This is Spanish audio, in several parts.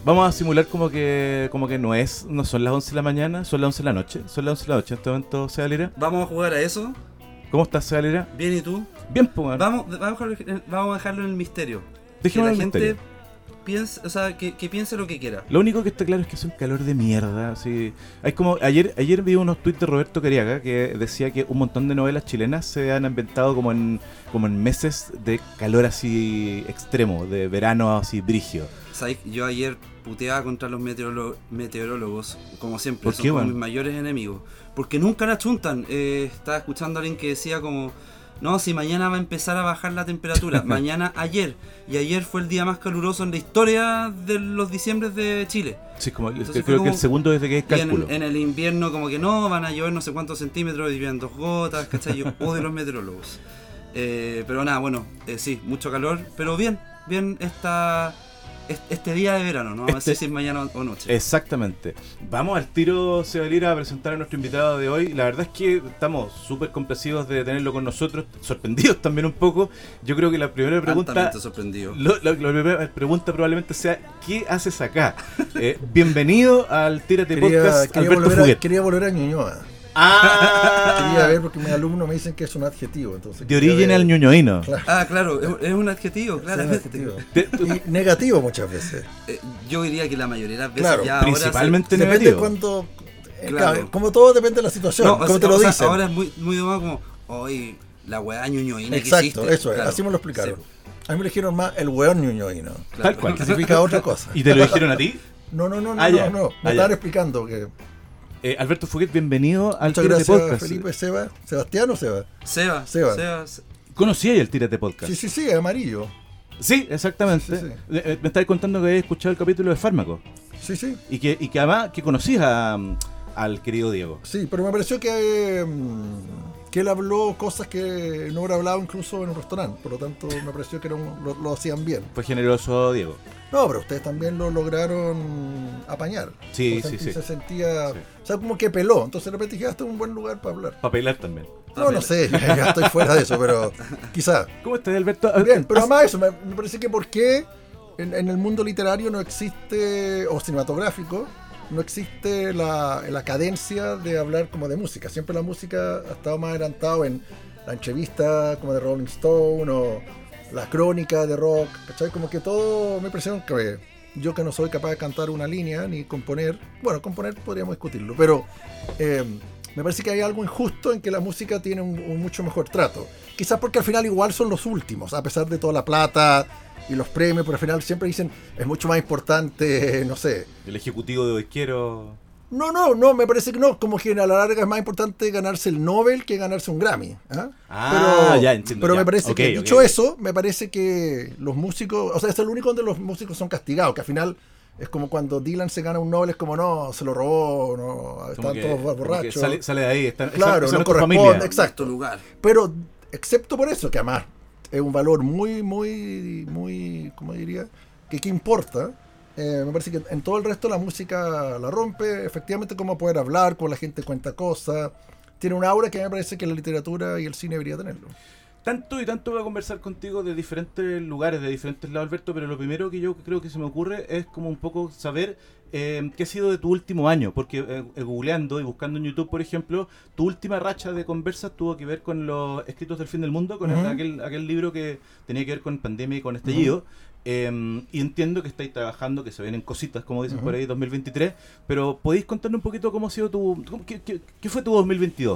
Vamos a simular como que no son las 11 de la mañana, son las 11 de la noche. Son las 11 de la noche en este momento, Seba Lira. Vamos a jugar a eso. ¿Cómo estás, Seba Lira? Bien, ¿y tú? Bien, pues. Vamos a dejarlo en el misterio. Dejemos que el la gente misterio. piense, o sea, que piense lo que quiera. Lo único que está claro es que es un calor de mierda. Así. Hay como ayer vi unos tweets de Roberto Cariaga que decía que un montón de novelas chilenas se han inventado como en meses de calor así extremo, de verano así brigio. ¿Sabes? Yo ayer puteaba contra los meteorólogos, como siempre, ¿Por son qué, como man? mis mayores enemigos. Porque nunca la chuntan. Estaba escuchando a alguien que decía como, no, si mañana va a empezar a bajar la temperatura. Ayer. Y ayer fue el día más caluroso en la historia de los diciembres de Chile. Sí, como, Entonces creo fue que el como- segundo desde que es Y cálculo. en el invierno como que no, van a llover no sé cuántos centímetros y llueven 2 gotas, ¿cachai? Yo odio los meteorólogos. Pero nada, bueno, sí, mucho calor, pero bien este día de verano, no vamos a decir si es mañana o noche. Exactamente. Vamos al tiro, Seba Lira, a presentar a nuestro invitado de hoy. La verdad es que estamos súper complacidos de tenerlo con nosotros, sorprendidos también un poco. Yo creo que la primera pregunta... Altamente sorprendido. La primera pregunta probablemente sea, ¿qué haces acá? Bienvenido al Tírate Podcast, Alberto Fuguet. Quería volver a Ñuñoa. Ah, Quería ver porque mis alumnos me dicen que es un adjetivo. Entonces de origen al ñoñoíno. Claro, Ah, claro, es un adjetivo, es un claramente. adjetivo. Y negativo muchas veces. Yo diría que la mayoría de las veces Claro, ya principalmente Depende negativo. cuando. Claro. Claro, como todo depende de la situación, ahora como te lo dicen. ahora es muy de moda como, hoy la weá ñoñoína que Exacto, hiciste. eso es, Claro, así me lo explicaron. sí, A mí me eligieron más el weón ñuñoíno. claro. Tal cual. Que significa otra cosa. ¿Y te lo dijeron a ti? No. Ah, ya. Me Ah, estaban ya. explicando que. Alberto Fuguet, bienvenido al Muchas Tírate gracias, Podcast. Felipe, Sebastián o Seba. Seba. ¿Conocía el Tírate Podcast? Sí, amarillo. Sí, exactamente. Sí. Me estabas contando que habías escuchado el capítulo de Fármaco Sí. y que además que conocías al querido Diego. Sí, pero me pareció que él habló cosas que no hubiera hablado incluso en un restaurante. Por lo tanto, me pareció que lo hacían bien. Fue generoso Diego. No, pero ustedes también lo lograron apañar. Sí. Se sentía... Sí. O sea, como que peló. Entonces de repente dije, este es un buen lugar para hablar. Para bailar también. No sé, ya estoy fuera de eso, pero quizá. ¿Cómo estás, Alberto? Bien, pero además eso, me parece que por qué en el mundo literario no existe, o cinematográfico, no existe la cadencia de hablar como de música. Siempre la música ha estado más adelantado en la entrevista como de Rolling Stone o la crónica de rock, ¿cachai? Como que todo me impresiona que yo que no soy capaz de cantar una línea ni componer, bueno, componer podríamos discutirlo, pero me parece que hay algo injusto en que la música tiene un mucho mejor trato. Quizás porque al final igual son los últimos, a pesar de toda la plata y los premios, pero al final siempre dicen es mucho más importante, no sé. El ejecutivo de hoy quiero... No, me parece que no, como que a la larga es más importante ganarse el Nobel que ganarse un Grammy. Ya entiendo. Pero ya. me parece que, Ok. dicho eso, me parece que los músicos, o sea, es el único donde los músicos son castigados, que al final es como cuando Dylan se gana un Nobel, es como no, se lo robó, no, Como están que- todos como que borrachos. sale de ahí. Claro, esa no es tu corresponde, familia. exacto. Tu lugar. Pero, excepto por eso, que además es un valor muy, ¿cómo diría? Que importa. Me parece que en todo el resto la música la rompe, efectivamente como poder hablar, como la gente cuenta cosas. Tiene un aura que me parece que la literatura y el cine debería tenerlo. Tanto y tanto voy a conversar contigo de diferentes lugares, de diferentes lados, Alberto, pero lo primero que yo creo que se me ocurre es como un poco saber qué ha sido de tu último año, porque googleando y buscando en YouTube, por ejemplo, tu última racha de conversas tuvo que ver con los escritos del fin del mundo, con aquel libro que tenía que ver con pandemia y con estallido. Y entiendo que estáis trabajando, que se vienen cositas, como dicen por ahí, 2023, pero ¿podéis contarnos un poquito cómo ha sido qué fue tu 2022?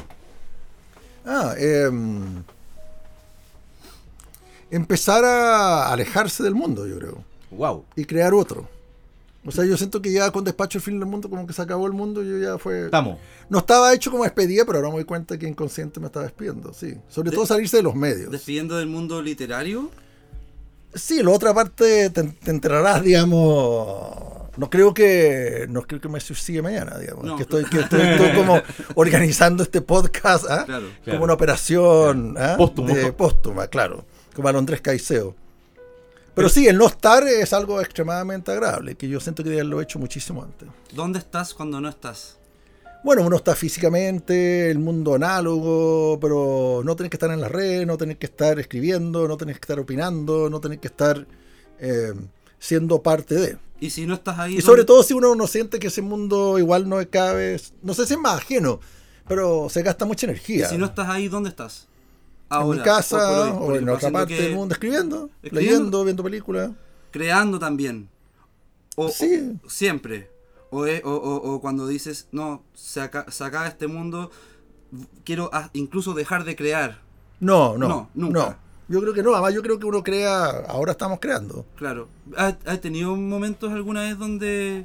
Empezar a alejarse del mundo, yo creo, Wow. y crear otro. O sea, yo siento que ya con Despacho el fin del mundo, como que se acabó el mundo, yo ya fue... Estamos. No estaba hecho como despedida, pero ahora me doy cuenta que inconsciente me estaba despidiendo, sí. Sobre todo salirse de los medios. Despidiendo del mundo literario. Sí, la otra parte te enterarás, digamos... No creo que me suicide mañana, digamos. No. Que estoy como organizando este podcast, ¿ah? Claro. Como una operación Póstuma. claro. Como Alondrés Caicedo. Pero sí, el no estar es algo extremadamente agradable, que yo siento que debía haberlo hecho muchísimo antes. ¿Dónde estás cuando no estás? Bueno, uno está físicamente, el mundo análogo, pero no tenés que estar en la red, no tenés que estar escribiendo, no tenés que estar opinando, no tenés que estar siendo parte de. Y si no estás ahí... Y sobre todo si uno no siente que ese mundo igual no es cada vez, no sé si es más ajeno, pero se gasta mucha Y energía. si no estás ahí, ¿dónde estás? En mi casa hoy o en por otra haciendo parte que- del mundo, escribiendo, Escribiendo. leyendo, viendo películas. Creando también. Sí. O siempre. O cuando dices, no, se acaba este mundo, quiero incluso dejar de crear. No, No, nunca. no. Yo creo que no, además yo creo que uno crea, ahora estamos creando. Claro. ¿Has tenido momentos alguna vez donde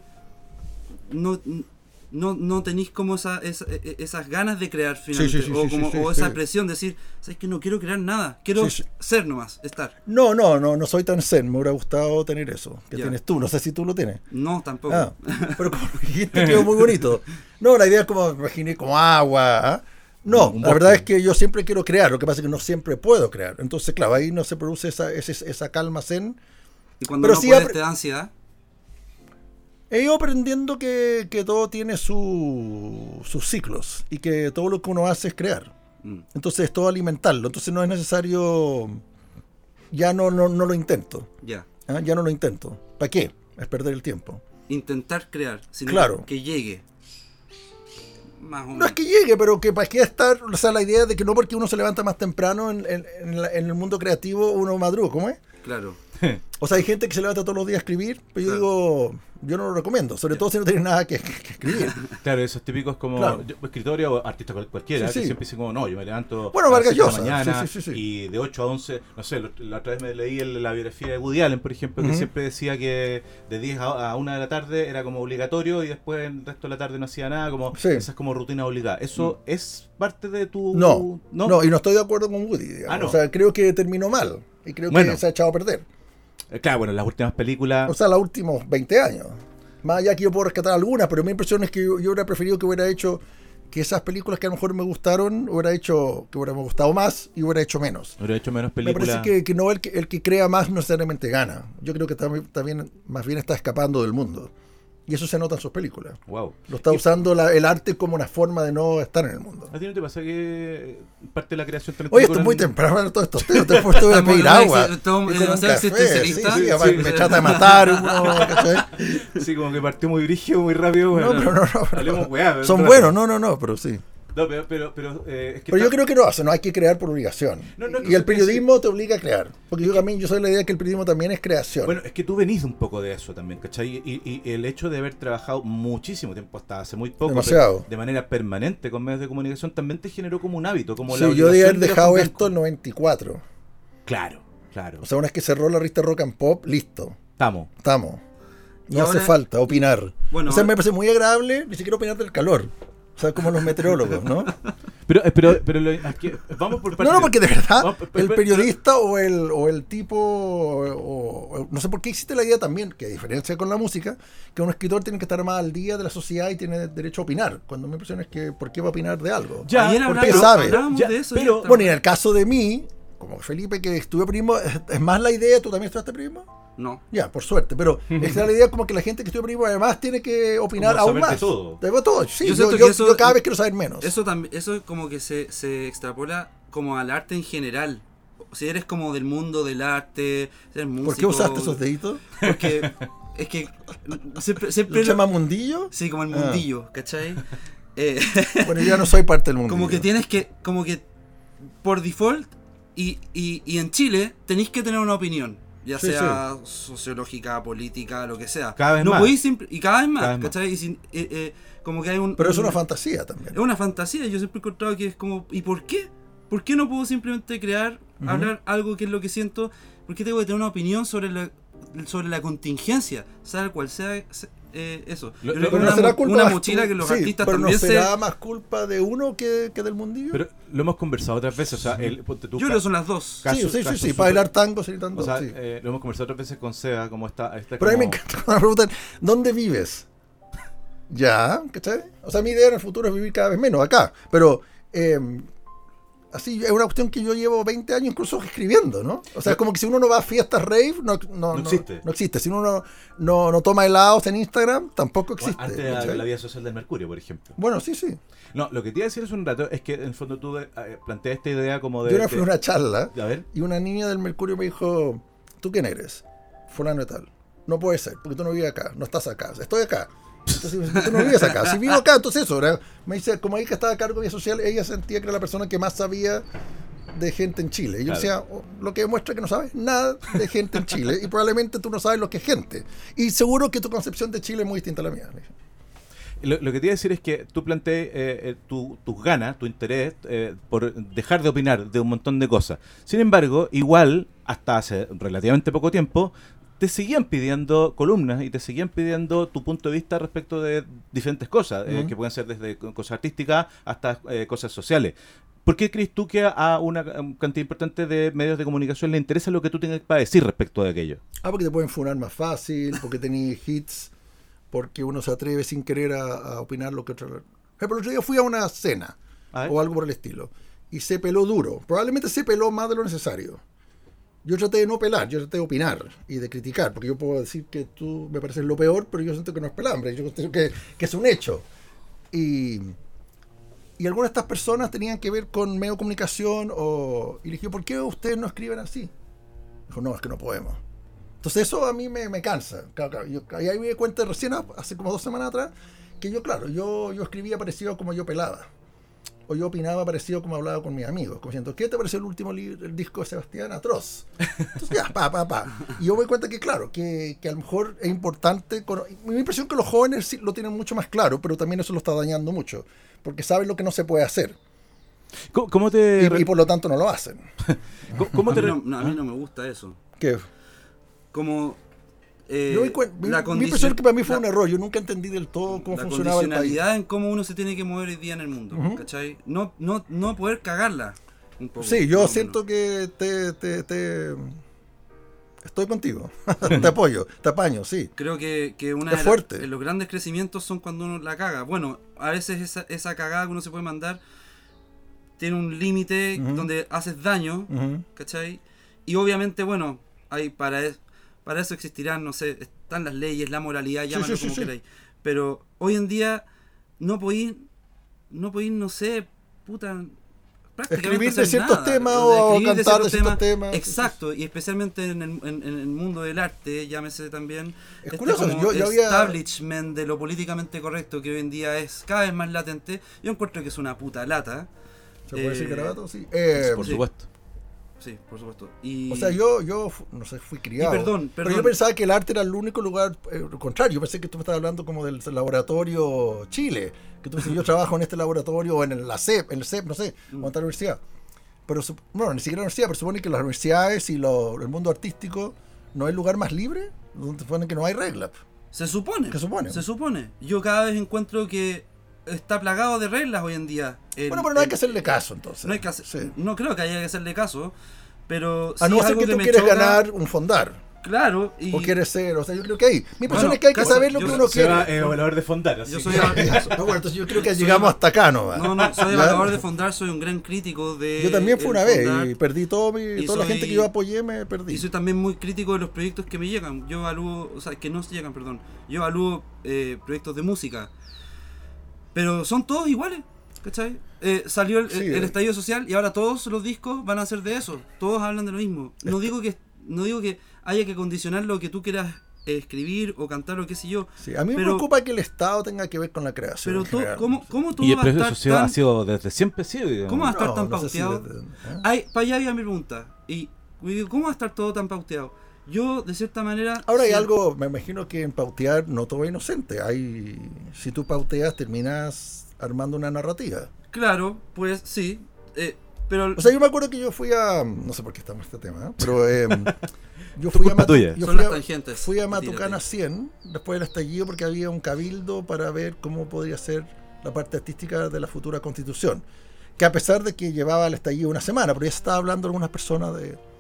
no tenéis como esas ganas de crear finalmente? Sí, o sí. esa presión de decir, ¿sabes que no quiero crear nada? Quiero Sí. ser nomás, estar. No soy tan zen, me hubiera gustado tener eso que Ya. tienes tú, no sé si tú lo tienes. No, tampoco. Ah, pero como dijiste, quedó muy bonito. No, la idea es como, me imaginé como agua. ¿Ah? No, Un la bosque. verdad es que yo siempre quiero crear, lo que pasa es que no siempre puedo crear. Entonces, claro, ahí no se produce esa calma zen. Y cuando Pero no sí puedes, apre- te da ansiedad. He ido aprendiendo que todo tiene sus ciclos y que todo lo que uno hace es crear. Mm. Entonces es todo alimentarlo. Entonces no es necesario, ya no lo intento. Ya. ¿Ah? Ya no lo intento. ¿Para qué? Es perder el tiempo. Intentar crear, sino Claro. que llegue. Más o menos. No es que llegue, pero que para qué estar, o sea, la idea de que no porque uno se levanta más temprano en el mundo creativo, uno madruga, ¿cómo es? Claro. O sea, hay gente que se levanta todos los días a escribir, pero yo Claro. digo, yo no lo recomiendo, sobre todo si no tienes nada que escribir. Claro, esos típicos como Claro. escritorio o artista cualquiera, Sí, que sí. siempre dicen como, no, yo me levanto Bueno, a las Vargas 7 de la Llosa, mañana sí. y de 8 a 11, no sé, la otra vez me leí la biografía de Woody Allen, por ejemplo, que Ujú. siempre decía que de 10 a 1 de la tarde era como obligatorio y después el resto de la tarde no hacía nada, como Sí. esas como rutinas obligadas. ¿Eso es parte de tu...? No, y no estoy de acuerdo con Woody, digamos. No. O sea, creo que terminó mal y creo Bueno. que se ha echado a perder. Claro, bueno, las últimas películas... O sea, los últimos 20 años. Más allá que yo puedo rescatar algunas, pero mi impresión es que yo hubiera preferido que hubiera hecho que esas películas que a lo mejor me gustaron, hubiera hecho que hubiera gustado más y hubiera hecho menos. Hubiera hecho menos Me películas... parece que no el que crea más no necesariamente gana. Yo creo que también más bien está escapando del mundo. Y eso se nota en sus películas. Wow. Lo está usando el arte como una forma de no estar en el mundo. ¿A ti no te pasa que parte de la creación... te lo Oye, esto es incorporan- muy temprano en todos estos temas. Después te voy a pedir agua. Estamos Y con un demasiado café. existencialistas. Sí, Sí. me trata de matar uno, ¿cachai? Sí, como que partió muy brígido, muy rápido. No, Bueno, pero no. hablemos weá, pero Son un buenos, rato. no, pero sí. No, pero es que Pero yo está- creo que no, o sea, no hay que crear por obligación. No, es que Y el eso periodismo te obliga a crear. Porque yo también, yo soy de la idea que el periodismo también es creación. Bueno, es que tú venís un poco de eso también, ¿cachai? Y el hecho de haber trabajado muchísimo tiempo, hasta hace muy poco, Demasiado. pero de manera permanente con medios de comunicación, también te generó como un hábito, como sí, la yo debía haber obligación de ir a dejado Juan esto Blanco. en 94. Claro. O sea, una vez que cerró la revista Rock and Pop, listo. Estamos. Estamos. Y No hace ahora- falta opinar. Bueno, o sea, ahora- me parece muy agradable ni siquiera opinar del calor. O sea, como los meteorólogos, ¿no? Pero aquí, vamos por partes. No, porque de verdad, Vamos, el periodista o el tipo, o no sé por qué existe la idea también, que a diferencia con la música, que un escritor tiene que estar más al día de la sociedad y tiene derecho a opinar. Cuando mi impresión es que, ¿por qué va a opinar de algo? Ya, Ayer porque hablábamos, sabe. hablábamos Ya, de eso. pero- ya Bueno, y en el caso de mí, como Felipe, que estudió periodismo, es más la idea, ¿tú también estudiaste periodismo? No. Ya, por suerte, pero esa es la idea como que la gente que estudia periodismo además tiene que opinar Como aún saber de más. todo. De todo. Sí, Yo yo, siento yo- que eso- yo cada vez quiero saber menos. Eso también, eso es como que se extrapola como al arte en general. Si eres como del mundo del arte, eres músico. ¿Por qué usaste esos deditos? Porque es que siempre ¿Se llama mundillo? sí, como el mundillo, ¿cachai? Bueno, yo ya no soy parte del mundillo. Como que tienes que, como que por default y en Chile tenéis que tener una opinión, ya Sí, sea sociológica, política, lo que sea. Cada vez no más. podéis y cada vez más, Cada vez más. ¿cachai? Y como que hay un Pero es un- una fantasía también. es una fantasía. Yo siempre he encontrado que es como, ¿y por qué? ¿Por qué no puedo simplemente crear, hablar algo que es lo que siento? ¿Por qué tengo que tener una opinión sobre la contingencia, sea cual sea eso? Lo- Yo lo- creo que Pero no será culpa una más mochila que los sí, artistas pero también no será más culpa de uno que del mundillo. Pero lo hemos conversado otras veces, o sea, ponte tú, Yo creo que son las dos. Caso- sí, caso para súper- bailar tango, sí, tanto. O sea, sí. lo hemos conversado otras veces con Seba, como está Pero a mí me como- encanta cuando me preguntan, ¿dónde vives? Ya, ¿cachai? O sea, mi idea en el futuro es vivir cada vez menos acá. Pero así es una cuestión que yo llevo 20 años incluso escribiendo, ¿no? O sea, es como que si uno no va a fiestas rave, no existe. No existe. Si uno no toma helados en Instagram, tampoco existe. Antes de ¿cachai? la vida social del Mercurio, por ejemplo. Bueno, sí. No, lo que te iba a decir hace un rato es que en el fondo tú planteas esta idea como de... Yo una vez fui a una charla A ver. y una niña del Mercurio me dijo, ¿tú quién eres? Fulano de tal. no puede ser, porque tú no vives acá, no estás acá, estoy acá. Entonces, tú no vives acá, si vivo acá, entonces eso, ¿verdad? Me dice, como ella que estaba a cargo de vida social, ella sentía que era la persona que más sabía de gente en Chile. Y yo decía, lo que demuestra que no sabes nada de gente en Chile, y probablemente tú no sabes lo que es gente. Y seguro que tu concepción de Chile es muy distinta a la mía. Lo que te iba a decir es que tú planteas tus ganas, tu interés por dejar de opinar de un montón de cosas. Sin embargo, igual, hasta hace relativamente poco tiempo, te seguían pidiendo columnas y te seguían pidiendo tu punto de vista respecto de diferentes cosas, que pueden ser desde cosas artísticas hasta cosas sociales. ¿Por qué crees tú que a una cantidad importante de medios de comunicación le interesa lo que tú tengas para decir respecto de aquello? Porque te pueden funar más fácil, porque tenés hits, porque uno se atreve sin querer a opinar lo que otro... Pero el otro día fui a una cena o algo por el estilo y se peló duro. Probablemente se peló más de lo necesario. Yo traté de no pelar, yo traté de opinar y de criticar, porque yo puedo decir que tú me pareces lo peor, pero yo siento que no es pelambre, yo siento que es un hecho. Y algunas de estas personas tenían que ver con medio de comunicación y le dije, ¿por qué ustedes no escriben así? Dijo, no, es que no podemos. Entonces eso a mí me cansa. Claro, ahí me di cuenta recién, hace como 2 semanas atrás, que yo escribía parecido como yo pelaba. O yo opinaba parecido como hablaba con mis amigos, como diciendo, ¿qué te pareció el último el disco de Sebastián? Atroz. Entonces ya, Y yo me doy cuenta que claro, que a lo mejor es importante, mi impresión es que los jóvenes sí lo tienen mucho más claro, pero también eso lo está dañando mucho, porque saben lo que no se puede hacer. ¿Cómo te... y por lo tanto no lo hacen. ¿Cómo te... a mí no me gusta eso. ¿Qué? Como... mi impresión es que para mí fue un error. Yo nunca entendí del todo cómo funcionaba el país. La condicionalidad en cómo uno se tiene que mover hoy día en el mundo, ¿cachai? No poder cagarla un poco. Sí, yo siento que estoy contigo. Te apoyo, te apaño, sí. Creo que una de los grandes crecimientos son cuando uno la caga. Bueno, a veces esa cagada que uno se puede mandar tiene un límite donde haces daño, ¿cachai? Y obviamente, bueno, hay para eso existirán, no sé, están las leyes, la moralidad, llámalo como queráis. Pero hoy en día no podéis, no sé, puta, prácticamente escribir de ciertos temas o cantar de ciertos temas. Exacto, y especialmente en el mundo del arte, llámese también es curioso, como establishment de lo políticamente correcto que hoy en día es cada vez más latente. Yo encuentro que es una puta lata. ¿Se puede decir garabato? Sí. Por supuesto. Sí, por supuesto. O sea, yo no sé, fui criado. Perdón. Pero yo pensaba que el arte era el único lugar, lo contrario. Yo pensé que tú me estabas hablando como del laboratorio Chile. Que tú dices, yo trabajo en este laboratorio o en el CEP, no sé, o en otra universidad. Pero, bueno, ni siquiera la universidad, pero supone que las universidades y el mundo artístico no es el lugar más libre, donde supone que no hay reglas. Se supone. ¿Qué supone? Se supone. Yo cada vez encuentro que está plagado de reglas hoy en día. Pero no hay que hacerle caso, entonces. No hay que no creo que haya que hacerle caso, pero a no ser que tú quieres ganar un fondar. Claro. O quieres ser, o sea, yo creo que hay. Mi impresión es que hay que saber lo que uno quiere. Evaluador de fondar. Así. Yo soy entonces yo creo que llegamos hasta acá, ¿no? No, soy evaluador de fondar, soy un gran crítico de... Yo también fui una vez y perdí toda la gente que yo apoyé, me perdí. Y soy también muy crítico de los proyectos que me llegan. Yo evalúo, que no se llegan, perdón. Yo evalúo proyectos de música. Pero son todos iguales, ¿cachai? Salió el estallido social y ahora todos los discos van a ser de eso. Todos hablan de lo mismo. No digo que haya que condicionar lo que tú quieras escribir o cantar o qué sé yo. Sí, a mí me preocupa que el Estado tenga que ver con la creación. Pero ¿cómo tú y vas a estar el proceso ha sido desde siempre, sí. Digamos. ¿Cómo va a estar tan pauteado? Para allá había mi pregunta. Y digo, ¿cómo va a estar todo tan pauteado? Yo, de cierta manera... Ahora hay algo, me imagino que en pautear no todo es inocente. Si tú pauteas, terminas armando una narrativa. Claro, pues sí. Pero... O sea, yo me acuerdo que yo fui a... No sé por qué estamos en este tema, pero... yo fui a Matucana 100 después del estallido porque había un cabildo para ver cómo podría ser la parte artística de la futura constitución. Que a pesar de que llevaba el estallido una semana, pero ya se estaba hablando algunas personas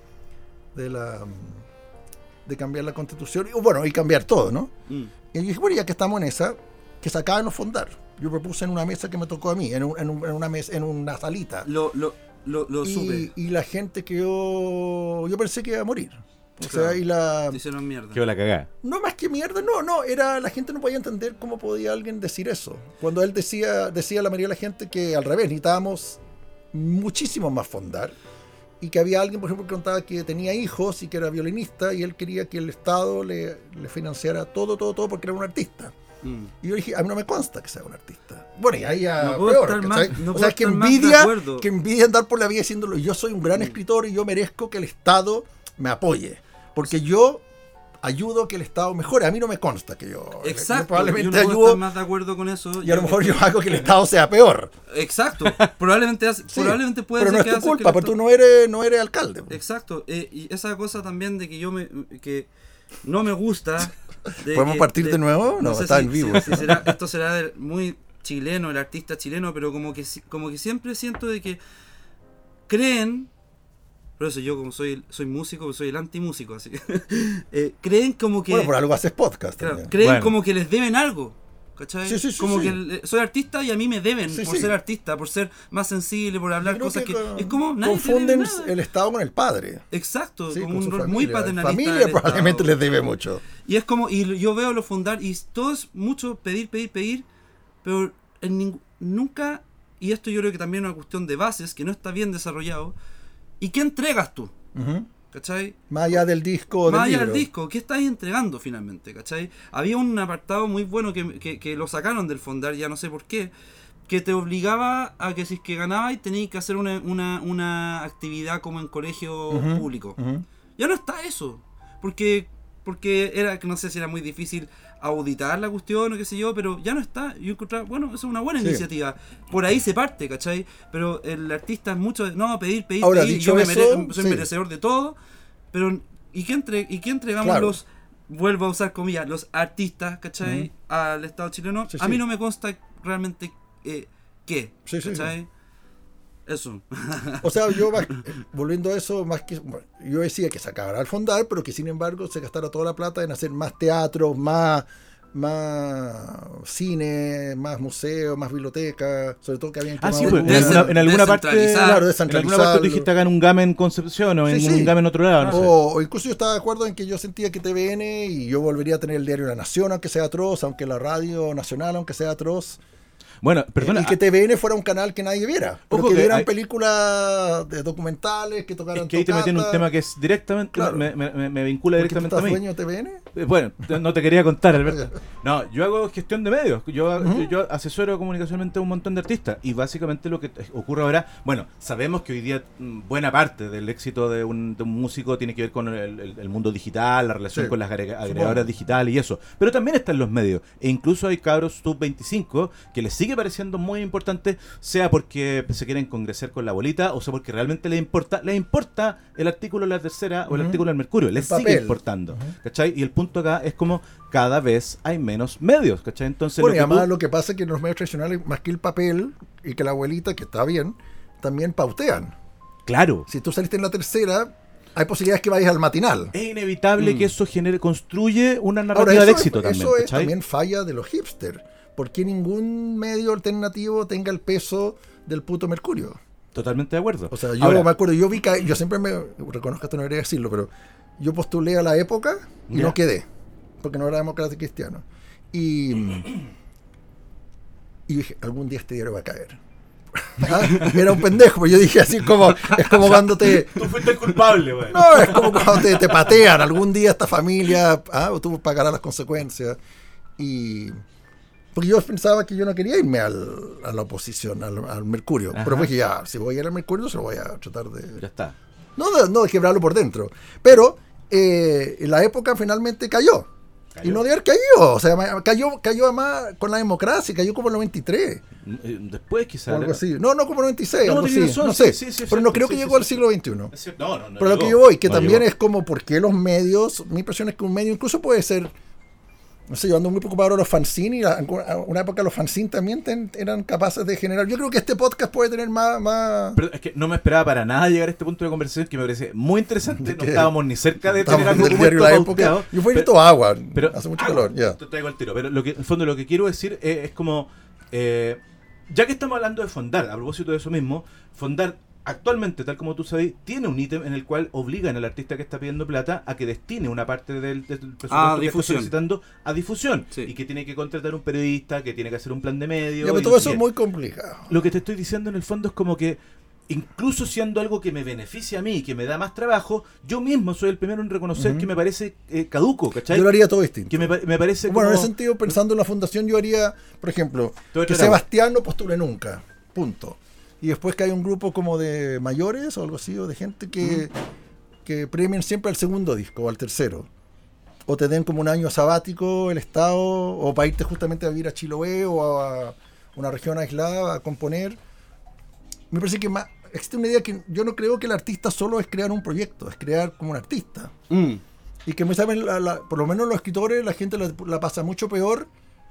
de cambiar la constitución y cambiar todo, ¿no? Y yo dije, bueno, ya que estamos en esa, que se acaben los fondar. Yo propuse en una mesa que me tocó a mí, en una salita. Lo supe. Y la gente que yo pensé que iba a morir. O claro, sea, te hicieron mierda. Que la cagá. No más que mierda, era la gente no podía entender cómo podía alguien decir eso. Cuando él decía la mayoría de la gente que al revés, necesitábamos muchísimo más fondar. y que había alguien, por ejemplo, que contaba que tenía hijos y que era violinista y él quería que el Estado le financiara todo porque era un artista. Y yo dije, a mí no me consta que sea un artista. Bueno, y ahí ya no puedo estar más, o sea, que envidia andar por la vida diciéndolo, yo soy un gran escritor y yo merezco que el Estado me apoye, porque yo ayudo a que el Estado mejore. A mí no me consta que yo probablemente yo no puedo estar más de acuerdo con eso. Y a lo mejor yo hago que el Estado sea peor. Exacto. Probablemente puede pero ser no es tu culpa, porque tú no eres alcalde. Exacto. Y esa cosa también de que no me gusta. ¿Podemos partir de nuevo? No, está en vivo. Esto será muy chileno, el artista chileno, pero como que siempre siento de que creen, por eso yo como soy músico, soy el antimúsico, así creen como que... Bueno, por algo haces podcast. Claro, creen como que les deben algo. ¿Cachai? Sí, como que soy artista y a mí me deben por ser artista, por ser más sensible, por hablar cosas que es como nadie confunden el Estado con el padre. Exacto, sí, como un rol muy paternalista. Familia probablemente les debe mucho. Y es como, y yo veo lo fundar y todo es mucho pedir, pero nunca, y esto yo creo que también es una cuestión de bases que no está bien desarrollado. ¿Y qué entregas tú? ¿Cachai? Más allá del disco. Más allá del disco, ¿qué estáis entregando finalmente? ¿Cachai? Había un apartado muy bueno que lo sacaron del Fondar, ya no sé por qué, que te obligaba a que si es que ganabas tenías que hacer una actividad como en colegio público. Ya no está eso, porque era, no sé si era muy difícil auditar la cuestión o qué sé yo, pero ya no está. Yo encontraba, bueno, eso es una buena iniciativa. Por ahí se parte, ¿cachai? Pero el artista es mucho de, no, pedir. Ahora, Yo soy merecedor de todo, pero ¿y qué entregamos los, vuelvo a usar comillas, los artistas, ¿cachai? Al Estado chileno? A mí no me consta realmente qué, ¿cachai? Eso. O sea, yo volviendo a eso, más que yo decía que se acabara el Fondar, pero que sin embargo se gastara toda la plata en hacer más teatro, más cine, más museo, más biblioteca, sobre todo que habían pues, en alguna parte tú dijiste acá en un GAM en Concepción o en un GAM en otro lado, no sé. O incluso yo estaba de acuerdo en que yo sentía que TVN y yo volvería a tener el diario La Nación, aunque sea atroz, aunque la radio nacional, aunque sea atroz. Bueno, perdona. Y que TVN fuera un canal que nadie viera. Pero que vieran películas de documentales, que tocaran. Es que ahí te metí en un tema que es directamente. Claro. Me vincula directamente a mí. ¿Estás dueño de TVN? Bueno, no te quería contar, Alberto. No, yo hago gestión de medios. Yo asesoro comunicacionalmente a un montón de artistas. Y básicamente lo que ocurre ahora. Bueno, sabemos que hoy día buena parte del éxito de un músico tiene que ver con el mundo digital, la relación con las agregadoras digitales y eso. Pero también están los medios. E incluso hay cabros sub-25 que les sigue pareciendo muy importante, sea porque se quieren congresar con la bolita o sea porque realmente les importa el artículo de La Tercera o el artículo del Mercurio, les sigue importando, ¿cachai? Y el punto acá es como cada vez hay menos medios, ¿cachai? Entonces, bueno, y además lo que pasa es que en los medios tradicionales, más que el papel y que la abuelita, que está bien, también pautean. Claro. Si tú saliste en La Tercera, hay posibilidades que vayas al matinal. Es inevitable que eso construye una narrativa de éxito también. Eso es también falla de los hipsters. ¿Por qué ningún medio alternativo tenga el peso del puto Mercurio? Totalmente de acuerdo. O sea, yo me acuerdo, yo siempre me reconozco, esto no debería decirlo, pero yo postulé a La Época y no quedé, porque no era demócrata cristiano. Y dije, algún día este diario va a caer. Era un pendejo, pues yo dije así como, es como cuando te... Tú fuiste el culpable, güey. No, es como cuando te patean, algún día esta familia, tú pagarás las consecuencias. Porque yo pensaba que yo no quería irme a la oposición, al Mercurio. Pero dije, ya, si voy a ir al Mercurio, se lo voy a tratar de... Ya está. No de quebrarlo por dentro. Pero en La Época finalmente cayó. Y no de haber caído. O sea, cayó además con la democracia, cayó como en el 93. Después quizás. Algo así. No, como en el 96. No, algo así. Razón, no sé. Sí, pero no creo que llegó al siglo XXI. No. Pero lo que yo voy, que también es como, ¿por qué los medios? Mi impresión es que un medio incluso puede ser... No sé, yo ando muy preocupado ahora de los fanzines y a una época los fanzines también eran capaces de generar. Yo creo que este podcast puede tener más... Pero es que no me esperaba para nada llegar a este punto de conversación que me parece muy interesante. No estábamos ni cerca de tener algo como esto pauteado. Yo fui todo agua, pero hace mucho calor. Te traigo el tiro. Pero en el fondo lo que quiero decir es como... ya que estamos hablando de Fondar, a propósito de eso mismo, Fondar actualmente, tal como tú sabes, tiene un ítem en el cual obligan al artista que está pidiendo plata a que destine una parte del presupuesto que está solicitando a difusión. Sí. Y que tiene que contratar un periodista, que tiene que hacer un plan de medios. Pero todo eso es muy complicado. Lo que te estoy diciendo en el fondo es como que incluso siendo algo que me beneficia a mí, que me da más trabajo, yo mismo soy el primero en reconocer que me parece caduco, ¿cachai? Yo lo haría todo distinto. Que me parece Bueno, en como... ese sentido, pensando en la fundación, yo haría, por ejemplo, Todo que el trabajo. Sebastián no postule nunca, punto. Y después que hay un grupo como de mayores o algo así, o de gente que premien siempre al segundo disco o al tercero. O te den como un año sabático el Estado, o para irte justamente a vivir a Chiloé o a una región aislada a componer. Me parece que existe una idea que yo no creo que el artista solo es crear un proyecto, es crear como un artista. Y que me saben, por lo menos los escritores, la gente la pasa mucho peor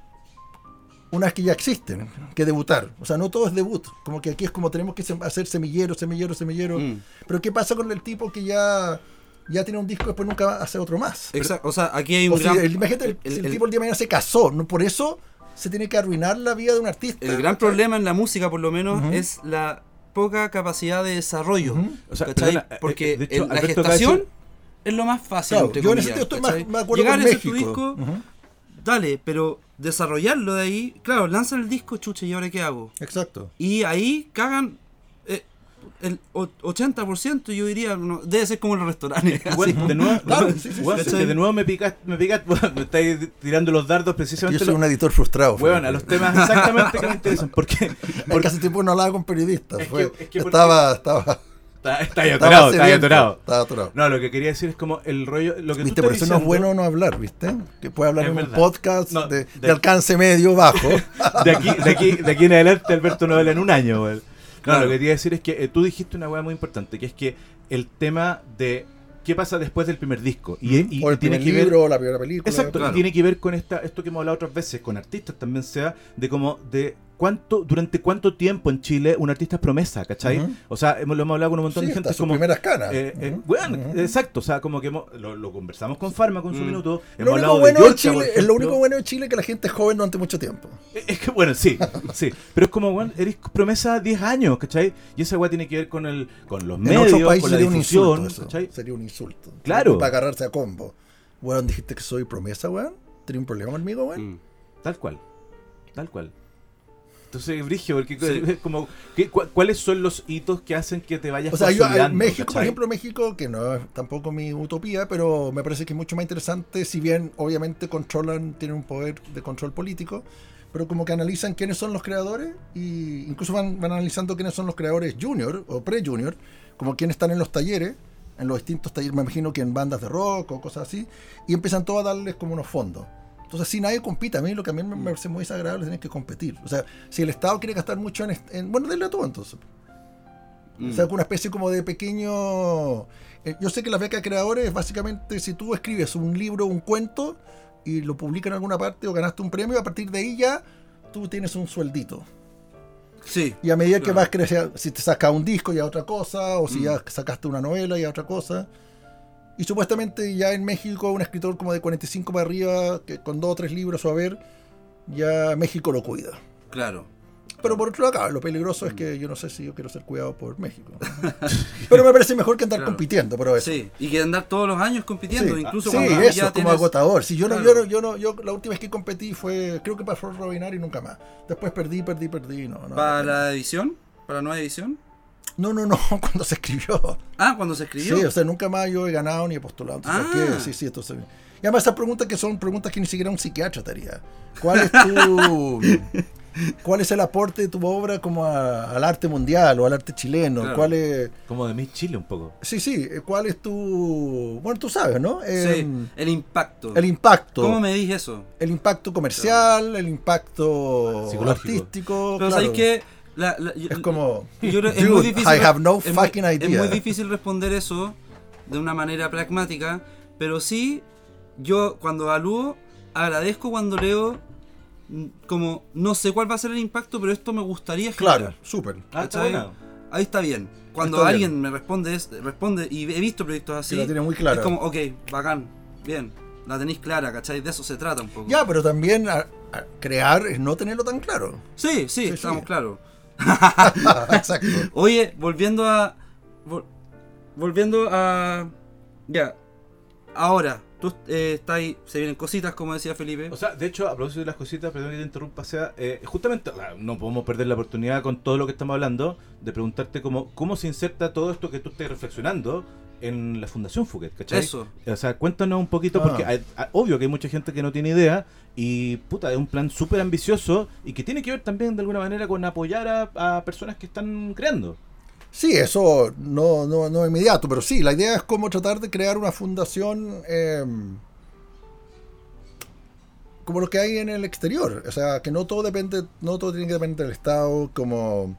una vez que ya existen, que debutar. O sea, no todo es debut. Como que aquí es como tenemos que hacer semillero. Pero ¿qué pasa con el tipo que ya tiene un disco y después nunca hace otro más? Exacto. O sea, aquí hay un gran... Imagínate, si el tipo el día de mañana se casó, ¿no? Por eso se tiene que arruinar la vida de un artista. El gran problema en la música, por lo menos, es la poca capacidad de desarrollo. O sea, ¿cachai? perdona, Porque de hecho, la Alberto gestación es lo más fácil, Claro, entre yo en ese comillas, sentido estoy ¿cachai? más de acuerdo Llegar con a hacer tu México. disco, dale, pero desarrollarlo de ahí, claro, lanzan el disco, chucha, ¿y ahora qué hago? Exacto. Y ahí cagan el 80%, yo diría, debe ser como en los restaurantes. así. Bueno, de nuevo, Claro, bueno, sí, bueno, ¿cachai? que de nuevo me picas, bueno, me estáis tirando los dardos Yo precisamente soy un editor frustrado. weón, a los temas exactamente que me interesan. Porque Porque hace tiempo no hablaba con periodistas. Es Fue- que estaba está ahí atorado, Estaba atorado. No, lo que quería decir es como el rollo, lo que ¿Viste? tú Por estás eso no es diciendo, bueno no hablar, ¿viste? Que puede hablar Es en un verdad. podcast No, de de- alcance medio bajo. de aquí en adelante Alberto no habla en un año, weón. No, Claro. lo que quería decir es que tú dijiste una weá muy importante, que es que el tema de qué pasa después del primer disco y o el tiene primer que ver libro, o la primera película. exacto, claro. y tiene que ver con esto que hemos hablado otras veces con artistas también, sea de como de durante cuánto tiempo en Chile un artista es promesa, ¿cachai? Ujú. O sea, lo hemos hablado con un montón Sí, de gente hasta sus como primeras canas. bueno, Ujú. exacto, o sea, como que lo conversamos con Farma con su minuto, Lo hemos único hablado bueno de de Yorka, por Chile, es lo ejemplo. único bueno de Chile que la gente es joven durante mucho tiempo. Es que bueno, sí, pero es como, bueno, eres promesa 10 años, ¿cachai? Y esa weá tiene que ver con los En medios, otros países con la sería un difusión, insulto eso. ¿cachai? Sería un insulto. Claro. Para agarrarse a combo. Weón, dijiste que soy promesa, weón. ¿Tenía un problema conmigo, weón? Tal cual. Entonces, Brigio, porque Sí. es como, ¿cuáles son los hitos que hacen que te vayas O sea, yo, consolidando, México, por ¿cachai? ejemplo, México, que no es tampoco mi utopía, pero me parece que es mucho más interesante, si bien obviamente tienen un poder de control político, pero como que analizan quiénes son los creadores, y incluso van analizando quiénes son los creadores junior o pre-junior, como quiénes están en los talleres, en los distintos talleres, me imagino que en bandas de rock o cosas así, y empiezan todos a darles como unos fondos. Entonces, si nadie compite, a mí lo que a mí me parece muy desagradable es tener que competir. O sea, si el Estado quiere gastar mucho bueno, denle a todo entonces. O sea, una especie como de pequeño... yo sé que la beca de creadores es básicamente si tú escribes un libro, un cuento, y lo publican en alguna parte o ganaste un premio, a partir de ahí ya tú tienes un sueldito. Sí. Y a medida que Claro. vas creciendo, si te sacas un disco ya otra cosa, o si ya sacaste una novela ya otra cosa. Y supuestamente ya en México un escritor como de 45 para arriba, que con 2 o 3 libros o a ver, ya México lo cuida. Claro. Pero por otro lado, lo peligroso es que yo no sé si yo quiero ser cuidado por México. Pero me parece mejor que andar Claro. compitiendo, pero eso. Sí, y que andar todos los años compitiendo, Sí, incluso sí, cuando eso ya es como tienes... agotador. Si yo Claro. yo la última vez que competí fue, creo que para Flor Robinar y nunca más. Después perdí. No, ¿Para la edición? ¿Para la nueva edición? no, cuando se escribió. Ah, cuando se escribió. Sí, o sea, nunca más yo he ganado ni he postulado. Entonces, ¿por Ah. qué? Sí, entonces. Y además esas preguntas que son preguntas que ni siquiera un psiquiatra te haría. ¿Cuál es el aporte de tu obra como al arte mundial o al arte chileno? Claro. ¿Cuál es? Como de Miss Chile un poco. Sí, ¿cuál es tu... Bueno, tú sabes, ¿no? Sí, el impacto. El impacto. ¿Cómo me dije eso? El impacto comercial, el impacto Psicológico. artístico. Pero claro. ¿sabes qué? Es como... Yo creo- es Dude, muy difícil, I have no es muy- fucking Es idea. muy difícil responder eso de una manera pragmática, pero sí, yo cuando evalúo, agradezco cuando leo como, no sé cuál va a ser el impacto, pero esto me gustaría generar. Claro, súper. Ah, está ¿Cachai? buena. Ahí está bien. Cuando Está alguien bien. me responde, y he visto proyectos así, Que la tiene muy clara. es como, ok, bacán, bien, la tenéis clara, ¿cachai? De eso se trata un poco. Ya, pero también crear es no tenerlo tan claro. Sí, Sí, estamos sí. claros. Exacto. Oye, volviendo a... Ya. Ahora, tú estás ahí, se vienen cositas, como decía Felipe. O sea, de hecho, a propósito de las cositas, perdón que te interrumpa, justamente no podemos perder la oportunidad con todo lo que estamos hablando de preguntarte cómo se inserta todo esto que tú estás reflexionando en la Fundación Fouquet, ¿cachai? Eso. O sea, cuéntanos un poquito, porque obvio que hay mucha gente que no tiene idea y, puta, es un plan súper ambicioso y que tiene que ver también de alguna manera con apoyar a personas que están creando. Sí, eso no inmediato, pero sí, la idea es como tratar de crear una fundación como lo que hay en el exterior. O sea, que no todo tiene que depender del Estado, como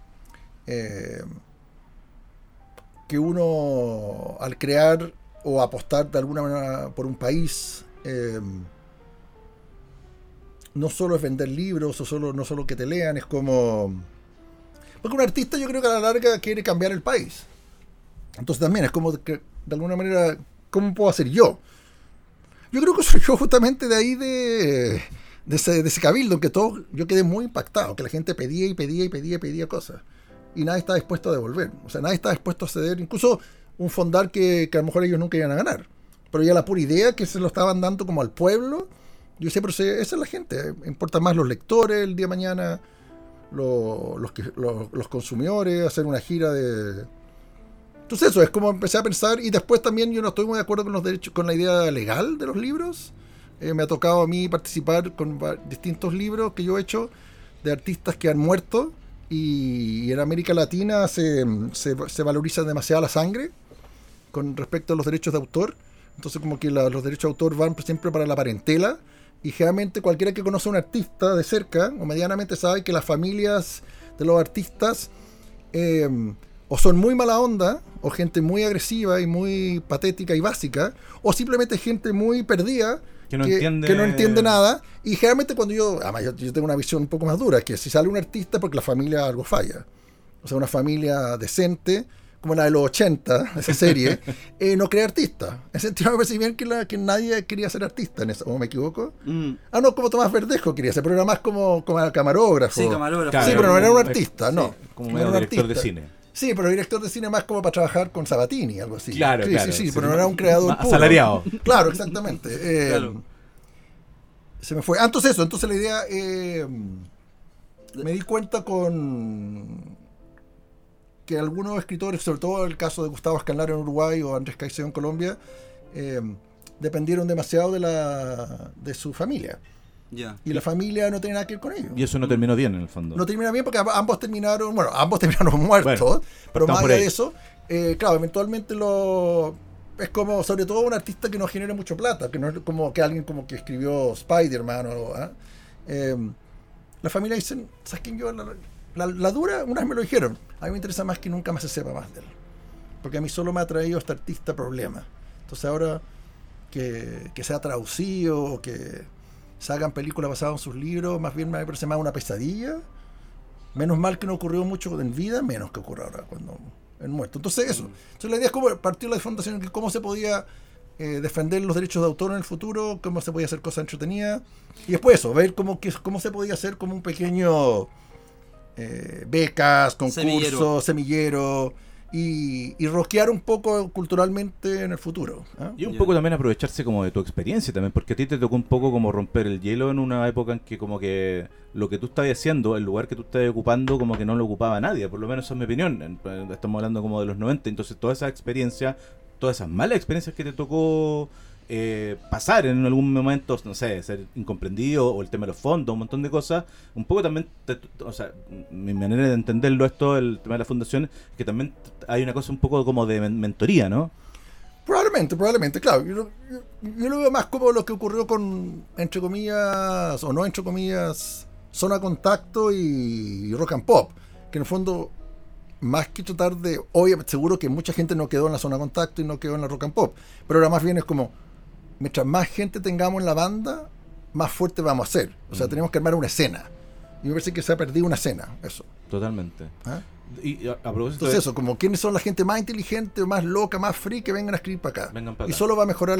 que uno al crear o apostar de alguna manera por un país, no solo es vender libros o no solo que te lean, es como... Porque un artista yo creo que a la larga quiere cambiar el país. Entonces también es como que de alguna manera, ¿cómo puedo hacer yo? Yo creo que surgió justamente de ahí de ese cabildo en que yo quedé muy impactado, que la gente pedía cosas y nadie estaba dispuesto a devolver. O sea, nadie estaba dispuesto a ceder, incluso un fondar que a lo mejor ellos nunca iban a ganar. Pero ya la pura idea que se lo estaban dando como al pueblo, yo decía, pero esa es la gente, importan más los lectores el día de mañana, los consumidores, hacer una gira de... Entonces eso, es como empecé a pensar, y después también yo no estoy muy de acuerdo con los derechos, con la idea legal de los libros. Me ha tocado a mí participar con distintos libros que yo he hecho de artistas que han muerto, y en América Latina se valoriza demasiado la sangre con respecto a los derechos de autor. Entonces como que los derechos de autor van siempre para la parentela, y generalmente cualquiera que conoce a un artista de cerca o medianamente sabe que las familias de los artistas o son muy mala onda, o gente muy agresiva y muy patética y básica, o simplemente gente muy perdida que no entiende nada. Y generalmente cuando además yo tengo una visión un poco más dura, que si sale un artista porque la familia algo falla. O sea, una familia decente, como la de los 80, esa serie, no crea artista. En ese sentido me parece bien que nadie quería ser artista en eso, ¿o me equivoco? No, como Tomás Verdejo quería ser, pero era más como camarógrafo. Sí, camarógrafo. Claro, sí, pero no era un artista, no. Sí, como no era un director artista. de cine. Sí, pero director de cine más como para trabajar con Sabatini, algo así. Claro, sí, pero no era un creador puro. Asalariado. Claro, exactamente. Claro. Se me fue. Entonces la idea, me di cuenta con que algunos escritores, sobre todo el caso de Gustavo Escalaro en Uruguay o Andrés Caicedo en Colombia, dependieron demasiado de su familia. Yeah. Y la familia no tiene nada que ver con ellos. Y eso no terminó bien en el fondo. No termina bien porque ambos terminaron muertos, Bueno, pero más por allá ahí. de eso, claro, eventualmente es como, sobre todo un artista que no genera mucho plata, que no es como que alguien como que escribió Spider-Man o la familia dicen, ¿sabes quién? Yo la dura, una vez me lo dijeron, a mí me interesa más que nunca más se sepa más de él, porque a mí solo me ha traído este artista problemas. Entonces ahora que sea traducido o que se hagan películas basadas en sus libros, más bien me parece más una pesadilla. Menos mal que no ocurrió mucho en vida, menos que ocurre ahora cuando en muerto. Entonces eso. Entonces la idea es como partir de la fundación, cómo se podía defender los derechos de autor en el futuro, cómo se podía hacer cosas entretenidas, y después eso, ver cómo se podía hacer como un pequeño becas, concursos, semillero y rosquear un poco culturalmente en el futuro. Y un poco también aprovecharse como de tu experiencia también, porque a ti te tocó un poco como romper el hielo en una época en que como que lo que tú estabas haciendo, el lugar que tú estabas ocupando, como que no lo ocupaba nadie, por lo menos esa es mi opinión. Estamos hablando como de los 90, entonces toda esa experiencia, todas esas malas experiencias que te tocó pasar en algún momento, no sé, ser incomprendido, o el tema de los fondos, un montón de cosas, un poco también, o sea, mi manera de entenderlo esto, el tema de la fundación, es que también hay una cosa un poco como de mentoría, ¿no? Probablemente, claro. Yo lo veo más como lo que ocurrió con, entre comillas, o no entre comillas, Zona Contacto y Rock and Pop, que en el fondo, más que tratar de, obviamente, seguro que mucha gente no quedó en la Zona Contacto y no quedó en la Rock and Pop, pero ahora más bien es como, mientras más gente tengamos en la banda, más fuerte vamos a ser. O sea, tenemos que armar una escena. Y me parece que se ha perdido una escena, eso. Totalmente. Y a propósito entonces eso, como quiénes son la gente más inteligente, más loca, más free, que vengan a escribir para acá. Y solo va a mejorar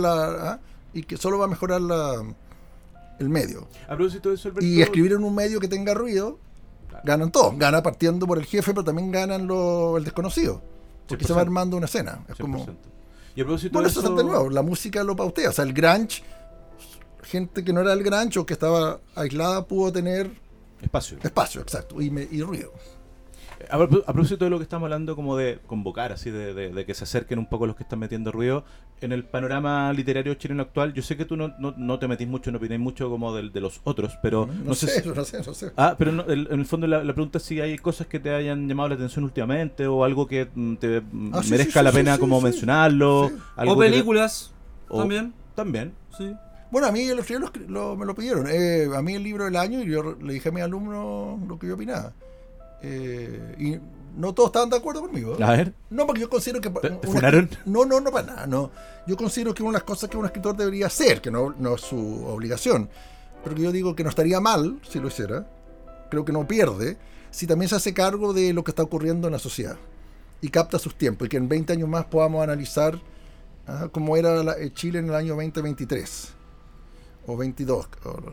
el medio. A propósito de eso, Alberto, y escribir en un medio que tenga ruido, ganan todos. Gana partiendo por el jefe, pero también ganan el desconocido. Porque 100%. Se va armando una escena. Es 100%. como... Y a propósito Bueno, de eso es de nuevo, la música lo pautea. O sea, el grunge, gente que no era el grunge o que estaba aislada pudo tener espacio. Exacto, y ruido. A propósito de lo que estamos hablando, como de convocar, así de que se acerquen un poco los que están metiendo ruido en el panorama literario chileno actual. Yo sé que tú no te metís mucho, no opinás mucho como de los otros, pero No sé. Pero en el fondo la pregunta es si hay cosas que te hayan llamado la atención últimamente o algo que te merezca la pena como mencionarlo. Sí. Algo O películas también. También. Sí. Bueno, a mí el otro día me lo pidieron. A mí el libro del año, y yo le dije a mis alumnos lo que yo opinaba. Y no todos estaban de acuerdo conmigo. A ver. No, porque yo considero que... ¿Te funaron? No, para nada. No. Yo considero que una de las cosas que un escritor debería hacer, que no es su obligación, pero que yo digo que no estaría mal si lo hiciera, creo que no pierde, si también se hace cargo de lo que está ocurriendo en la sociedad y capta sus tiempos, y que en 20 años más podamos analizar cómo era Chile en el año 2023 o 22.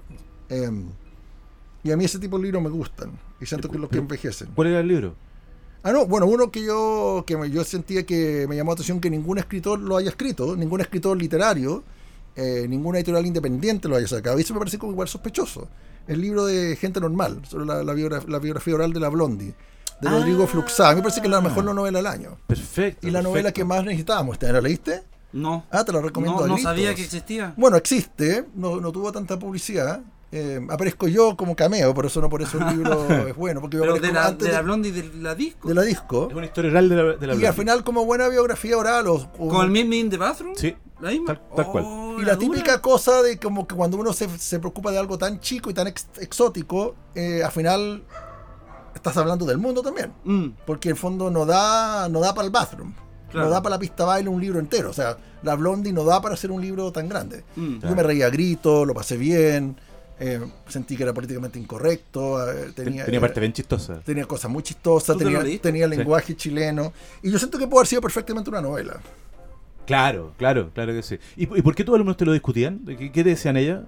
Y a mí ese tipo de libros me gustan y siento que es los que envejecen. ¿Cuál era el libro? No, bueno, uno que yo sentía que me llamó la atención que ningún escritor lo haya escrito, ningún escritor literario, ninguna editorial independiente lo haya sacado. Y eso me parece como igual sospechoso. El libro de Gente Normal, sobre la biografía oral de la Blondie, de Rodrigo Fluxá. A mí me parece que es la mejor novela del año. Perfecto. Y la novela que más necesitábamos. ¿Te la leíste? No. Te la recomiendo. No sabía que existía. Bueno, existe, no tuvo tanta publicidad. Aparezco yo como cameo, por eso el libro es bueno. Porque pero de la Blondie de la disco. De la disco. Es una historia real de la Blondie. Y al final, como buena biografía oral. ¿Con el mismo in the bathroom? Sí. ¿La misma? Tal cual. Y la típica cosa de como que cuando uno se preocupa de algo tan chico y tan exótico, al final estás hablando del mundo también. Porque en el fondo no da para el bathroom. Claro. No da para la pista baile un libro entero. O sea, la Blondie no da para hacer un libro tan grande. Yo me reía a grito, lo pasé bien. Sentí que era políticamente incorrecto. Tenía parte bien chistosa. Tenía cosas muy chistosas. Tenía lenguaje chileno. Y yo siento que puede haber sido perfectamente una novela. Claro que sí. ¿Y por qué tus alumnos te lo discutían? ¿Qué te decían ellas?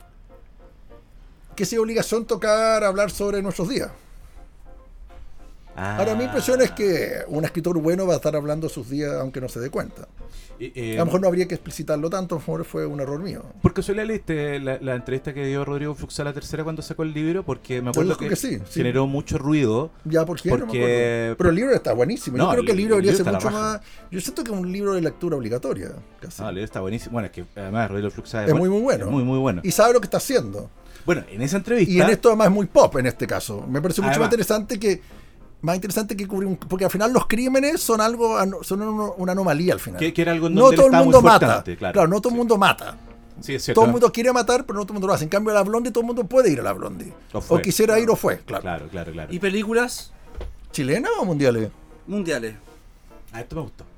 Que es obligación hablar sobre nuestros días. Ahora, mi impresión es que un escritor bueno va a estar hablando de sus días aunque no se dé cuenta. A lo mejor no habría que explicitarlo tanto, a lo mejor fue un error mío. ¿Por casualidad leíste la entrevista que dio Rodrigo Fluxá la tercera cuando sacó el libro? Porque me acuerdo que sí. generó mucho ruido. Ya, ¿por qué? No me acuerdo. Pero el libro está buenísimo. Yo creo que el libro debería ser mucho más... Yo siento que es un libro de lectura obligatoria. Casi. El libro está buenísimo. Bueno, es que además Rodrigo Fluxá es muy bueno. Es muy bueno. Y sabe lo que está haciendo. Bueno, en esa entrevista... Y en esto además es muy pop en este caso. Me parece mucho más interesante que cubrir porque al final los crímenes son una anomalía al final. Que era algo en no donde todo el mundo mata. Claro, no todo el mundo mata. Sí, es cierto. Todo el mundo quiere matar, pero no todo el mundo lo hace. En cambio, a la Blondie todo el mundo puede ir a la Blondie. O quisiera ir o fue, claro. Claro. ¿Y películas? ¿Chilenas o mundiales? Mundiales. Esto me gustó.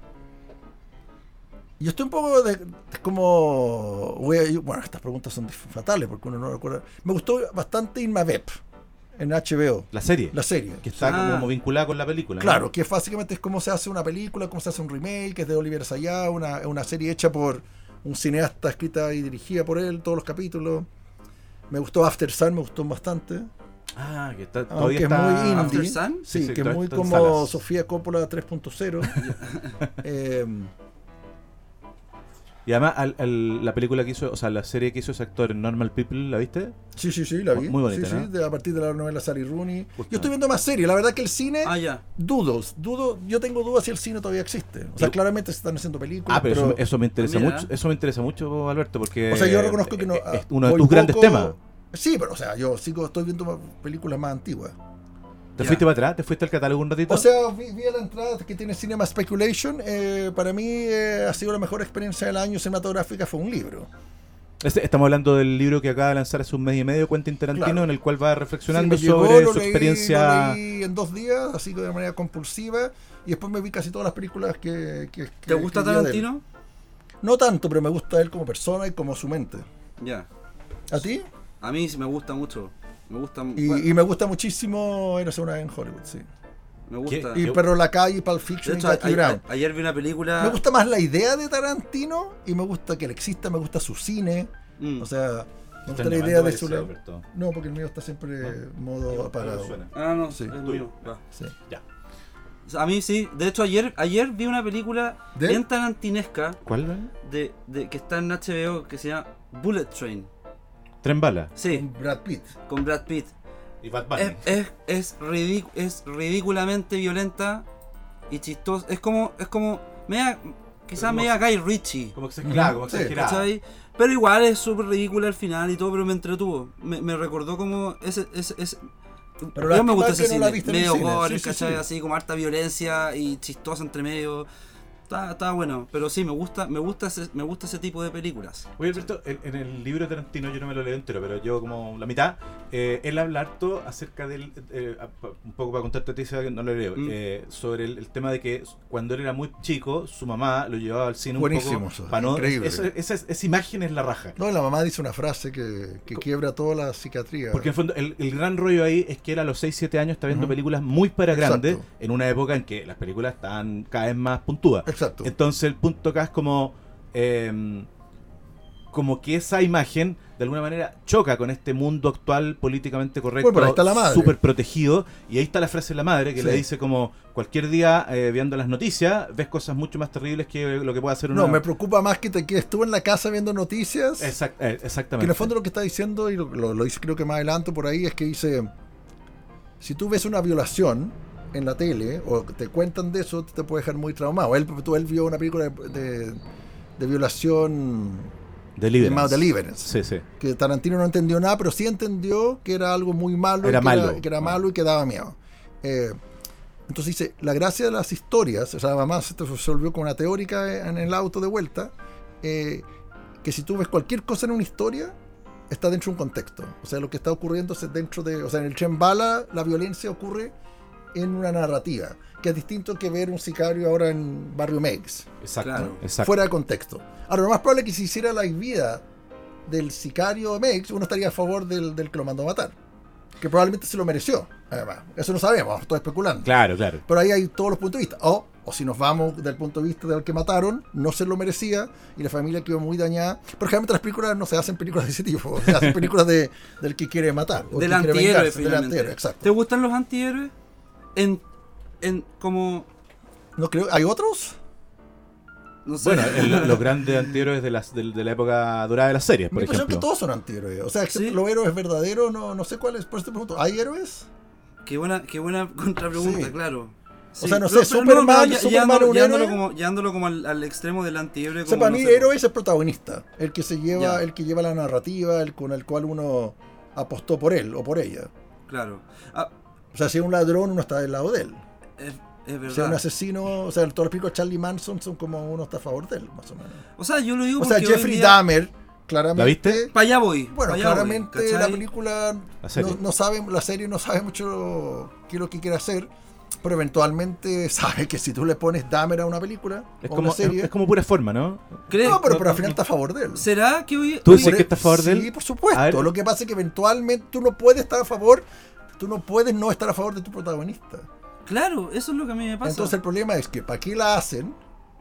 Yo estoy un poco como... Bueno, estas preguntas son fatales porque uno no recuerda. Me gustó bastante Irma Vep en HBO. La serie. Que está como vinculada con la película. Claro, ¿no? Que básicamente es cómo se hace una película, cómo se hace un remake, que es de Oliver Sayá, una serie hecha por un cineasta, escrita y dirigida por él, todos los capítulos. Me gustó After Sun, me gustó bastante. Que todavía está... es muy indie. ¿After Sun? Sí, que es muy como Sofía Coppola 3.0. Y además la película que hizo, o sea, la serie que hizo ese actor en Normal People, ¿la viste? Sí, la vi. Muy bonita, ¿no? Sí, a partir de la novela Sally Rooney. Yo estoy viendo más series. La verdad que el cine, dudo. Yo tengo dudas si el cine todavía existe. O sea, claramente se están haciendo películas. Pero eso me interesa mucho. Eso me interesa mucho, Alberto, porque... O sea, yo reconozco que no... Es uno de tus grandes temas. Sí, pero o sea, yo estoy viendo películas más antiguas. ¿Te fuiste para atrás? ¿Te fuiste al catálogo un ratito? O sea, vi a la entrada que tiene Cinema Speculation. Para mí ha sido la mejor experiencia del año cinematográfica, fue un libro. Estamos hablando del libro que acaba de lanzar hace un mes y medio, Quentin Tarantino, en el cual va reflexionando sobre su experiencia. Lo leí en 2 días, así que de manera compulsiva, y después me vi casi todas las películas que ¿Te gusta Tarantino? No tanto, pero me gusta él como persona y como su mente. Ya. ¿A ti? A mí sí me gusta mucho. Y me gusta muchísimo Érase una vez en Hollywood, sí. Me gusta. Y Perro la Calle, Pulp Fiction, de hecho, y Jackie Brown. Ayer vi una película... Me gusta más la idea de Tarantino y me gusta que él exista, me gusta su cine. O sea, me gusta la idea de su... No, porque el mío está siempre modo apagado. No, sí. Es mío. Ya. A mí sí. De hecho, ayer vi una película ¿De? bien tarantinesca ¿Cuál? de que está en HBO que se llama Bullet Train. Tren bala. Sí, Con Brad Pitt. con Brad Pitt. Y Bad Bunny. Es ridículamente violenta y chistosa. Es como quizás Como- media Guy Ritchie. Como que se claro, como Sí, exagerada. ¿Cachai? Pero igual es súper ridícula al final y todo, pero me entretuvo. Me recordó como ese Pero yo me lástima gusta ese que no la cine, viste en el medio cine. gore, Sí, sí, ¿cachai? sí. Así como harta violencia y chistosa entre medio. Está bueno, pero sí, me gusta ese tipo de películas. Oye, Alberto, en el libro de Tarantino yo no me lo leo entero, pero yo como la mitad, él habla harto acerca del, un poco para contarte a ti, Seba, que no lo leo, sobre el tema de que cuando él era muy chico, su mamá lo llevaba al cine Buenísimo un eso, poco. Para no, increíble. esa imagen es la raja. No, la mamá dice una frase que quiebra toda la cicatriz. Porque en el fondo el gran rollo ahí es que él a los 6-7 años está viendo Ujú. películas muy para Exacto. grandes, en una época en que las películas estaban cada vez más puntúas. Exacto. Entonces el punto acá es como que esa imagen de alguna manera choca con este mundo actual políticamente correcto, Bueno, pero ahí está la madre. súper protegido, y ahí está la frase de la madre que Sí. le dice como cualquier día viendo las noticias ves cosas mucho más terribles que lo que puede hacer una... No, me preocupa más que te quedes tú en la casa viendo noticias. Exactamente. Que en el fondo lo que está diciendo, y lo dice creo que más adelante por ahí, es que dice, si tú ves una violación en la tele, o te cuentan de eso, te puede dejar muy traumado. Él vio una película de violación llamada Deliverance, Sí. que Tarantino no entendió nada, pero sí entendió que era algo muy malo, Era y malo. que era malo y que daba miedo. Entonces dice, la gracia de las historias, o sea, mamá se volvió con una teórica en el auto de vuelta, que si tú ves cualquier cosa en una historia, está dentro de un contexto. O sea, lo que está ocurriendo es dentro de... O sea, en el Tren Bala la violencia ocurre en una narrativa, que es distinto que ver un sicario ahora en Barrio Meigs, Exacto. Claro. Exacto. fuera de contexto. Ahora, lo más probable es que si hiciera la vida del sicario de Meigs, uno estaría a favor del que lo mandó a matar, que probablemente se lo mereció, además. Eso no sabemos, estoy especulando. Claro. Pero ahí hay todos los puntos de vista. O si nos vamos del punto de vista del que mataron, no se lo merecía y la familia quedó muy dañada. Pero generalmente las películas no se hacen películas de ese tipo, se hacen películas del que quiere matar. O Del que quiere antihéroe, vengarse, del finalmente. antihéroe, exacto. ¿Te gustan los antihéroes? En como... No creo, ¿hay otros? No sé. Bueno, los grandes antihéroes de la época dorada de las series, por Me impresión que ejemplo. todos son antihéroes. O sea, excepto Sí. los héroes verdaderos, no sé cuáles. Por eso te pregunto, ¿hay héroes? Qué buena contrapregunta, Sí. claro. O sea, no sé, pero Superman ya- es un llevándolo héroe. llevándolo como al extremo del antihéroe. O sea, como, para no mí, sé, héroe es el protagonista, el que se lleva, Ya. el que lleva la narrativa, el con el cual uno apostó por él o por ella. Claro. Ah, O sea, si es un ladrón, uno está del lado de él. es Si es un verdad. asesino, o sea, todos los películas de Charlie Manson son como uno está a favor de él, más o menos. O sea, yo lo digo O sea, porque hoy en Jeffrey día- Dahmer, claramente. ¿La viste? Para allá voy. Bueno, pa' allá voy, claramente la ¿cachai? película La serie. no sabe, la serie no sabe mucho qué es lo que quiere hacer, pero eventualmente sabe que si tú le pones Dahmer a una película Es o como, una serie, es como pura forma, ¿no? ¿Crees- no, pero al final está a favor de él. ¿Será que hoy... ¿Tú hoy- dices que estás a favor de él? Sí, por supuesto. A ver. Lo que pasa es que eventualmente tú no puedes estar a favor, tú no puedes no estar a favor de tu protagonista. Claro, eso es lo que a mí me pasa. Entonces el problema es que para qué la hacen,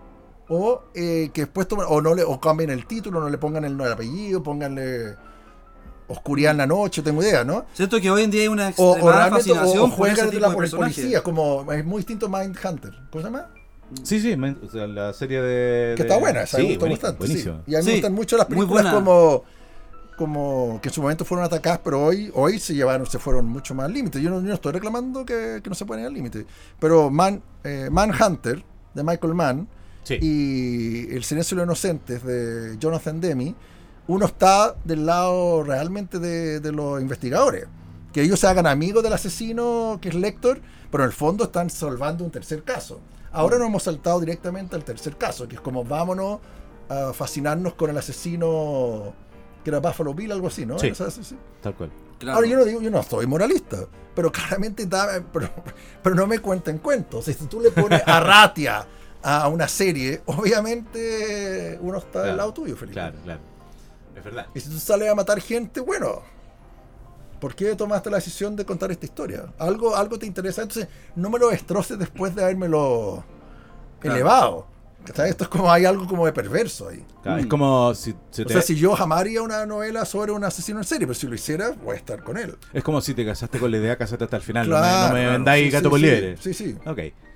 o que después toman, o cambien el título, no le pongan el apellido, pónganle Oscuridad en la Noche, tengo idea, ¿no? Siento que hoy en día hay una O extremada realmente fascinación o por ese juegan tipo de por el personajes. policía, como es muy distinto a Mindhunter. ¿Cómo se llama? Sí, o sea, la serie de... Que está buena, esa sí, me gustó buenísimo, bastante. Sí. buenísimo. Y a mí Sí, me gustan mucho las muy películas buena. como que en su momento fueron atacadas, pero hoy se fueron mucho más al límite. Yo no estoy reclamando que no se pueden ir al límite. Pero Manhunter, de Michael Mann, Sí. y El Silencio de los Inocentes, de Jonathan Demme, uno está del lado realmente de los investigadores. Que ellos se hagan amigos del asesino, que es Lecter, pero en el fondo están salvando un tercer caso. Ahora nos hemos saltado directamente al tercer caso, que es como vámonos a fascinarnos con el asesino que era Buffalo Bill, algo así, ¿no? Sí. Sí. Tal cual. Claro. Ahora yo no soy moralista, pero claramente pero no me cuenten cuentos. Si tú le pones a Ratia a una serie, obviamente uno está del lado tuyo, Felipe. Claro. Es verdad. Y si tú sales a matar gente, bueno, ¿por qué tomaste la decisión de contar esta historia? Algo te interesa, entonces no me lo destroces después de habérmelo Claro. elevado. ¿Cachai? Esto es como, hay algo como de perverso ahí. Claro, es como si O sea, si yo jamás haría una novela sobre un asesino en serie, pero si lo hiciera, voy a estar con él. es como si te casaste con la idea, casate hasta el final. Claro, no me claro. vendáis Sí, gato sí, por sí. liebre. Sí, sí. Ok.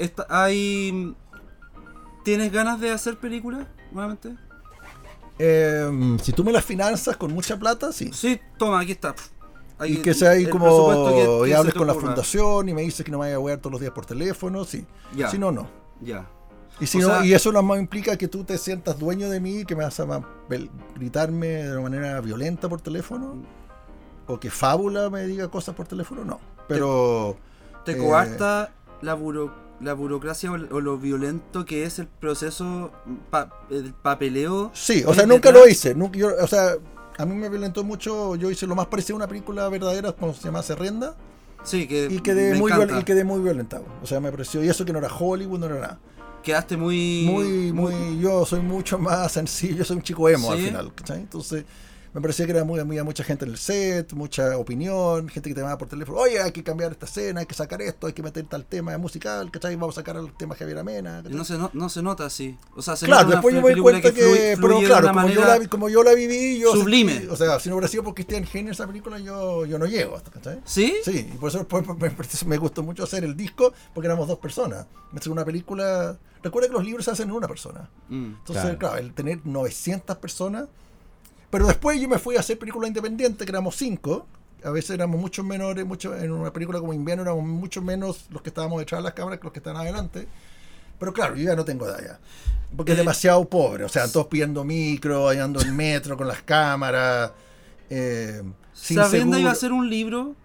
¿Tienes ganas de hacer películas nuevamente? Si tú me las finanzas con mucha plata, sí. Sí, toma, aquí está. Y que sea ahí el como presupuesto que y se hables te con la ocurra. fundación y me dices que no me vaya a ver todos los días por teléfono, sí. Ya. Si no, no. Ya. Y si O no, sea- y eso no más implica que tú te sientas dueño de mí, que me vas a gritarme de una manera violenta por teléfono, o que Fábula me diga cosas por teléfono, no. Pero ¿Te coarta la burocracia o lo violento que es el proceso, el papeleo? sí, o que sea, hay nunca detrás? lo hice. O sea, a mí me violentó mucho. Yo hice lo más parecido a una película verdadera cuando se llama Serrenda Sí, que y quedé me muy encanta. y quedé muy violentado. O sea, me pareció, y eso que no era Hollywood, no era nada. Quedaste muy... Yo soy mucho más sencillo, yo soy un chico emo al ¿Sí? final, ¿cachai? Entonces me parecía que era había mucha gente en el set, mucha opinión, gente que te llamaba por teléfono, oye, hay que cambiar esta escena, hay que sacar esto, hay que meter tal tema musical, ¿cachai? Vamos a sacar el tema Javier Amena, ¿cachai? No se nota así. O sea, se Claro, nota después una yo me doy película cuenta que, pero fluye claro, de una como manera... como yo la viví, yo sublime. o sea, si no hubiera sido por Cristian Heiner esa película, yo no llego hasta, ¿cachai? ¿Sí? Sí, y por eso después me gustó mucho hacer el disco, porque éramos dos personas. Me hice una película. Recuerda que los libros se hacen en una persona. Entonces, claro, el tener 900 personas. Pero después yo me fui a hacer películas independientes, que éramos 5. A veces éramos muchos menores, en una película como Invierno éramos mucho menos los que estábamos detrás de las cámaras que los que estaban adelante. Pero claro, yo ya no tengo edad ya. Porque es demasiado pobre. O sea, todos pidiendo micro, andando en metro con las cámaras. Sin ¿Sabienda seguro. iba a ser un libro?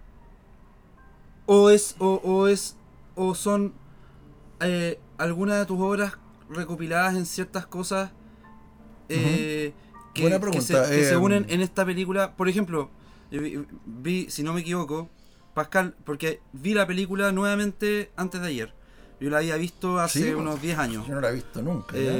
¿O son algunas de tus obras recopiladas en ciertas cosas Buena pregunta. que se unen en esta película? Por ejemplo, vi, si no me equivoco, Pascal, porque vi la película nuevamente antes de ayer. Yo la había visto hace Sí, unos 10 años. Yo no la he visto nunca. ¿ya?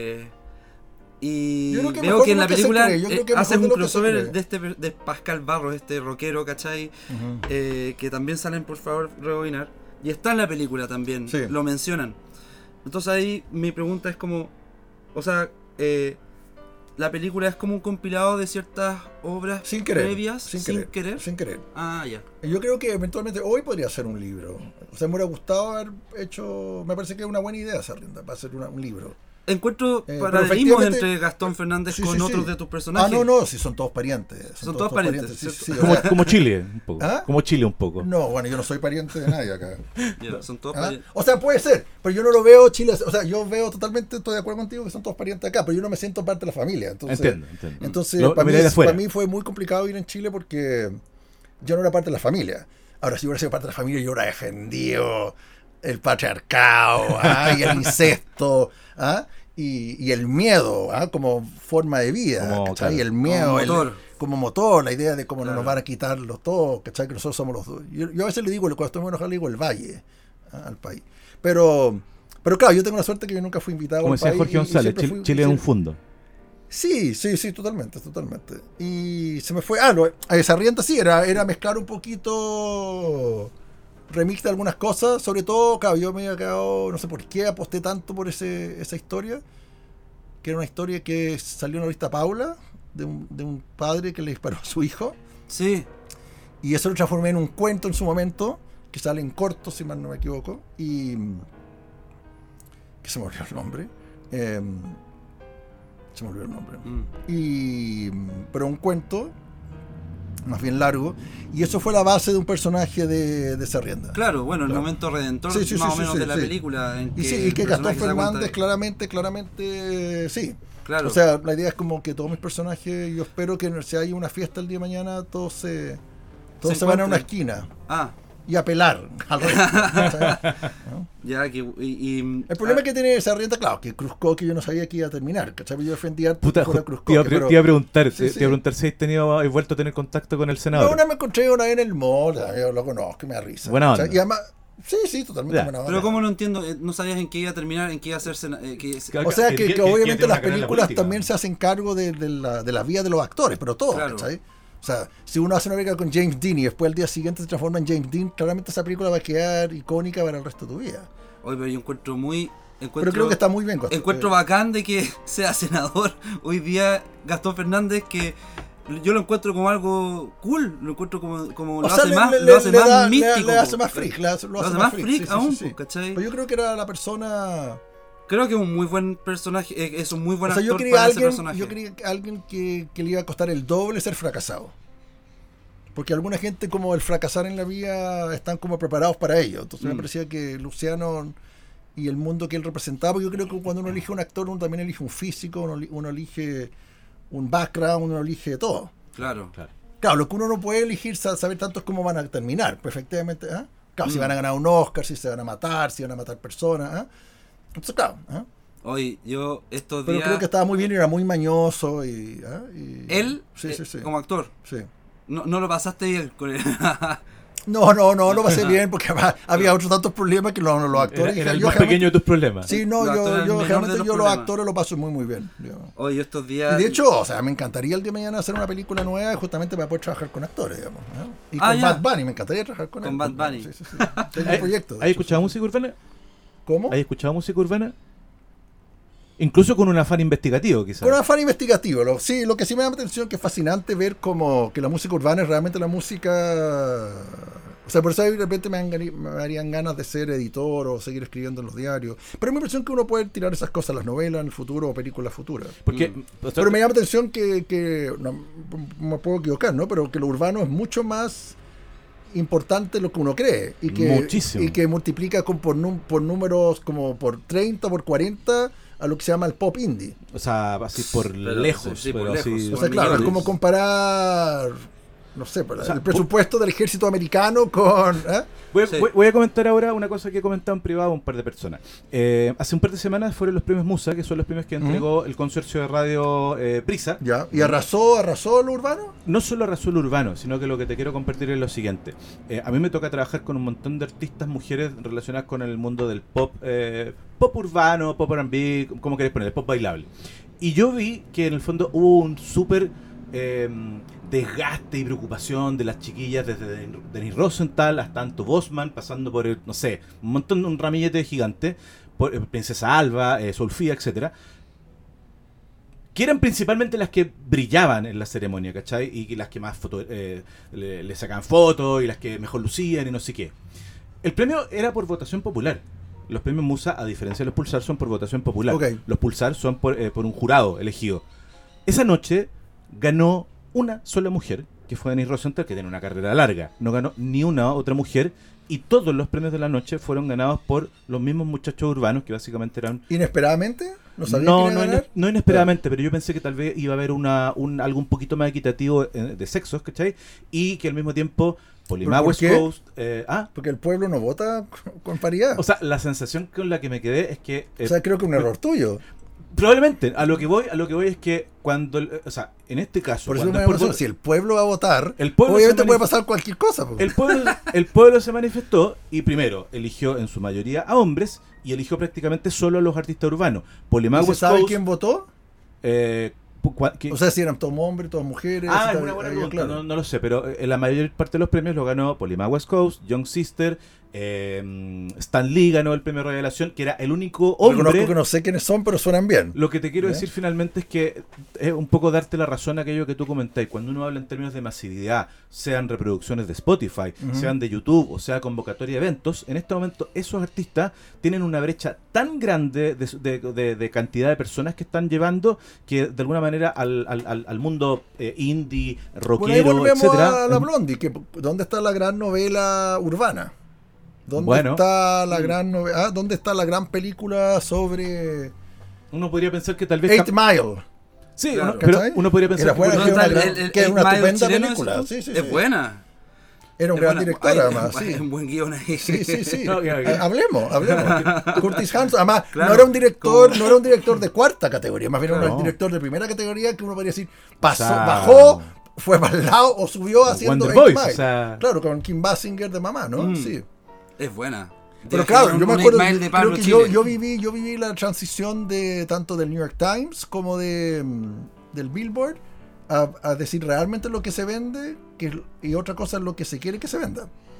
Y Yo creo que veo mejor que en de la lo que se película cree, yo creo que hacen mejor de un lo que se crossover cree. de Pascal Barros, este rockero, ¿cachai? Ujú. Que también salen, por favor, rebobinar. Y está en la película también, Sí. lo mencionan. Entonces ahí mi pregunta es como, o sea, la película es como un compilado de ciertas obras Sin querer. previas, Sin querer. Ah, ya. Yo creo que eventualmente hoy podría ser un libro. O sea, me hubiera gustado haber hecho. Me parece que es una buena idea hacer para hacer un libro. Encuentro Pero paralelismos efectivamente- entre Gastón Fernández Sí, con sí, otros sí. de tus personajes. No, si son todos parientes. Son todos parientes, Sí, ¿cierto? sí, o Como, sea, como Chile, un poco. ¿Ah? Como Chile, un poco. no, bueno, yo no soy pariente de nadie acá. Ya, son todos ¿Ah? parientes. O sea, puede ser, pero yo no lo veo Chile. O sea, yo veo totalmente, estoy de acuerdo contigo que son todos parientes acá, pero yo no me siento parte de la familia. Entonces, Entiendo. Entonces, Lo para miré de afuera. mí fue muy complicado ir en Chile porque yo no era parte de la familia. Ahora, si hubiera sido parte de la familia, yo hubiera defendido el patriarcado y el incesto y el miedo como forma de vida. Como, ¿cachai? claro, El miedo como motor. como motor, la idea de cómo Claro. nos van a quitar los todos, ¿cachai? Que nosotros somos los dos. Yo a veces le digo, cuando estoy muy enojado, le digo el valle al país. Pero claro, yo tengo la suerte que yo nunca fui invitado Como al decía país. Jorge y González, siempre fui- Chile es un siempre- fundo. Sí, totalmente. Y se me fue. A esa rienda sí, era mezclar un poquito remix de algunas cosas. Sobre todo, claro, yo me había quedado, no sé por qué, aposté tanto por esa historia. Que era una historia que salió en la revista Paula, de un padre que le disparó a su hijo. Sí. Y eso lo transformé en un cuento en su momento, que sale en corto, si mal no me equivoco. Y. Que se me olvidó el nombre. Se me olvidó el nombre. Pero un cuento más bien largo, y eso fue la base de un personaje de Serrienda. Claro, bueno, el Claro. momento redentor Sí, más o menos de la sí. película. En Y sí, que y que el Gastón personaje se da cuenta Fernández de- claramente sí. Claro. O sea, la idea es como que todos mis personajes, yo espero que si hay una fiesta el día de mañana, todos se van a una encuentran. esquina Ah, y a pelar al resto. ¿sabes? ya que... El problema que tiene esa rienda, claro, que Cruzco, que yo no sabía que iba a terminar, ¿cachai? Yo defendía Puta, fuera te Cruzco, iba a pero- preguntar, Sí, te sí. iba a preguntar si has vuelto a tener contacto con el No, senador. una me encontré una vez en el mall, yo lo conozco, me da risa. Buena ¿cachai? onda. Y además, sí, totalmente Ya. buena onda. Pero como no entiendo, no sabías en qué iba a terminar, en qué iba a hacerse... O sea, que que obviamente tiene una las carrera películas política. también se hacen cargo de la vida de los actores, pero todo, Claro. ¿cachai? O sea, si uno hace una película con James Dean y después al día siguiente se transforma en James Dean, claramente esa película va a quedar icónica para el resto de tu vida. Oye, pero yo encuentro muy Pero creo que está muy bien. Encuentro bacán de que sea senador hoy día Gastón Fernández, que yo lo encuentro como algo cool, lo encuentro como lo hace más místico. Le hace más freak, lo hace más freak aún, sí. ¿cachai? Pero yo creo que era la persona... Creo que es un muy buen personaje, es un muy buen actor yo quería para alguien, ese personaje. yo quería alguien que le iba a costar el doble ser fracasado. Porque alguna gente, como el fracasar en la vida, están como preparados para ello. Entonces me parecía que Luciano y el mundo que él representaba, porque yo creo que cuando uno elige un actor, uno también elige un físico, uno elige un background, uno elige todo. Claro. Claro, lo que uno no puede elegir saber tanto es cómo van a terminar. Pues efectivamente, claro, si van a ganar un Oscar, si se van a matar, si van a matar personas. Entonces, claro. Hoy, yo estos Pero días... creo que estaba muy bien y era muy mañoso. Él, sí. como actor, Sí. no lo pasaste bien con él. No lo pasé bien porque había otros tantos problemas que los actores... Era el más pequeño de tus problemas. Sí, Los actores yo menor de generalmente los los problemas. actores lo paso muy bien. Hoy, estos días... Y de hecho, o sea, me encantaría el día de mañana hacer una película nueva justamente para poder trabajar con actores, digamos. Y con Bad Bunny, me encantaría trabajar con él. Con Bad Bunny. Sí. Tengo un proyecto. ¿Has escuchado música urbana? ¿Cómo? ¿Has escuchado música urbana? Incluso con un afán investigativo, quizás. Con un afán investigativo. Lo que sí me llama la atención es que es fascinante ver como que la música urbana es realmente la música... O sea, por eso de repente me harían ganas de ser editor o seguir escribiendo en los diarios. Pero me impresión que uno puede tirar esas cosas, las novelas en el futuro o películas futuras. Porque, Pero me llama la atención que no me puedo equivocar, ¿no? Pero que lo urbano es mucho más importante de lo que uno cree. Muchísimo. Y que multiplica por números como por 30, por 40... a lo que se llama el pop indie. O sea, así por lejos. Sí, por pero lejos. así, O sea, claro, es como comparar, no sé, el presupuesto del ejército americano con... Voy a comentar ahora una cosa que he comentado en privado a un par de personas. Hace un par de semanas fueron los premios Musa, que son los premios que entregó el consorcio de radio Prisa. Ya. ¿Y arrasó lo urbano? No solo arrasó lo urbano, sino que lo que te quiero compartir es lo siguiente. A mí me toca trabajar con un montón de artistas mujeres relacionadas con el mundo del pop, pop urbano, pop R&B, ¿cómo querés poner? Pop bailable. Y yo vi que en el fondo hubo un súper desgaste y preocupación de las chiquillas, desde Denise Rosenthal hasta Anto Bosman, pasando por un ramillete gigante, por Princesa Alba, Solfía, etcétera, que eran principalmente las que brillaban en la ceremonia, ¿cachai? Y las que más le sacaban fotos y las que mejor lucían y no sé qué. El premio era por votación popular. Los premios Musa, a diferencia de los Pulsar, son por votación popular. Okay. Los Pulsar son por un jurado elegido. Esa noche ganó una sola mujer, que fue Denise Rosenthal, que tiene una carrera larga. No ganó ni una otra mujer, y todos los premios de la noche fueron ganados por los mismos muchachos urbanos, que básicamente eran... ¿Inesperadamente? ¿No sabían que iban a ganar? No inesperadamente, pero yo pensé que tal vez iba a haber algo un poquito más equitativo de sexos, ¿cachai? Y que al mismo tiempo... Polima West Coast... Porque el pueblo no vota con paridad. O sea, la sensación con la que me quedé es que... o sea, creo que un error tuyo. Probablemente, a lo que voy es que cuando, o sea, en este caso, por eso si el pueblo va a votar, pueblo obviamente puede pasar cualquier cosa. El pueblo se manifestó y primero eligió en su mayoría a hombres y eligió prácticamente solo a los artistas urbanos. ¿Se sabe quién votó? O sea, si eran todos hombres, todas mujeres. Es una buena pregunta, claro. no lo sé, pero la mayor parte de los premios lo ganó Polima West Coast, Young Sister, Stan Lee ganó el premio Revelación, que era el único hombre. Reconozco que no sé quiénes son, pero suenan bien. Lo que te quiero decir finalmente es que es un poco darte la razón a aquello que tú comentáis. Cuando uno habla en términos de masividad, sean reproducciones de Spotify, sean de YouTube o sea convocatoria de eventos, en este momento esos artistas tienen una brecha tan grande de cantidad de personas que están llevando que de alguna manera al mundo indie, rockero, ahí volvemos etcétera. A la Blondie, que ¿dónde está la gran novela urbana? ¿Dónde está la gran novela? ¿Dónde está la gran película sobre? Uno podría pensar que tal vez 8 Mile. Sí, claro. pero uno podría pensar que es una estupenda película. Sí, es buena. Era un gran director, además. Sí. Un buen guion ahí. Sí. No, hablemos. Curtis Hanson, además, claro, no era un director de cuarta categoría, más bien era un director de primera categoría que uno podría decir, bajó, fue para el lado o subió haciendo 8 Mile. O sea... Claro, con Kim Basinger de mamá, ¿no? Sí. Es buena. Pero claro, yo me acuerdo creo que yo viví la transición de tanto del New York Times como del Billboard a decir realmente lo que se vende y otra cosa es lo que se quiere que se venda.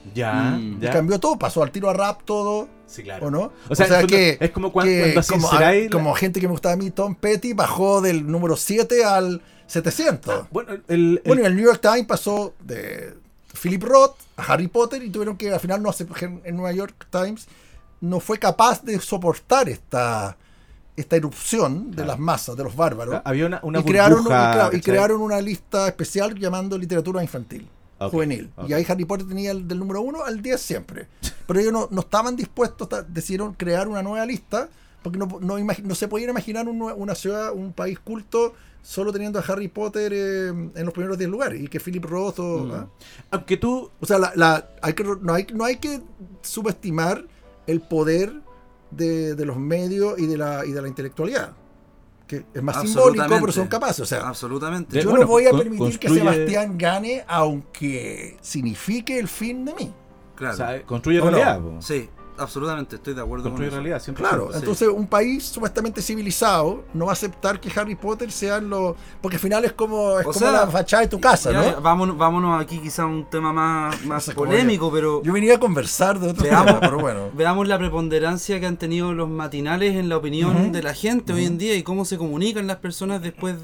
Ya, Y ya. cambió todo, pasó al tiro a rap todo, Sí, claro. ¿o no? O sea, en el fondo, que es como cuando hacía como, Serai, como gente que me gustaba a mí, Tom Petty, bajó del número 7 al 700. Bueno, Bueno, y el New York Times pasó de Philip Roth a Harry Potter y tuvieron que, al final, no hace, en New York Times no fue capaz de soportar esta erupción de las masas, de los bárbaros. había una y crearon, burbuja, y ¿cachai? crearon una lista especial llamando literatura infantil, Ok, juvenil. ok. Y ahí Harry Potter tenía del número 1 al 10 siempre. Pero ellos no estaban dispuestos, decidieron crear una nueva lista, porque no se podían imaginar una ciudad, un país culto, solo teniendo a Harry Potter en los primeros 10 lugares, y que Philip Roth ¿ah? Aunque tú... O sea, no hay que subestimar el poder de los medios y de la intelectualidad, que es más simbólico, pero son capaces. O sea, Absolutamente. yo bueno, no voy a permitir que construye- Sebastián gane, aunque signifique el fin de mí. Claro. O sea, construye ¿O no? realidad. Po. Sí, absolutamente, estoy de acuerdo Construye con eso. realidad, siempre. Claro, Sí. entonces un país supuestamente civilizado no va a aceptar que Harry Potter sean los... Porque al final es como sea, la fachada de tu casa, Ya, ¿no? vámonos aquí quizá a un tema más No sé cómo polémico, pero Yo venía a conversar de otro Veamos. tema, pero bueno. veamos la preponderancia que han tenido los matinales en la opinión Ujú. de la gente hoy en día y cómo se comunican las personas después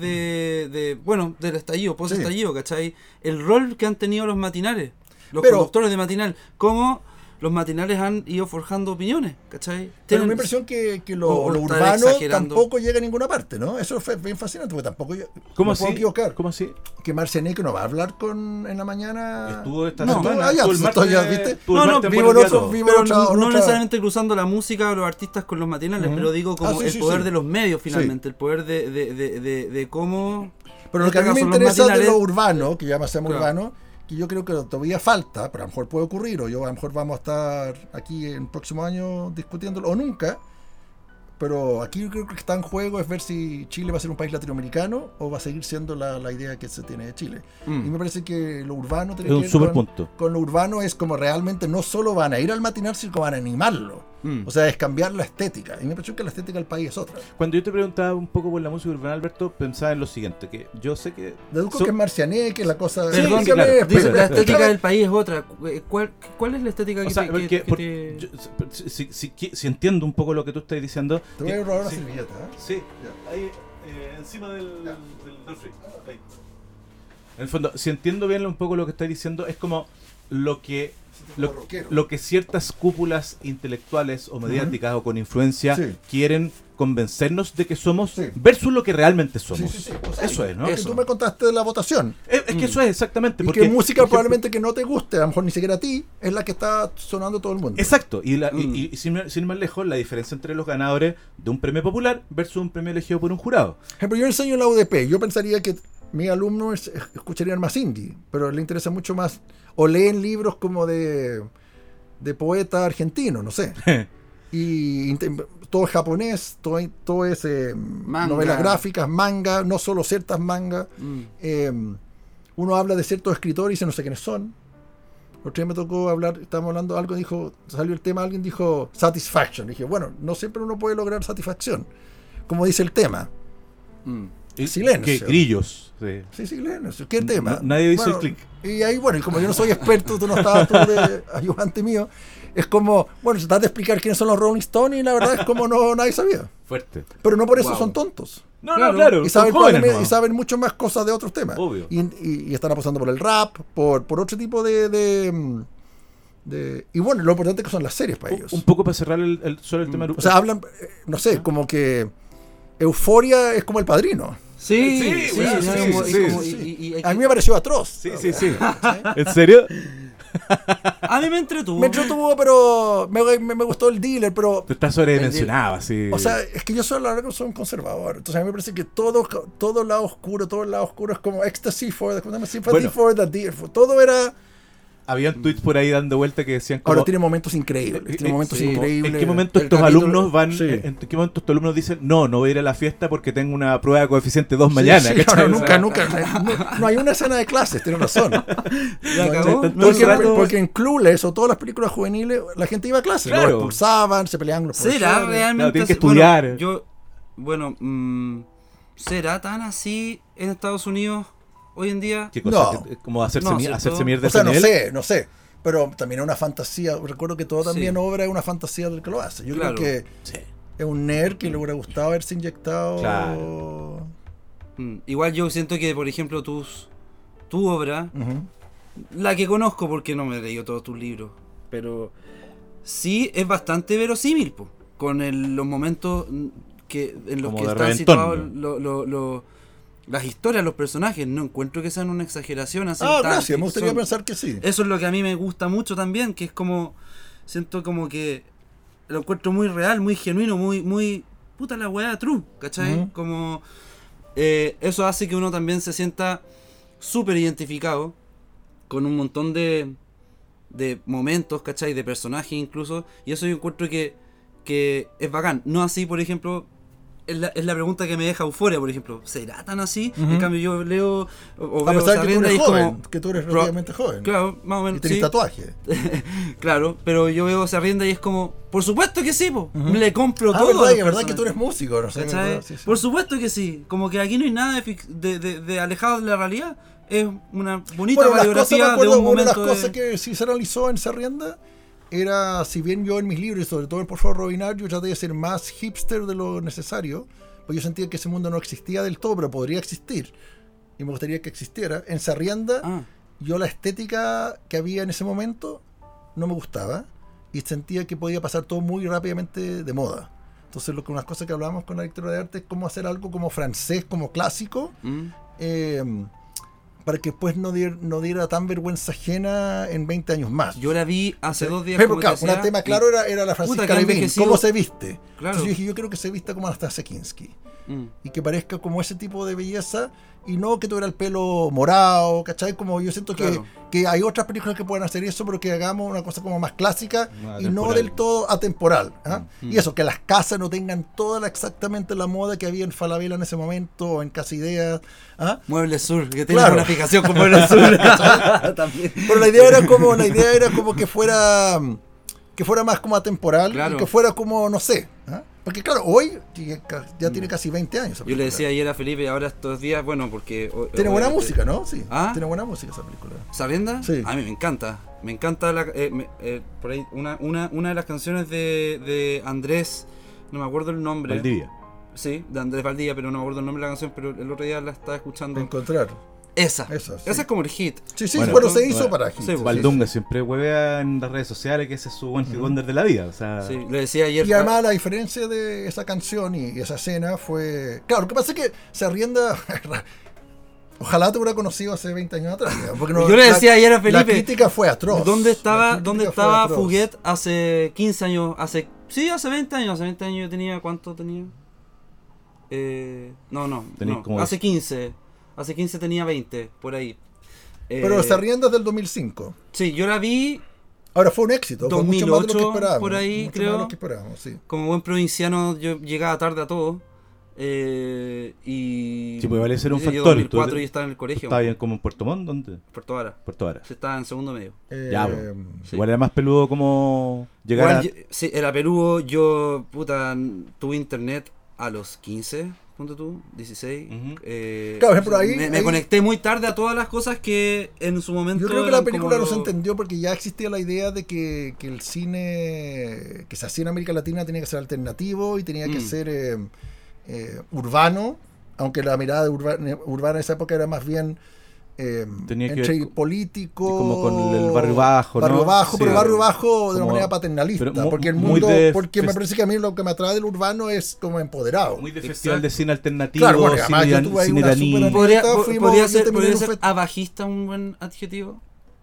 del estallido, post estallido, ¿cachai? El rol que han tenido los matinales, los Pero- conductores de matinal, cómo los matinales han ido forjando opiniones, ¿cachai? Pero Tienen- me impresión que o lo estar urbano exagerando. tampoco llega a ninguna parte, ¿no? Eso fue bien fascinante, porque tampoco ¿Cómo me puedo así? equivocar. ¿Cómo así? Que Marcianeque no va a hablar en la mañana. Estuvo esta No, semana. ya, Estuvo el estoy ya, martes- ¿viste? estuvo el No, no, martes en vivo Buenos en otro- Días, vivo- pero otra- no otra- necesariamente cruzando la música o los artistas con los matinales, Ujú. pero digo como Sí, el sí, poder sí. de los medios finalmente, el poder de cómo... Pero lo en que a mí este me caso, los interesa de matinales- lo urbano, que ya llama Claro. urbano, que yo creo que todavía falta, pero a lo mejor puede ocurrir, o yo a lo mejor vamos a estar aquí en el próximo año discutiéndolo, o nunca. Pero aquí yo creo que está en juego es ver si Chile va a ser un país latinoamericano o va a seguir siendo la idea que se tiene de Chile. Y me parece que lo urbano tiene Es un que ver super punto. con lo urbano es como realmente no solo van a ir al matinal, sino que van a animarlo. Mm. O sea, es cambiar la estética. Y me parece que la estética del país es otra. Cuando yo te preguntaba un poco por la música urbana, Alberto, pensaba en lo siguiente, que yo sé que... Deduzco so- que es Marciané, que es la cosa... Sí, Perdón, sí, claro. Dice, la estética explícame- del país es otra. ¿Cuál es la estética que O sea, te... porque, que por- te- yo- si entiendo un poco lo que tú estás diciendo... Te voy a robar una sí, servilleta. ¿eh? sí, ahí encima del refri. Ahí. En el fondo, si entiendo bien un poco lo que estás diciendo, es como lo que Como rockero. lo que ciertas cúpulas intelectuales o mediáticas o con influencia Sí. quieren convencernos de que somos Sí. versus lo que realmente somos. Sí, sí, sí. O sea, Eso es, ¿no? Que tú me contaste de la votación. Es que eso es exactamente. Y Porque, que música por ejemplo, probablemente que no te guste, a lo mejor ni siquiera a ti, es la que está sonando todo el mundo. Exacto, y sin ir más lejos, la diferencia entre los ganadores de un premio popular versus un premio elegido por un jurado. Por ejemplo, yo enseño en la UDP, yo pensaría que mis alumnos escucharían más indie, pero les interesa mucho más, o leen libros como de poeta argentino, no sé. Y todo es japonés, todo es Manga. novelas gráficas, manga, no solo ciertas mangas. Uno habla de ciertos escritores y dice no sé quiénes son. El otro día me tocó hablar, estábamos hablando algo, salió el tema, alguien dijo satisfaction. Dije, bueno, no siempre uno puede lograr satisfacción, como dice el tema. Silencio. Que grillos. Sí. Sí, silencio, ¿qué tema? Nadie hizo Bueno, el clic. Y ahí, bueno, y como yo no soy experto, tú no estabas tú de ayudante mío, es como, bueno, se trata de explicar quiénes son los Rolling Stones y la verdad es como no nadie sabía. Fuerte. Pero no por eso Wow. son tontos. No, Claro. no, claro. Y son saben, jóvenes, probablemente- ¿no? y saben mucho más cosas de otros temas. Obvio. Y están apostando por el rap, por otro tipo de y bueno, lo importante es que son las series para ellos. Un poco para cerrar solo el tema. O sea, hablan, no sé, como que Euforia es como El Padrino. Sí, Sí, sí, bueno, sí, sí, como- sí, y como- Sí. y- A mí me pareció atroz. Sí, sí, sí. ¿En serio? a mí me entretuvo. Me entretuvo, pero me gustó el dealer, pero Te estás sobredimensionado, así. o sea, es que yo soy a la larga soy un conservador. Entonces a mí me parece que todo el lado oscuro es como ecstasy for the, ¿cómo se llama? Sympathy Bueno. for the deer. Todo era. Habían tweets por ahí dando vuelta que decían como... Ahora tiene momentos increíbles. Tiene momentos sí. increíbles. ¿En qué momento El estos capítulo- alumnos van? Sí. ¿En qué momento estos alumnos dicen no voy a ir a la fiesta porque tengo una prueba de coeficiente 2 mañana? Sí, ¿cachai? no, O sea, nunca. No hay una escena de clases, tienes razón. Ya No, acabó. no, porque, rato- porque en Clueless o todas las películas juveniles la gente iba a clase, Claro. los expulsaban, se peleaban los ¿Será profesores. realmente Claro, tienen que así? estudiar. ¿Será tan así en Estados Unidos hoy en día? ¿Qué cosa? No. ¿Como hacerse, No, hacerse ¿cierto? mierda O sea, ese nivel? no sé. Pero también es una fantasía. Recuerdo que toda también obra es una fantasía del que lo hace. Yo creo que es un nerd que le hubiera gustado haberse inyectado. Claro. Igual yo siento que, por ejemplo, tu obra, la que conozco porque no me he leído todos tus libros, pero sí es bastante verosímil, po, con los momentos en los Como que de están reventón, situados las historias, los personajes. No encuentro que sean una exageración así. Gracias, me gustaría pensar que sí. Eso es lo que a mí me gusta mucho también, que es como, siento como que lo encuentro muy real, muy genuino, muy puta la weá true, ¿cachai? Como eso hace que uno también se sienta súper identificado con un montón de momentos, ¿cachai? De personajes incluso, y eso yo encuentro que es bacán. No así, por ejemplo, es la pregunta que me deja Euforia, por ejemplo. ¿Será tan así? En cambio yo leo o a veo pesar que tú Sarrienda eres y es joven, como... que tú eres relativamente joven. Claro, más o menos. Y tenés tatuaje. Claro, pero yo veo Sarrienda y es como, por supuesto que sí, po. Le compro todo. Verdad, a los es verdad que personajes. tú eres músico, no sé. ¿Cachai? ¿Verdad? Sí. Por supuesto que sí. Como que aquí no hay nada de alejado de la realidad. Es una bonita radiografía de un momento. Una de las cosas que sí se analizó en Sarrienda era, si bien yo en mis libros, y sobre todo en Por favor Robinar, yo traté de ser más hipster de lo necesario, pues yo sentía que ese mundo no existía del todo, pero podría existir. Y me gustaría que existiera. En Sarrienda, yo la estética que había en ese momento no me gustaba. Y sentía que podía pasar todo muy rápidamente de moda. Entonces, unas cosas que hablábamos con la lectura de arte es cómo hacer algo como francés, como clásico, para que después no diera tan vergüenza ajena en 20 años más. Yo la vi hace 2 días. Pero claro, un tema claro era la Francisca Levin, cómo se viste. Claro. Entonces yo dije, yo creo que se vista como Anastasia Kinski. Y que parezca como ese tipo de belleza y no que tuviera el pelo morado, ¿cachai? Como yo siento que hay otras películas que pueden hacer eso, pero que hagamos una cosa como más clásica y no del todo atemporal. Y eso, que las casas no tengan toda exactamente la moda que había en Falabella en ese momento, o en Casa Ideas. Muebles Sur, que tiene una fijación con Muebles Sur. También. Pero la idea era como que fuera más como atemporal, y que fuera como, no sé. Porque claro, hoy ya tiene casi 20 años. Yo le decía ayer a Felipe, ahora estos días, bueno, porque... Tiene buena música, ¿no? Sí. Tiene buena música esa película. ¿Sarrienda? Sí. A mí me encanta. Me encanta por ahí una de las canciones de Andrés, no me acuerdo el nombre. Valdivia. Sí, de Andrés Valdivia, pero no me acuerdo el nombre de la canción, pero el otro día la estaba escuchando. Encontrar. Esa sí. Esa es como el hit. Sí, bueno, se hizo para hit. Sí, Valdunga siempre huevea en las redes sociales que ese es su one hit wonder de la vida. O sea... Sí, le decía ayer. Y además la diferencia de esa canción y esa escena fue... Claro, lo que pasa es que Sarrienda... Ojalá te hubiera conocido hace 20 años atrás. Porque yo le decía ayer a Felipe... La crítica fue atroz. ¿Dónde estaba Fuguet hace 15 años? Hace 20 años. Hace 20 años yo tenía... ¿Cuánto tenía? No. Hace 15. Hace 15 tenía 20, por ahí. Pero Sarrienda es del 2005. Sí, yo la vi... Ahora fue un éxito. 2008, fue mucho más de lo que esperábamos. Por ahí, mucho creo. Más de lo que esperábamos, sí. Como buen provinciano, yo llegaba tarde a todo. Y... Sí, pues vale ser un yo factor. 2004 y estaba en el colegio. ¿Estabas bien como en Puerto Montt? ¿Dónde? Puerto Vara. Puerto Vara. Sí, estaba en segundo medio. Ya, sí. Igual era más peludo como llegar sí, era peludo. Yo, tuve internet a los 15... punto tú, 16. Claro, pero ahí, me conecté muy tarde a todas las cosas que en su momento. Yo creo que la película no se entendió porque ya existía la idea de que el cine que se hacía en América Latina tenía que ser alternativo y tenía que ser urbano, aunque la mirada de urbana en esa época era más bien entre político, como con el barrio bajo, barrio ¿no? bajo, Sí, pero barrio bajo de una como, manera paternalista, porque el muy mundo, porque me parece que a mí lo que me atrae del urbano es como empoderado. Muy de festival de cine alternativo, claro, bueno, además yo tuve ahí una super ¿Podría ser abajista un buen adjetivo?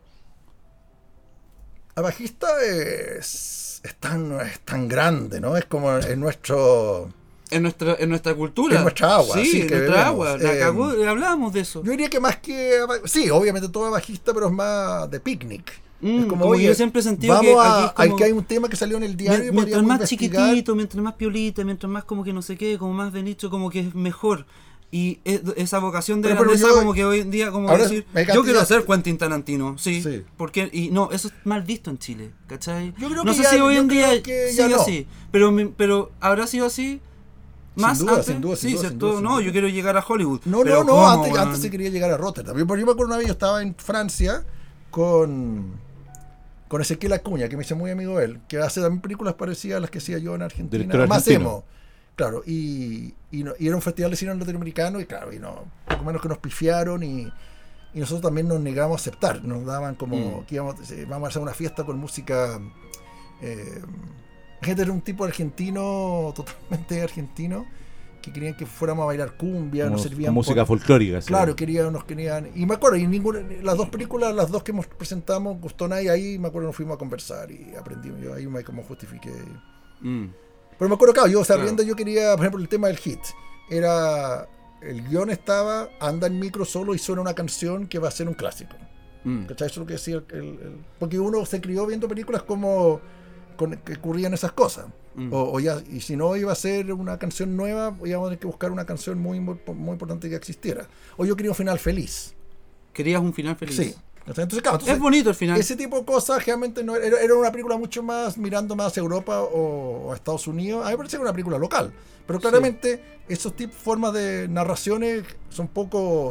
Abajista es tan grande, ¿no? Es como en nuestro... En nuestra cultura. En nuestra agua. Sí, en nuestra agua. Hablábamos de eso. Yo diría que más que... Sí, obviamente todo bajista, pero es más de picnic. Es como oye, yo siempre he sentido que hay un tema que salió en el diario. Mientras más chiquitito, mientras más piolita, mientras más como que no sé qué, como más de nicho, como que es mejor. Y esa vocación de grandeza como que hoy en día, como decir, yo quiero ser Quentin Tarantino, sí. Porque, y no, eso es mal visto en Chile, ¿cachai? No sé si hoy en día sigue así, pero habrá sido así. Más sin duda, ¿cierto? No, yo quiero llegar a Hollywood. No, antes se quería llegar a Rotterdam. Yo me acuerdo una vez, yo estaba en Francia con con Ezequiel Acuña, que me hice muy amigo de él, que hace también películas parecidas a las que hacía yo en Argentina. Director Más argentino. emo. Claro, y era un festival de cine latinoamericano, y claro, poco menos que nos pifiaron, y nosotros también nos negamos a aceptar. Nos daban como que vamos a hacer una fiesta con música. Gente era un tipo argentino, totalmente argentino, que querían que fuéramos a bailar cumbia, nos servían música folclórica. Sí. Claro, nos querían. Y me acuerdo, las dos películas, las dos que presentamos, gustó nada, y ahí me acuerdo nos fuimos a conversar y aprendimos. Yo ahí me como justifiqué. Pero me acuerdo, claro, yo sabiendo, yo quería, por ejemplo, el tema del hit. El guión estaba, anda en micro solo y suena una canción que va a ser un clásico. ¿Cachai? Eso es lo que decía porque uno se crió viendo películas como que ocurrían esas cosas. Y si no iba a ser una canción nueva, íbamos a tener que buscar una canción muy, muy, muy importante que existiera. O yo quería un final feliz. ¿Querías un final feliz? Sí. Entonces, claro, es bonito el final. Ese tipo de cosas realmente no era una película mucho más mirando más a Europa o a Estados Unidos. A mí me parece que era una película local. Pero claramente esos formas de narraciones son poco.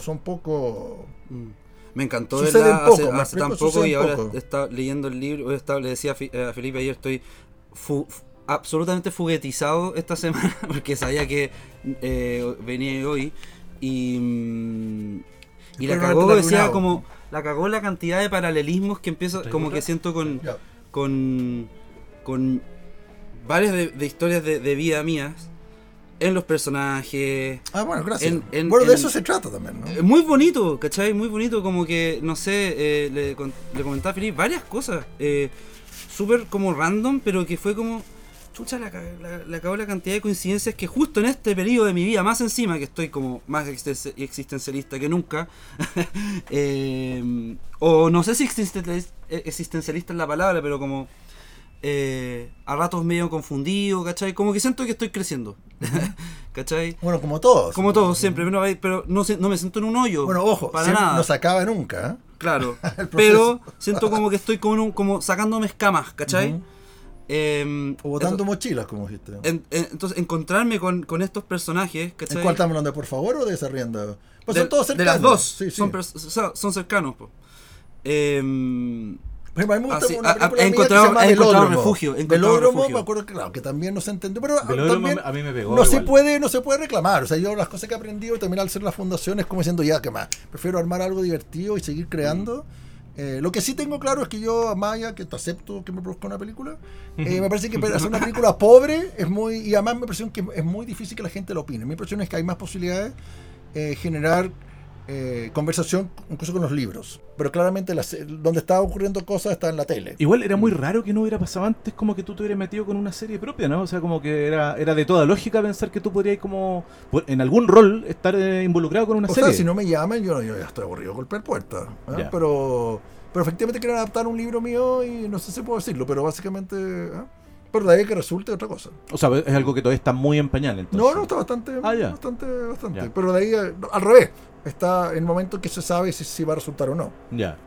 Me encantó Suceden poco, hace tan poco, y ahora poco. está leyendo el libro. Le decía a Felipe ayer, estoy absolutamente fuguetizado esta semana porque sabía que venía hoy y la cagó, decía como la cagó la cantidad de paralelismos que empiezo, como que siento con varias de historias de vida mías en los personajes. Bueno, gracias. De eso se trata también, ¿no? Muy bonito, ¿cachai? Muy bonito, como que, no sé, le comentaba a Felipe varias cosas súper como random, pero que fue como chucha, le acabó la cantidad de coincidencias que justo en este periodo de mi vida, más encima que estoy como más existencialista que nunca, o no sé si existencialista es la palabra, pero como a ratos medio confundido, ¿cachai? Como que siento que estoy creciendo, ¿cachai? Bueno, como todos. Como todos, siempre, pero no me siento en un hoyo. Bueno, ojo, para nada. No se acaba nunca, ¿eh? Claro, pero siento como que estoy como sacándome escamas, ¿cachai? O botando mochilas, como dijiste. Entonces, encontrarme con estos personajes, ¿cachai? ¿En cuál estamos hablando, de Por Favor o de esa rienda? Pues son todos cercanos. De las dos, sí. son cercanos, po. Pero a mí me gusta una película he encontrado refugio. Velódromo, me acuerdo que también no se entendió, pero también a mí me pegó no se puede reclamar. O sea, yo las cosas que he aprendido también al hacer la fundación es como diciendo, ya, ¿qué más? Prefiero armar algo divertido y seguir creando. Lo que sí tengo claro es que yo, Amaya, que te acepto que me produzca una película, me parece que hacer una película pobre es muy, y además me parece que es muy difícil que la gente lo opine. Mi impresión es que hay más posibilidades generar conversación incluso con los libros, pero claramente donde estaba ocurriendo cosas está en la tele. Igual era muy raro que no hubiera pasado antes como que tú te hubieras metido con una serie propia, ¿no? O sea, como que era de toda lógica pensar que tú podrías como en algún rol estar involucrado con una serie. O sea, si no me llaman, yo ya estoy aburrido de golpear puertas, ¿eh? Pero efectivamente quieren adaptar un libro mío y no sé si puedo decirlo, pero básicamente... Pero de ahí que resulte otra cosa. O sea, es algo que todavía está muy en pañal, entonces. No, está bastante. Ya. Pero de ahí, al revés, está en el momento que se sabe si va a resultar o no. Ya.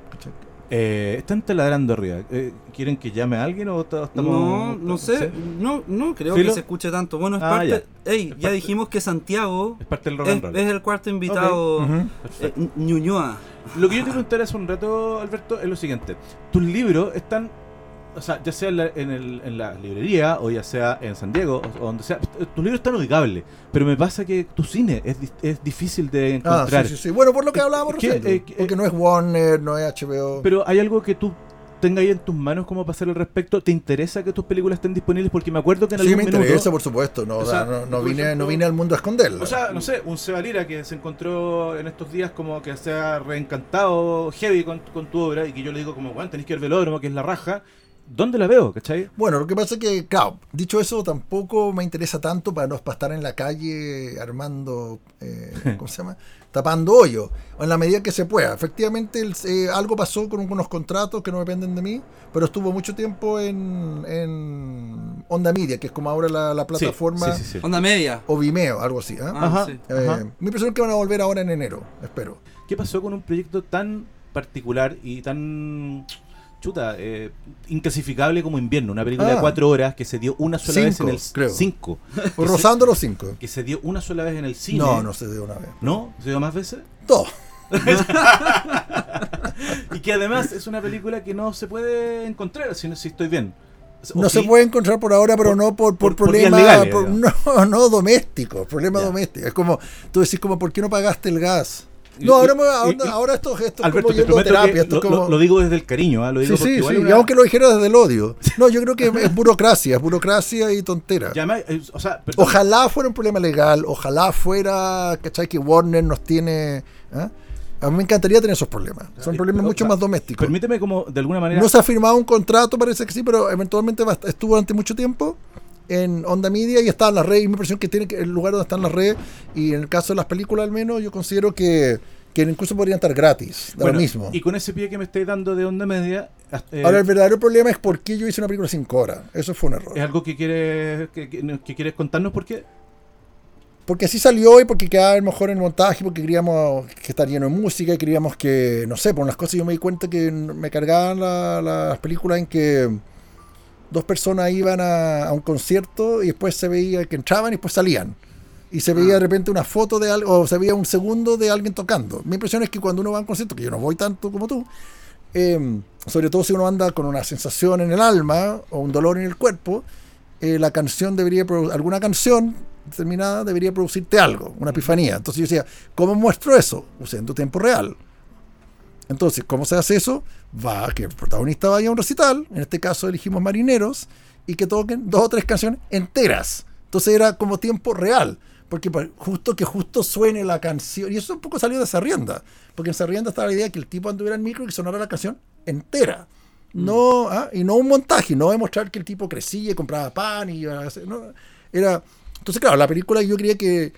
Están taladrando arriba. ¿Quieren que llame a alguien o estamos...? No sé. ¿Sí? No creo ¿Filo? que se escuche tanto. Bueno, es parte... Ya dijimos que Santiago es parte del rock and roll. Es el cuarto invitado. Okay. Ñuñoa. Lo que yo te preguntaré hace un rato, Alberto, es lo siguiente. Tus libros están... O sea, ya sea en la librería o ya sea en San Diego o donde sea, tus libros están ubicables, pero me pasa que tu cine es difícil de encontrar. Sí. Bueno, por lo que hablábamos recién, porque no es Warner, no es HBO. Pero hay algo que tú tengas ahí en tus manos como para hacer al respecto. ¿Te interesa que tus películas estén disponibles? Porque me acuerdo que en algún minuto... Sí, me interesa, por supuesto. No vine al mundo a esconderla. O sea, no sé, un Seba Lira que se encontró en estos días como que se ha reencantado heavy con tu obra y que yo le digo como, bueno, tenéis que ver Velódromo, que es la raja. ¿Dónde la veo? ¿Cachai? Bueno, lo que pasa es que, claro, dicho eso, tampoco me interesa tanto para estar en la calle armando, ¿cómo se llama? Tapando hoyo, en la medida que se pueda. Efectivamente, algo pasó con unos contratos que no dependen de mí, pero estuvo mucho tiempo en Onda Media, que es como ahora la plataforma. Sí. Onda Media. O Vimeo, algo así. Ajá. Mi impresión es que van a volver ahora en enero, espero. ¿Qué pasó con un proyecto tan particular y tan... inclasificable como Invierno, una película de 4 horas que se dio una sola vez en el 5. Rozando los 5. Que se dio una sola vez en el cine. No se dio una vez. ¿No? ¿Se dio más veces? Dos. Y que además es una película que no se puede encontrar, si estoy bien. No sí, se puede encontrar por ahora, pero no por vías problemas legales, no domésticos, problemas Ya. domésticos. Es como, tú decís como, ¿por qué no pagaste el gas? No, ahora esto es Alberto, como te yendo a prometo terapia. que Esto es como... lo digo desde el cariño, lo digo Sí, porque sí, igual sí. una- Y aunque lo dijera desde el odio. No, yo creo que es burocracia y tontera. Ya o sea, perdón, Ojalá fuera un problema legal, ojalá fuera, ¿cachai? Que Warner nos tiene... ¿ah? A mí me encantaría tener esos problemas. Son problemas mucho más domésticos. permíteme como de alguna manera... No se ha firmado un contrato, parece que sí, pero eventualmente estuvo durante mucho tiempo en Onda Media y está en las redes. Y mi impresión es que tiene el lugar donde están las redes, y en el caso de las películas al menos, yo considero que incluso podrían estar gratis, da lo mismo. Y con ese pie que me estáis dando de Onda Media, Ahora, el verdadero problema es por qué yo hice una película de 5 horas. Eso fue un error. es algo que quieres contarnos, ¿por qué? Porque así salió y porque quedaba mejor en el montaje, porque queríamos que estar lleno de música y queríamos que, no sé, por unas cosas yo me di cuenta que me cargaban las películas en que 2 personas iban a un concierto y después se veía que entraban y después salían. Y se veía de repente una foto de algo, o se veía un segundo de alguien tocando. Mi impresión es que cuando uno va a un concierto, que yo no voy tanto como tú, sobre todo si uno anda con una sensación en el alma o un dolor en el cuerpo, la canción alguna canción determinada debería producirte algo, una epifanía. Entonces yo decía, ¿cómo muestro eso? Usando tiempo real. Entonces, ¿cómo se hace eso? Que el protagonista vaya a un recital, en este caso elegimos Marineros, y que toquen 2 o 3 canciones enteras. Entonces era como tiempo real, porque justo suene la canción, y eso un poco salió de Sarrienda, porque en Sarrienda estaba la idea de que el tipo anduviera en micro y que sonara la canción entera. No, y no un montaje, no demostrar que el tipo crecía y compraba pan y no, era. Entonces, claro, la película yo quería que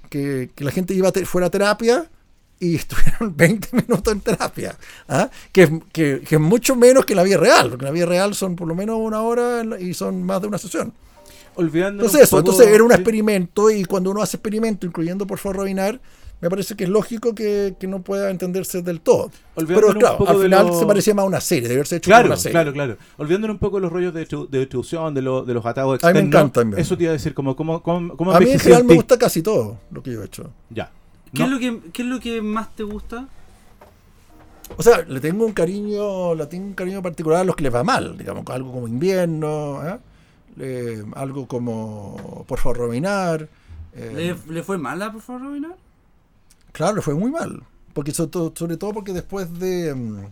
la gente fuera a terapia y estuvieron 20 minutos en terapia, que es mucho menos que la vida real, porque la vida real son por lo menos 1 hora y son más de una sesión. Entonces era un experimento, y cuando uno hace experimento, incluyendo por favor Robinar, me parece que es lógico que no pueda entenderse del todo. Pero claro, al final se parecía más a una serie, debe haberse hecho una serie. Claro. Olvidándonos un poco los rollos de distribución, de los atados externos. A mí me encanta. Eso te iba a decir, como a mí en general me gusta casi todo lo que yo he hecho. Ya. ¿Qué es lo que más te gusta? O sea, le tengo un cariño particular a los que les va mal, digamos, algo como Invierno, algo como Por favor Robinar. ¿Le fue mal a Por favor Robinar? Claro, le fue muy mal, porque sobre todo porque después de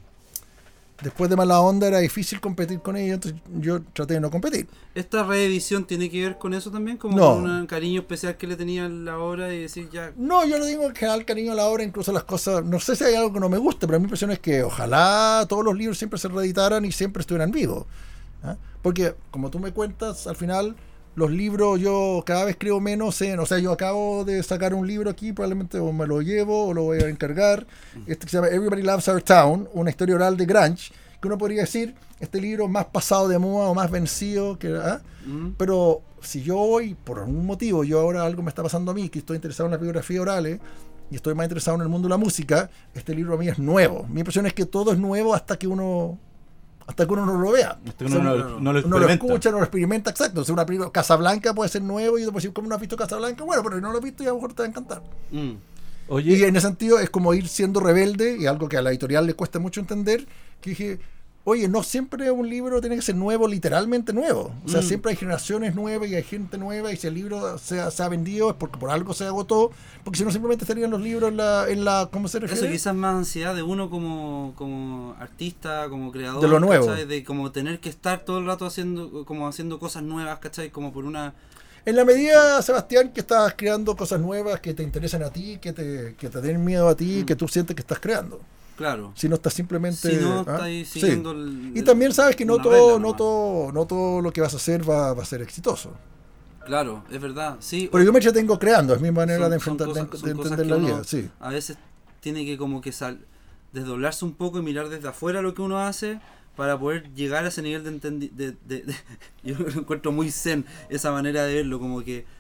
Mala Onda era difícil competir con ellos, entonces yo traté de no competir. ¿Esta reedición tiene que ver con eso también? ¿Como No. con un cariño especial que le tenía a la obra y decir ya... No, yo le digo en general cariño a la obra, incluso las cosas, no sé si hay algo que no me guste, pero mi impresión es que ojalá todos los libros siempre se reeditaran y siempre estuvieran vivos. Porque, como tú me cuentas, al final los libros yo cada vez creo menos o sea, yo acabo de sacar un libro aquí, probablemente o me lo llevo o lo voy a encargar, que se llama Everybody Loves Our Town, una historia oral de Grange, que uno podría decir, este libro más pasado de moda o más vencido, pero si yo hoy, por algún motivo, yo ahora algo me está pasando a mí, que estoy interesado en las biografías orales, y estoy más interesado en el mundo de la música, este libro a mí es nuevo. Mi impresión es que todo es nuevo hasta que uno no lo vea. No lo escucha, no lo experimenta, exacto. O sea, una película, Casablanca puede ser nuevo, y yo te puedo decir, ¿cómo no has visto Casablanca? Bueno, pero no lo has visto y a lo mejor te va a encantar. Oye, y en ese sentido es como ir siendo rebelde, y algo que a la editorial le cuesta mucho entender, que dije, oye, no siempre un libro tiene que ser nuevo, literalmente nuevo. O sea, siempre hay generaciones nuevas y hay gente nueva, y si el libro se ha vendido es porque por algo se agotó, porque si no simplemente estarían los libros en la ¿cómo se refiere? Eso quizás más ansiedad de uno como artista, como creador, de lo nuevo, ¿cachai? De como tener que estar todo el rato haciendo cosas nuevas, ¿cachai? Como por una... En la medida, Sebastián, que estás creando cosas nuevas que te interesan a ti, que te den miedo a ti, que tú sientes que estás creando. Claro. Si no estás simplemente... Si no estás siguiendo y también sabes que no todo lo que vas a hacer va a ser exitoso. Claro, es verdad. Sí. Pero yo me entretengo creando, es mi manera de enfrentar, de entender la vida. Sí. A veces tiene que como que desdoblarse un poco y mirar desde afuera lo que uno hace para poder llegar a ese nivel de yo lo encuentro muy zen esa manera de verlo, como que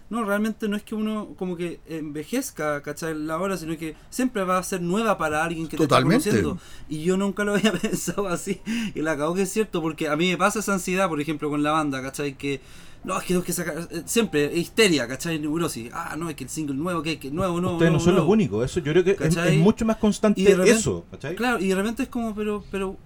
no, realmente no es que uno como que envejezca, ¿cachai? La hora, sino que siempre va a ser nueva para alguien que Totalmente. te está conociendo. Y yo nunca lo había pensado así. Y la acabo que es cierto, porque a mí me pasa esa ansiedad, por ejemplo, con la banda, ¿cachai? Que no, es que tengo que sacar, siempre, histeria, ¿cachai? Neurosis. Ah, no, es que el single nuevo, que nuevo, Ustedes no son los nuevo. únicos, eso yo creo que ¿Cachai? es mucho más constante Y de repente- eso, ¿cachai? Claro, y de repente es como, pero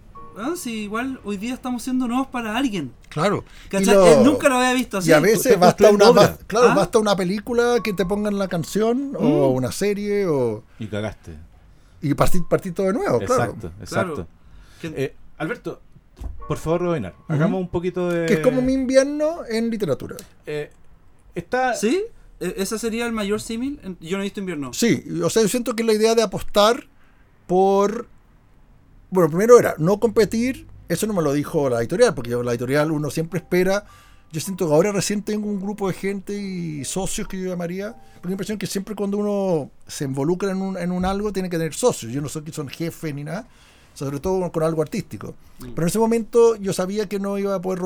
si igual hoy día estamos siendo nuevos para alguien. Claro. ¿Cachai? Nunca lo había visto así. Y a veces Estás basta construyendo una, obra. claro, ¿Ah? basta una película que te pongan la canción o una serie Y cagaste. y partir todo de nuevo, claro. Exacto, exacto. Claro. Que- Alberto, por favor, Robinar, hagamos un poquito de... Que es como mi invierno en literatura. Está... ¿Sí? ¿Ese sería el mayor símil? Yo no he visto invierno. Sí, o sea, yo siento que la idea de apostar por... Bueno, primero era no competir, eso no me lo dijo la editorial, porque la editorial uno siempre espera. Yo siento que ahora recién tengo un grupo de gente y socios que yo llamaría, porque me impresión que siempre cuando uno se involucra en un algo tiene que tener socios. Yo no sé que son jefes ni nada, sobre todo con algo artístico. Pero en ese momento yo sabía que no iba a poder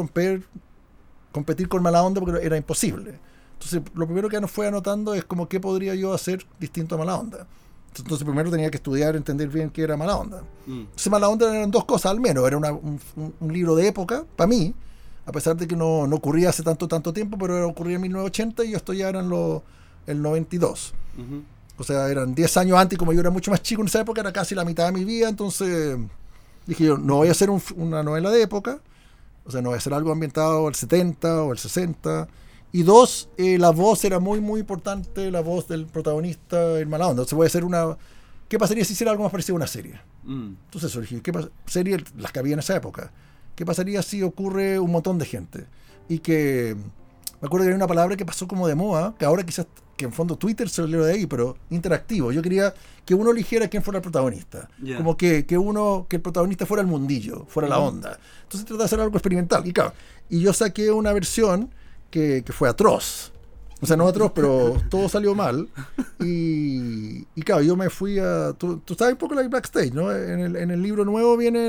competir con Mala Onda porque era imposible. Entonces lo primero que nos fue anotando es como qué podría yo hacer distinto a Mala Onda. Entonces primero tenía que estudiar, entender bien qué era Mala Onda. Entonces Mala Onda eran dos cosas al menos. Era un libro de época, para mí, a pesar de que no ocurría hace tanto tiempo, pero ocurría en 1980 y yo esto ya era el 92. Ujú. O sea, eran 10 años antes, y como yo era mucho más chico en esa época, era casi la mitad de mi vida, entonces dije yo, no voy a hacer una novela de época, o sea, no voy a hacer algo ambientado el 70 o el 60. Y dos, la voz era muy, muy importante, la voz del protagonista en Mala Onda. Entonces voy a hacer ¿qué pasaría si hiciera algo más parecido a una serie? Entonces eso, dije, serie las que había en esa época. ¿Qué pasaría si ocurre un montón de gente? Y que, me acuerdo que había una palabra que pasó como de moda, que ahora quizás, que en fondo Twitter se lo leo de ahí, pero interactivo. Yo quería que uno eligiera quién fuera el protagonista. Yeah. Como que el protagonista fuera el mundillo, fuera la onda. Entonces traté de hacer algo experimental. Y claro, y yo saqué una versión que fue atroz. O sea, no atroz, pero todo salió mal. Y claro, yo me fui a... Tú sabes un poco la backstage, ¿no? En el libro nuevo viene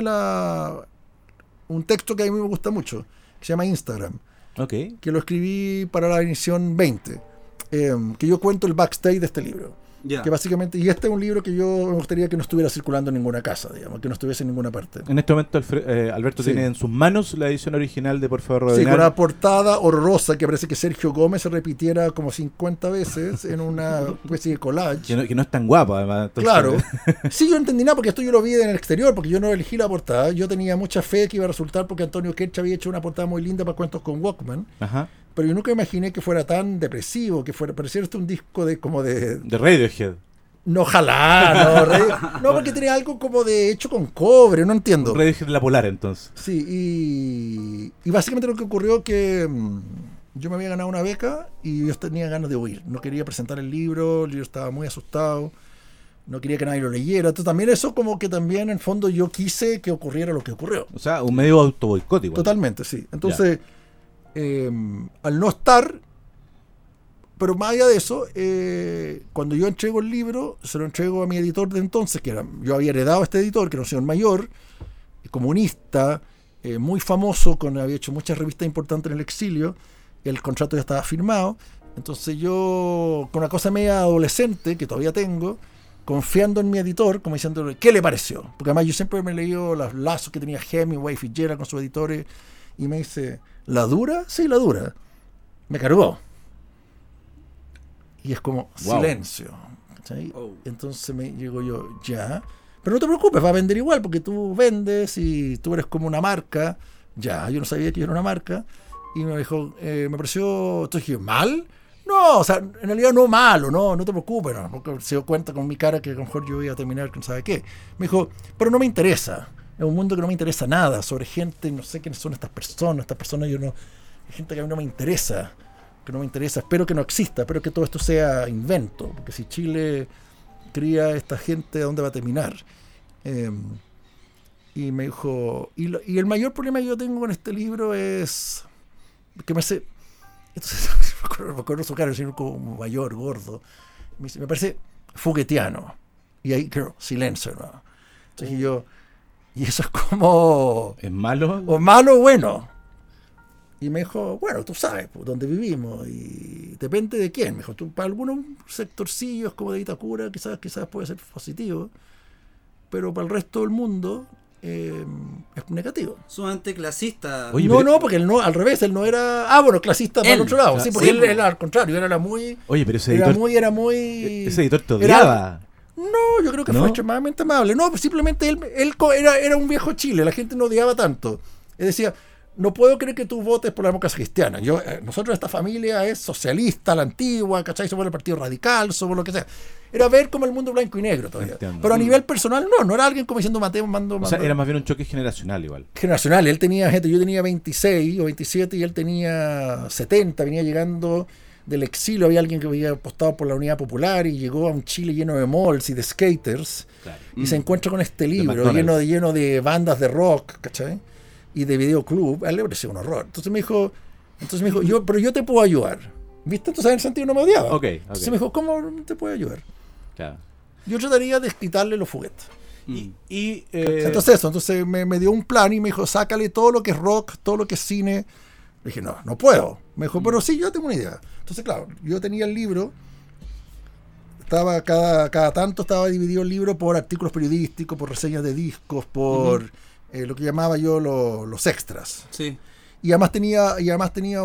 un texto que a mí me gusta mucho, que se llama Instagram, Ok. que lo escribí para la edición 20, que yo cuento el backstage de este libro. Ya. Que básicamente, y este es un libro que yo me gustaría que no estuviera circulando en ninguna casa, digamos, que no estuviese en ninguna parte. En este momento Alberto Sí. tiene en sus manos la edición original de Por favor, Sí, con Robinar. una portada horrorosa que parece que Sergio Gómez se repitiera como 50 veces en una especie de collage. Que no es tan guapa, además. Entonces, Claro. Sí, yo no entendí nada porque esto yo lo vi en el exterior, porque yo no elegí la portada. Yo tenía mucha fe que iba a resultar porque Antonio Ketch había hecho una portada muy linda para Cuentos con Walkman, Ajá. pero yo nunca imaginé que fuera tan depresivo, que pareciera esto un disco de De Radiohead. No, ojalá, no, porque tenía algo como de hecho con cobre, no entiendo. Radiohead de la Polar, entonces. Sí, y básicamente lo que ocurrió que yo me había ganado una beca y yo tenía ganas de huir. No quería presentar el libro estaba muy asustado, no quería que nadie lo leyera. Entonces también eso como que también en el fondo yo quise que ocurriera lo que ocurrió. O sea, un medio autoboicot igual. Totalmente, sí. Entonces, al no estar, pero más allá de eso, cuando yo entrego el libro, se lo entrego a mi editor de entonces, yo había heredado a este editor, que era un señor mayor, comunista, muy famoso, había hecho muchas revistas importantes en el exilio, el contrato ya estaba firmado, entonces yo, con una cosa media adolescente, que todavía tengo, confiando en mi editor, como diciéndole, ¿qué le pareció? Porque además yo siempre me he leído los lazos que tenía Hemingway, Fitzgerald con sus editores, y me dice, ¿la dura? Sí, la dura. Me cargó. Y es como Wow. silencio. ¿Cachai? Oh. Entonces me llego yo, ya. Pero no te preocupes, va a vender igual, porque tú vendes y tú eres como una marca. Ya, yo no sabía que yo era una marca. Y me dijo, me pareció, entonces dije, ¿mal? No, o sea, en realidad no malo, no te preocupes, no, porque se dio cuenta con mi cara que a lo mejor yo iba a terminar con sabe qué. Me dijo, pero no me interesa. Es un mundo que no me interesa nada, sobre gente, no sé quiénes son estas personas yo no, hay gente que a mí no me interesa. Que no me interesa, espero que no exista, espero que todo esto sea invento, porque si Chile cría a esta gente, ¿a dónde va a terminar? Y me dijo, y el mayor problema que yo tengo con este libro es que me hace, entonces, me acuerdo su cara, el señor como mayor, gordo, me dice, me parece fuguetiano, y ahí, claro, silencio, ¿no? Entonces yo, y eso es como, ¿Es malo? o malo o bueno. Y me dijo, bueno, tú sabes pues, dónde vivimos y depende de quién. Me dijo, tú, para algunos sectorcillos como de Itacura quizás puede ser positivo, pero para el resto del mundo es negativo. Sumamente clasista. Oye, no, pero- no, porque él no, al revés, él no era... bueno, clasista para Él. el otro lado. Sí, porque Sí, él era al contrario, él era muy... Oye, pero ese Era editor, muy... ese editor te era- odiaba. No, yo creo que ¿No? fue extremadamente amable. No, simplemente era un viejo Chile, la gente no odiaba tanto. Él decía, no puedo creer que tú votes por la democracia cristiana. Nosotros, esta familia es socialista, la antigua, ¿cachai? Somos el Partido Radical, somos lo que sea. Era ver como el mundo blanco y negro todavía. Entiendo. Pero a nivel personal, no era alguien como diciendo Mateo, mando. O sea, era más bien un choque generacional igual. Generacional. Él tenía gente, yo tenía 26 o 27 y él tenía 70, venía llegando del exilio, había alguien que había apostado por la Unidad Popular y llegó a un Chile lleno de malls y de skaters Claro. y se encuentra con este libro McDonald's. lleno de bandas de rock, ¿cachai? Y de videoclub. A él le pareció un horror. Entonces me dijo, pero yo te puedo ayudar. ¿Viste? Entonces en el sentido no me odiaba. Ok. Entonces me dijo, ¿cómo te puedo ayudar? Claro. Yo trataría de quitarle los juguetes. Y Entonces me dio un plan y me dijo, sácale todo lo que es rock, todo lo que es cine. Le dije, no puedo. Me dijo, pero sí, yo tengo una idea. Entonces, claro, yo tenía el libro, estaba cada tanto estaba dividido el libro por artículos periodísticos, por reseñas de discos, por lo que llamaba yo los extras. Sí. Y además tenía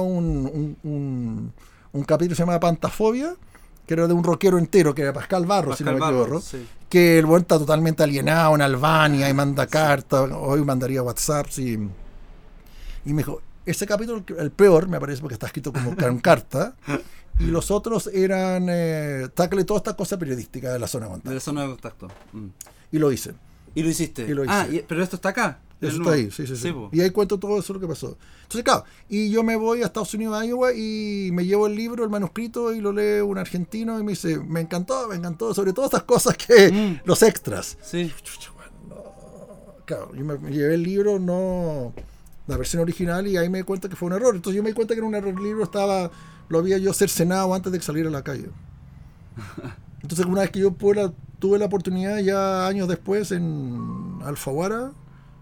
un capítulo que se llamaba Pantafobia, que era de un rockero entero, que era Pascal Barros, si no me equivoco, sí. que el buen está totalmente alienado en Albania y manda cartas, hoy mandaría WhatsApp, y me dijo, ese capítulo, el peor, me parece, porque está escrito como en carta, y los otros eran, tácale toda esta cosa periodística de la zona de De contacto. la zona de contacto. Y lo hice. Y lo hiciste. Y lo hice. Pero esto está acá. Eso El está nuevo. ahí, sí. Po. Y ahí cuento todo eso lo que pasó. Entonces, claro, y yo me voy a Estados Unidos, a Iowa, y me llevo el libro, el manuscrito, y lo lee un argentino, y me dice, me encantó, sobre todo estas cosas que, los extras. Sí. Chucha, bueno, no. Claro, yo me llevé el libro, no la versión original, y ahí me di cuenta que fue un error. Entonces yo me di cuenta que era un error, el libro lo había yo cercenado antes de salir a la calle. Entonces una vez que yo tuve la oportunidad, ya años después, en Alfaguara,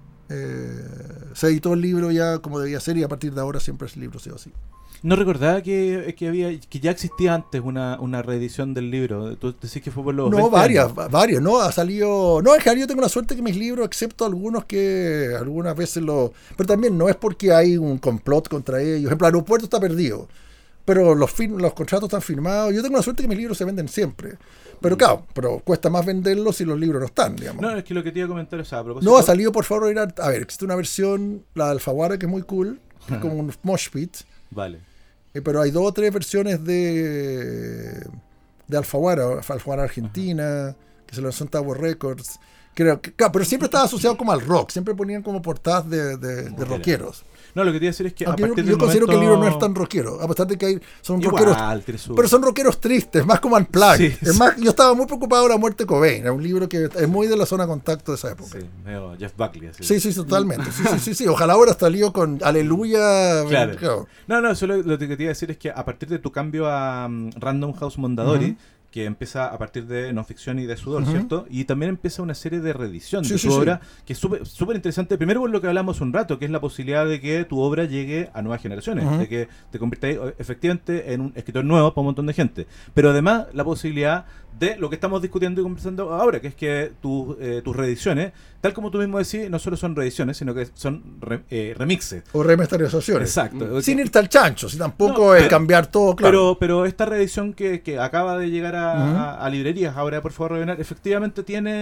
se editó el libro ya como debía ser, y a partir de ahora siempre el libro ha sido así. no recordaba que ya existía antes una reedición del libro. Tú decís que fue por los No, 20 años. varias, ¿no? Ha salido... No, en general yo tengo la suerte que mis libros, excepto algunos que algunas veces Pero también no es porque hay un complot contra ellos. Por ejemplo, el aeropuerto está perdido, pero los contratos están firmados. Yo tengo la suerte que mis libros se venden siempre. Pero claro, pero cuesta más venderlos si los libros no están, digamos. No, es que lo que te iba a comentar es a propósito. No, ha salido, por favor, a ver, existe una versión, la de Alfaguara, que es muy cool, que es como un mosh pit, Vale. pero hay 2 o 3 versiones de Alfaguara Argentina, que se lanzó en Tower Records, claro, pero siempre estaba asociado como al rock, siempre ponían como portadas de rockeros. No, lo que te iba a decir es que Aunque a partir yo del considero que el momento... libro no es tan rockero, a pesar de que son Igual, rockeros, tiene su- pero son rockeros tristes, más como Unplugged. Sí, Es sí. más, yo estaba muy preocupado de la muerte de Cobain, era un libro que es muy de la zona de contacto de esa época. Sí, medio Jeff Buckley. Así. Sí, totalmente. Sí. Ojalá ahora salió con Aleluya. Claro. No, solo lo que te iba a decir es que a partir de tu cambio a Random House Mondadori, que empieza a partir de no ficción y de sudor, ¿cierto? Y también empieza una serie de reedición de tu obra, que es súper interesante. Primero por lo que hablamos un rato, que es la posibilidad de que tu obra llegue a nuevas generaciones, de que te conviertas efectivamente en un escritor nuevo para un montón de gente. Pero además la posibilidad de lo que estamos discutiendo y conversando ahora, que es que tus reediciones, tal como tú mismo decís, no solo son reediciones, sino que son remixes. O remasterizaciones. Exacto. Sin irte al chancho, si tampoco No, es pero- cambiar todo, claro. Pero esta reedición que acaba de llegar a librerías, ahora por favor revelar, efectivamente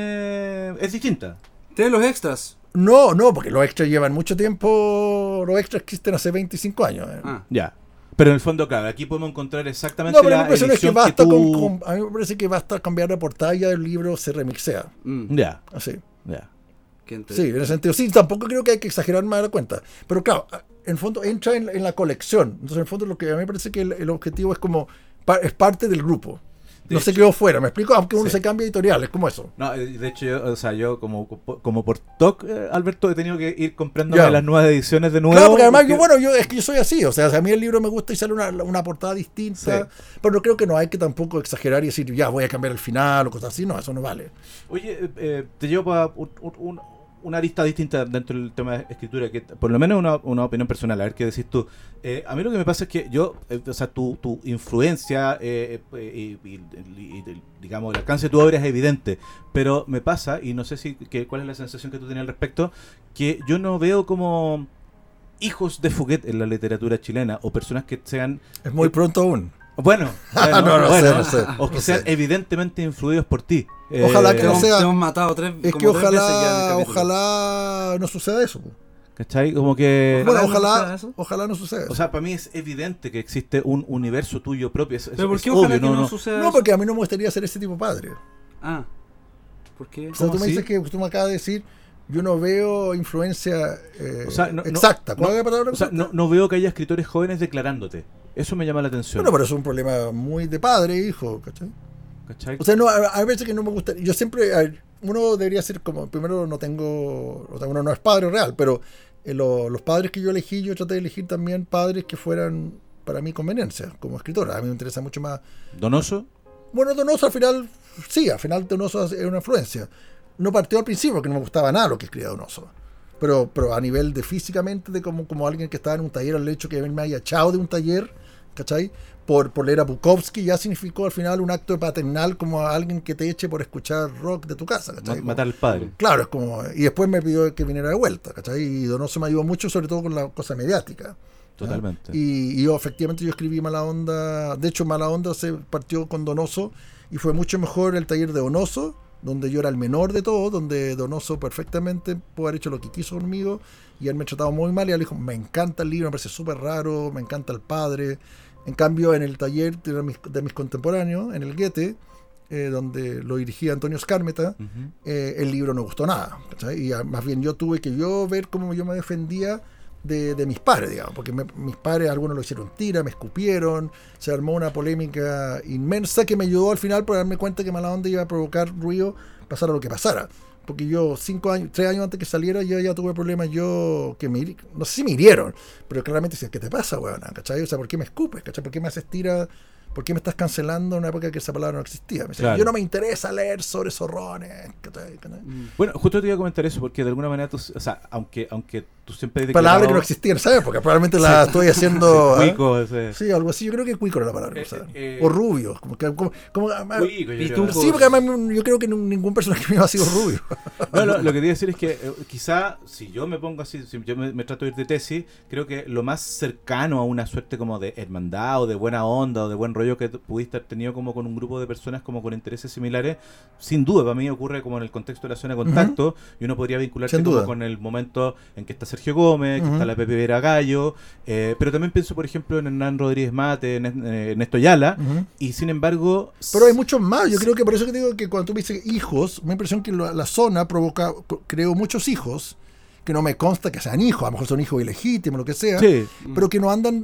es distinta. Tienes los extras. No, porque los extras llevan mucho tiempo. Los extras existen hace 25 años. Ya. Pero en el fondo, claro, aquí podemos encontrar exactamente No, pero mi la impresión es que edición basta tú... a mí me parece que basta cambiar la portada y ya el libro se remixea. Ya, Así. ya. Sí, en ese sentido. Sí, tampoco creo que hay que exagerar más de la cuenta. Pero claro, en el fondo entra en la colección. Entonces, en el fondo, lo que a mí me parece que el objetivo es como. Es parte del grupo. No se quedó fuera, ¿me explico? Aunque uno se cambia editorial, es como eso. No, de hecho, yo como por TOC, Alberto, he tenido que ir comprándome Ya. las nuevas ediciones de nuevo. Claro, porque además porque- es que yo soy así, o sea, si a mí el libro me gusta y sale una portada distinta, Sí. pero no creo que no hay que tampoco exagerar y decir, ya voy a cambiar el final o cosas así, no, eso no vale. Oye, te llevo para una arista distinta dentro del tema de escritura, que por lo menos una opinión personal, a ver qué decís tú. A mí lo que me pasa es que yo, o sea, tu influencia y, digamos, el alcance de tu obra es evidente, pero me pasa, y no sé cuál es la sensación que tú tenías al respecto, que yo no veo como hijos de Fuguet en la literatura chilena, o personas que sean... Es muy pronto aún. Bueno, no sé. O que sean evidentemente influidos por ti. Ojalá que no sea. Te hemos matado tres Es que ojalá no suceda eso. ¿Cachai? Como que... Bueno, ojalá no suceda eso. O sea, para mí es evidente que existe un universo tuyo propio. ¿Pero por qué ojalá que no suceda eso? No, porque a mí no me gustaría ser ese tipo de padre. Ah, ¿por qué? O sea, tú me dices que tú me acabas de decir, yo no veo influencia exacta. ¿Cuál es la palabra? O sea, no veo que haya escritores jóvenes declarándote. Eso me llama la atención. Bueno, pero es un problema muy de padre, hijo, ¿cachai? ¿Cachai? O sea, no, a veces que no me gusta. Yo siempre. Uno debería ser como. Primero, uno no es padre real, pero los padres que yo elegí, yo traté de elegir también padres que fueran para mí conveniencia, como escritora. A mí me interesa mucho más. ¿Donoso? Bueno, Donoso al final. Sí, al final Donoso es una influencia. No partió al principio porque no me gustaba nada lo que escribía Donoso. Pero a nivel de físicamente, de como alguien que estaba en un taller, el hecho que me haya echado de un taller, ¿cachai? Por leer a Bukowski ya significó al final un acto de paternal, como a alguien que te eche por escuchar rock de tu casa, ¿cachai? Matar al padre. Claro, es como... Y después me pidió que viniera de vuelta, ¿cachai? Y Donoso me ayudó mucho, sobre todo con la cosa mediática. Totalmente. Y yo escribí Mala Onda. De hecho, Mala Onda se partió con Donoso y fue mucho mejor el taller de Donoso, donde yo era el menor de todos, donde Donoso perfectamente pudo haber hecho lo que quiso conmigo y él me ha tratado muy mal y él dijo, me encanta el libro, me parece súper raro, me encanta el padre. En cambio, en el taller de mis contemporáneos, en el Goethe, donde lo dirigía Antonio Skármeta, el libro no gustó nada, ¿cachai? Y más bien yo tuve que ver cómo yo me defendía de mis padres, digamos, porque mis padres, algunos lo hicieron tira, me escupieron, se armó una polémica inmensa que me ayudó al final por darme cuenta que Mala Onda iba a provocar ruido, pasara lo que pasara. Porque yo 3 años antes que saliera, yo ya tuve problemas, no sé si me hirieron, pero claramente decía, ¿qué te pasa, weón? ¿Cachai? O sea, ¿por qué me escupes? ¿Cachai? ¿Por qué me haces tira? ¿Por qué me estás cancelando en una época que esa palabra no existía? Me decía, claro. Yo no me interesa leer sobre zorrones. ¿Cachai? Bueno, justo te iba a comentar eso, porque de alguna manera tú, o sea, aunque tú siempre... Palabra que no existía en esa época, probablemente la estoy haciendo... Cuico, sí, algo así, yo creo que cuico era la palabra. O rubio. Cuico, sí, porque además yo creo que ningún personaje mío ha sido rubio. No, lo que te iba a decir es que quizá, si yo me pongo así, si yo me trato de ir de tesis, creo que lo más cercano a una suerte como de hermandad o de buena onda o de buen rollo que pudiste haber tenido como con un grupo de personas como con intereses similares, sin duda, para mí ocurre como en el contexto de la zona de contacto, y uno podría vincularse como con el momento en que está Sergio Gómez, que está la Pepe Vera Gallo, pero también pienso, por ejemplo, en Hernán Rodríguez Mate, en Néstor Yala, y sin embargo... Pero hay muchos más, yo creo que por eso que te digo que cuando tú me dices hijos, me da la impresión que la zona creó muchos hijos, que no me consta que sean hijos, a lo mejor son hijos ilegítimos, lo que sea, sí, pero que no andan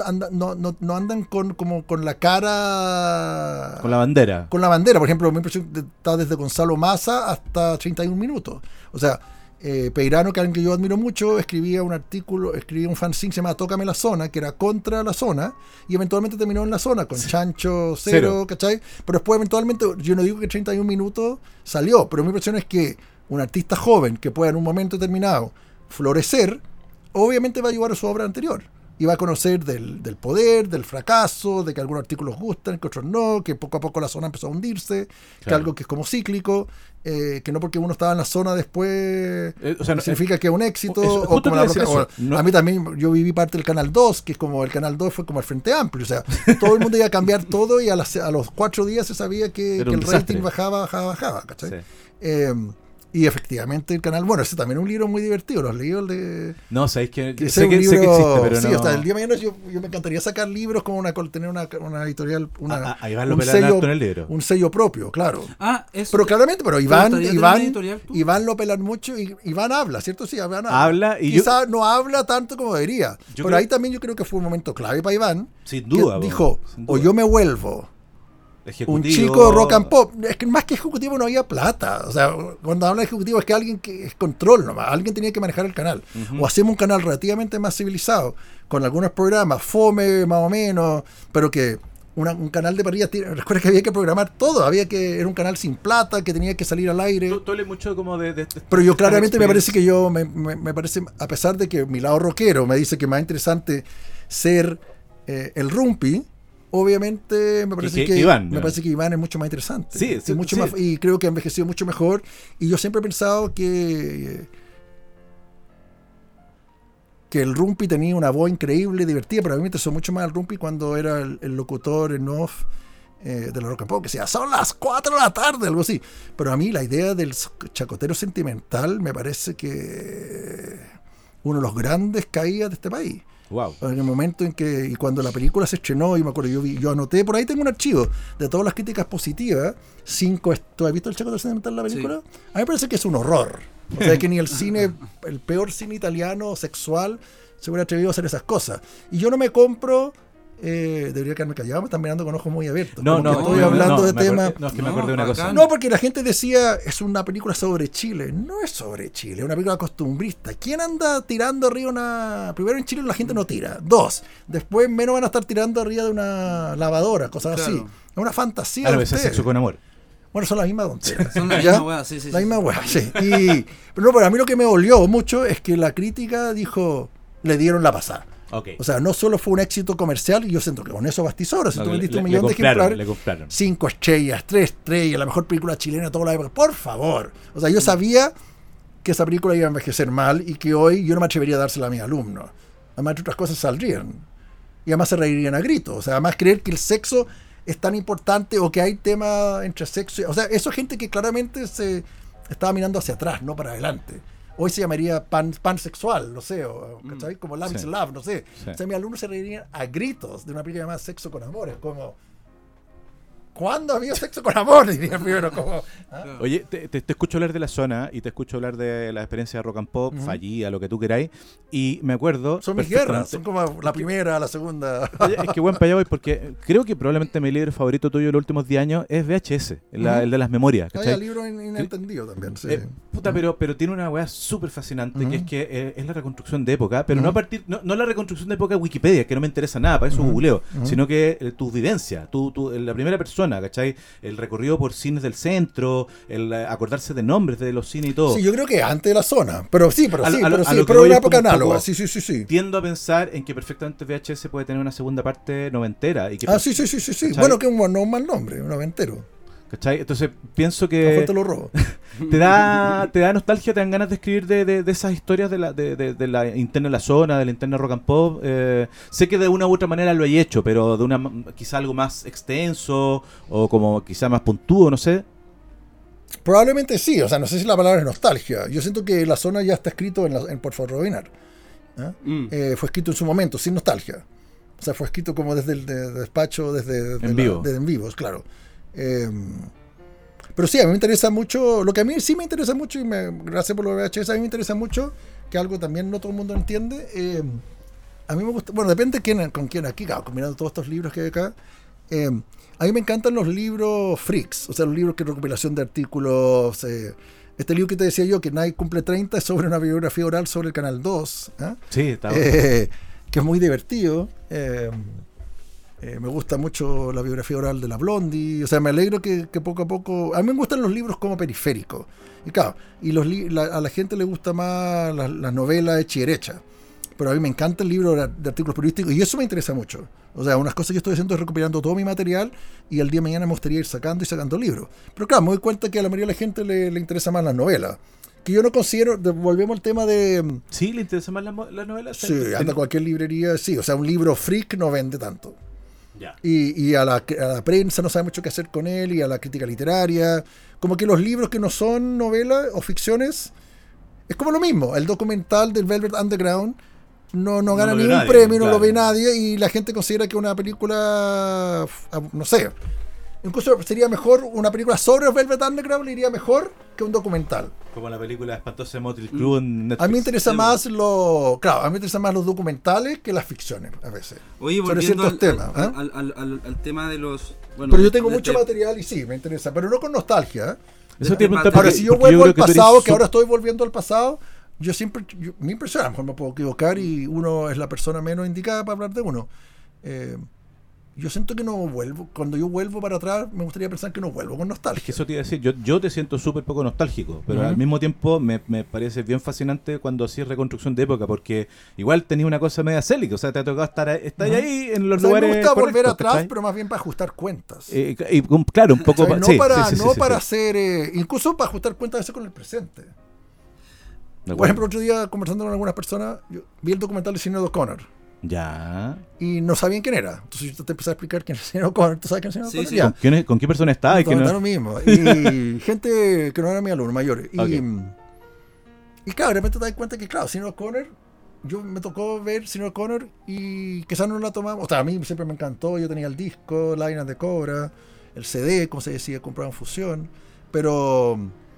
con la cara... Con la bandera. Con la bandera, por ejemplo, mi impresión está desde Gonzalo Massa hasta 31 minutos. O sea, Peirano, que es alguien que yo admiro mucho, escribía un fanzine que se llama Tócame la Zona, que era contra la zona, y eventualmente terminó en la zona, con Chancho Cero, ¿cachai? Pero después eventualmente, yo no digo que 31 minutos salió, pero mi impresión es que un artista joven que pueda en un momento determinado florecer, obviamente va a llevar a su obra anterior y va a conocer del poder, del fracaso, de que algunos artículos gustan, que otros no, que poco a poco la zona empezó a hundirse, claro, que algo que es como cíclico, que no porque uno estaba en la zona después significa que es un éxito. O como a mí también, yo viví parte del Canal 2, que es como el Canal 2 fue como el Frente Amplio, o sea, todo el mundo iba a cambiar todo y a los 4 días se sabía que el rating bajaba, ¿cachai? Sí. Y efectivamente el canal, bueno, ese también es un libro muy divertido, ¿lo has leído? El de... No, sabéis que sé que existe, pero sí, no. Hasta el día de mañana yo me encantaría sacar libros como tener una editorial, ahí van un sello, en el libro. Un sello propio, claro. Eso. Pero claramente, Iván lo pelan mucho y Iván habla, ¿cierto? Sí, habla y quizás no habla tanto como debería. Pero ahí también yo creo que fue un momento clave para Iván. Sin duda. Dijo, o yo me vuelvo ejecutivo. Un chico rock and pop. Es que más que ejecutivo no había plata. O sea, cuando habla de ejecutivo es que alguien que es control nomás. Alguien tenía que manejar el canal. O hacemos un canal relativamente más civilizado, con algunos programas, fome más o menos, pero que un canal de parrilla. Recuerda que había que programar todo, era un canal sin plata, que tenía que salir al aire. Tú lees mucho como pero yo claramente me parece que me parece, a pesar de que mi lado rockero me dice que más interesante ser el rumpi, obviamente me parece que Iván, me parece que Iván es mucho más interesante. Sí, mucho más, y creo que ha envejecido mucho mejor. Y yo siempre he pensado que el rumpi tenía una voz increíble, divertida, pero a mí me interesó mucho más el rumpi cuando era el locutor en off de la Rock and Pop, que decía, son las 4 de la tarde, algo así. Pero a mí la idea del chacotero sentimental me parece que uno de los grandes caídas de este país. Wow. En el momento en que, y cuando la película se estrenó, y me acuerdo, yo anoté, por ahí tengo un archivo de todas las críticas positivas. ¿Tú has visto el chacotero sentimental, la película? Sí. A mí me parece que es un horror. O sea, que ni el peor cine italiano sexual se hubiera atrevido a hacer esas cosas. Y yo no me compro, debería quedarme callado, me están mirando con ojos muy abiertos. No, estoy hablando de temas. No, es que me acordé de una cosa. No, porque la gente decía, es una película sobre Chile. No es sobre Chile, es una película costumbrista. ¿Quién anda tirando arriba Primero, en Chile la gente no tira. 2, después menos van a estar tirando arriba de una lavadora, cosas así. Es una fantasía. A veces sexo con amor. Bueno, son las mismas tonteras. Son la misma hueá, sí. La misma hueá, sí. Pero a mí lo que me dolió mucho es que la crítica dijo, le dieron la pasada. Okay. O sea, no solo fue un éxito comercial, y yo siento que con eso bastís ahora. Si tú vendiste 1 millón de ejemplares, 5 estrellas, 3 estrellas, la mejor película chilena de toda la época. Por favor. O sea, yo sabía que esa película iba a envejecer mal y que hoy yo no me atrevería a dársela a mis alumnos. Además, otras cosas saldrían. Y además se reirían a gritos. O sea, además creer que el sexo es tan importante o que hay tema entre sexo. O sea, eso es gente que claramente se estaba mirando hacia atrás, no para adelante. Hoy se llamaría pansexual, no sé, ¿cachai? Como Love is Love, no sé. Sí. O sea, mis alumnos se reirían a gritos de una película llamada Sexo con Amor. Es como, ¿cuándo ha habido sexo con amor? Diría primero, como, ¿ah? Oye, te escucho hablar de la zona y te escucho hablar de la experiencia de Rock and Pop, fallida, lo que tú queráis, y me acuerdo... Son mis guerras, son como la primera, la segunda. Oye, es que buen para allá voy, porque creo que probablemente mi libro favorito tuyo de los últimos 10 años es VHS, el de las memorias. Hay libro inentendido también, sí. Pero tiene una weá súper fascinante, que es que es la reconstrucción de época, pero no la reconstrucción de época de Wikipedia, que no me interesa nada, para eso googleo, sino que tu vivencia, la primera persona, ¿cachai? El recorrido por cines del centro, el acordarse de nombres de los cines y todo. Sí, yo creo que antes de la zona, pero en una época análoga. Sí. Tiendo a pensar en que perfectamente VHS puede tener una segunda parte noventera. Y que sí. ¿Cachai? Bueno, que no es un mal nombre, un noventero. ¿Cachai? Entonces pienso que te lo robo. te da nostalgia, te dan ganas de escribir de esas historias de la interna de la zona, de la interna Rock and Pop. Sé que de una u otra manera lo he hecho, pero de una quizá algo más extenso o como quizá más puntudo, no sé. Probablemente sí, o sea, no sé si la palabra es nostalgia. Yo siento que la zona ya está escrito en Por favor Robinar. Fue escrito en su momento, sin nostalgia. O sea, fue escrito como desde el despacho, desde en vivos, claro. Pero sí, a mí me interesa mucho, lo que a mí sí me interesa mucho, y gracias por lo de VHS, a mí me interesa mucho, que algo también no todo el mundo entiende. A mí me gusta, bueno, depende con quién aquí, combinando todos estos libros que hay acá. A mí me encantan los libros freaks, o sea, los libros que recopilación de artículos. Este libro que te decía yo, que Nike cumple 30, es sobre una biografía oral sobre el Canal 2. Sí, está bueno. Que es muy divertido. Me gusta mucho la biografía oral de la Blondie. O sea, me alegro que poco a poco... A mí me gustan los libros como periféricos. Y claro, a la gente le gusta más las novelas hechas y derechas. Pero a mí me encanta el libro de artículos periodísticos y eso me interesa mucho. O sea, unas cosas que yo estoy haciendo es recopilando todo mi material y el día de mañana me gustaría ir sacando libros. Pero claro, me doy cuenta que a la mayoría de la gente le interesa más las novelas. Que yo no considero, volvemos al tema de... ¿Sí? ¿Le interesa más las novelas? Sí, anda a cualquier librería, sí. O sea, un libro freak no vende tanto. Ya. Y a la prensa no sabe mucho qué hacer con él, y a la crítica literaria. Como que los libros que no son novelas o ficciones, es como lo mismo. El documental del Velvet Underground no gana ni un premio, no lo ve nadie, y la gente considera que una película, no sé, incluso sería mejor una película sobre Velvet Underground, le iría mejor que un documental. Como la película espantosa de Motley Crue en Netflix. A mí me interesa más los documentales que las ficciones a veces. Oye, sobre ciertos temas. Al tema de los... Bueno, pero yo tengo mucho material y sí, me interesa, pero no con nostalgia. Eso te ahora, si yo vuelvo al pasado, que ahora estoy volviendo al pasado, mi impresión, a lo mejor me puedo equivocar y uno es la persona menos indicada para hablar de uno. yo siento que no vuelvo. Cuando yo vuelvo para atrás, me gustaría pensar que no vuelvo con nostalgia. Es que eso te iba a decir, yo te siento súper poco nostálgico, pero al mismo tiempo me parece bien fascinante cuando hacías reconstrucción de época, porque igual tenía una cosa media célica, o sea, te ha tocado estar ahí en los lugares me gusta volver correctos, atrás, ¿cachai? pero más bien para ajustar cuentas. Claro, un poco... O sea, no sí, para, sí, sí, no sí, para sí. hacer... incluso para ajustar cuentas a veces con el presente. De Por acuerdo. ejemplo, otro día conversando con algunas personas, yo vi el documental de Sinéad O'Connor Ya. y no sabían quién era. Entonces yo te empecé a explicar quién es Sinéad O'Connor. ¿Tú sabes quién es Sinéad Sí, O'Connor? sí. Ya. ¿Con qué persona está? Y que Da no- lo mismo. Y gente que no era mi alumno, mayores. Ok. Y claro, de repente te das cuenta que, claro, Sinéad O'Connor, yo me tocó ver Sinéad O'Connor y quizás no la tomamos. O sea, a mí siempre me encantó. Yo tenía el disco, Lágrimas de Cobra, el CD, como se decía, comprado en Fusión. Pero...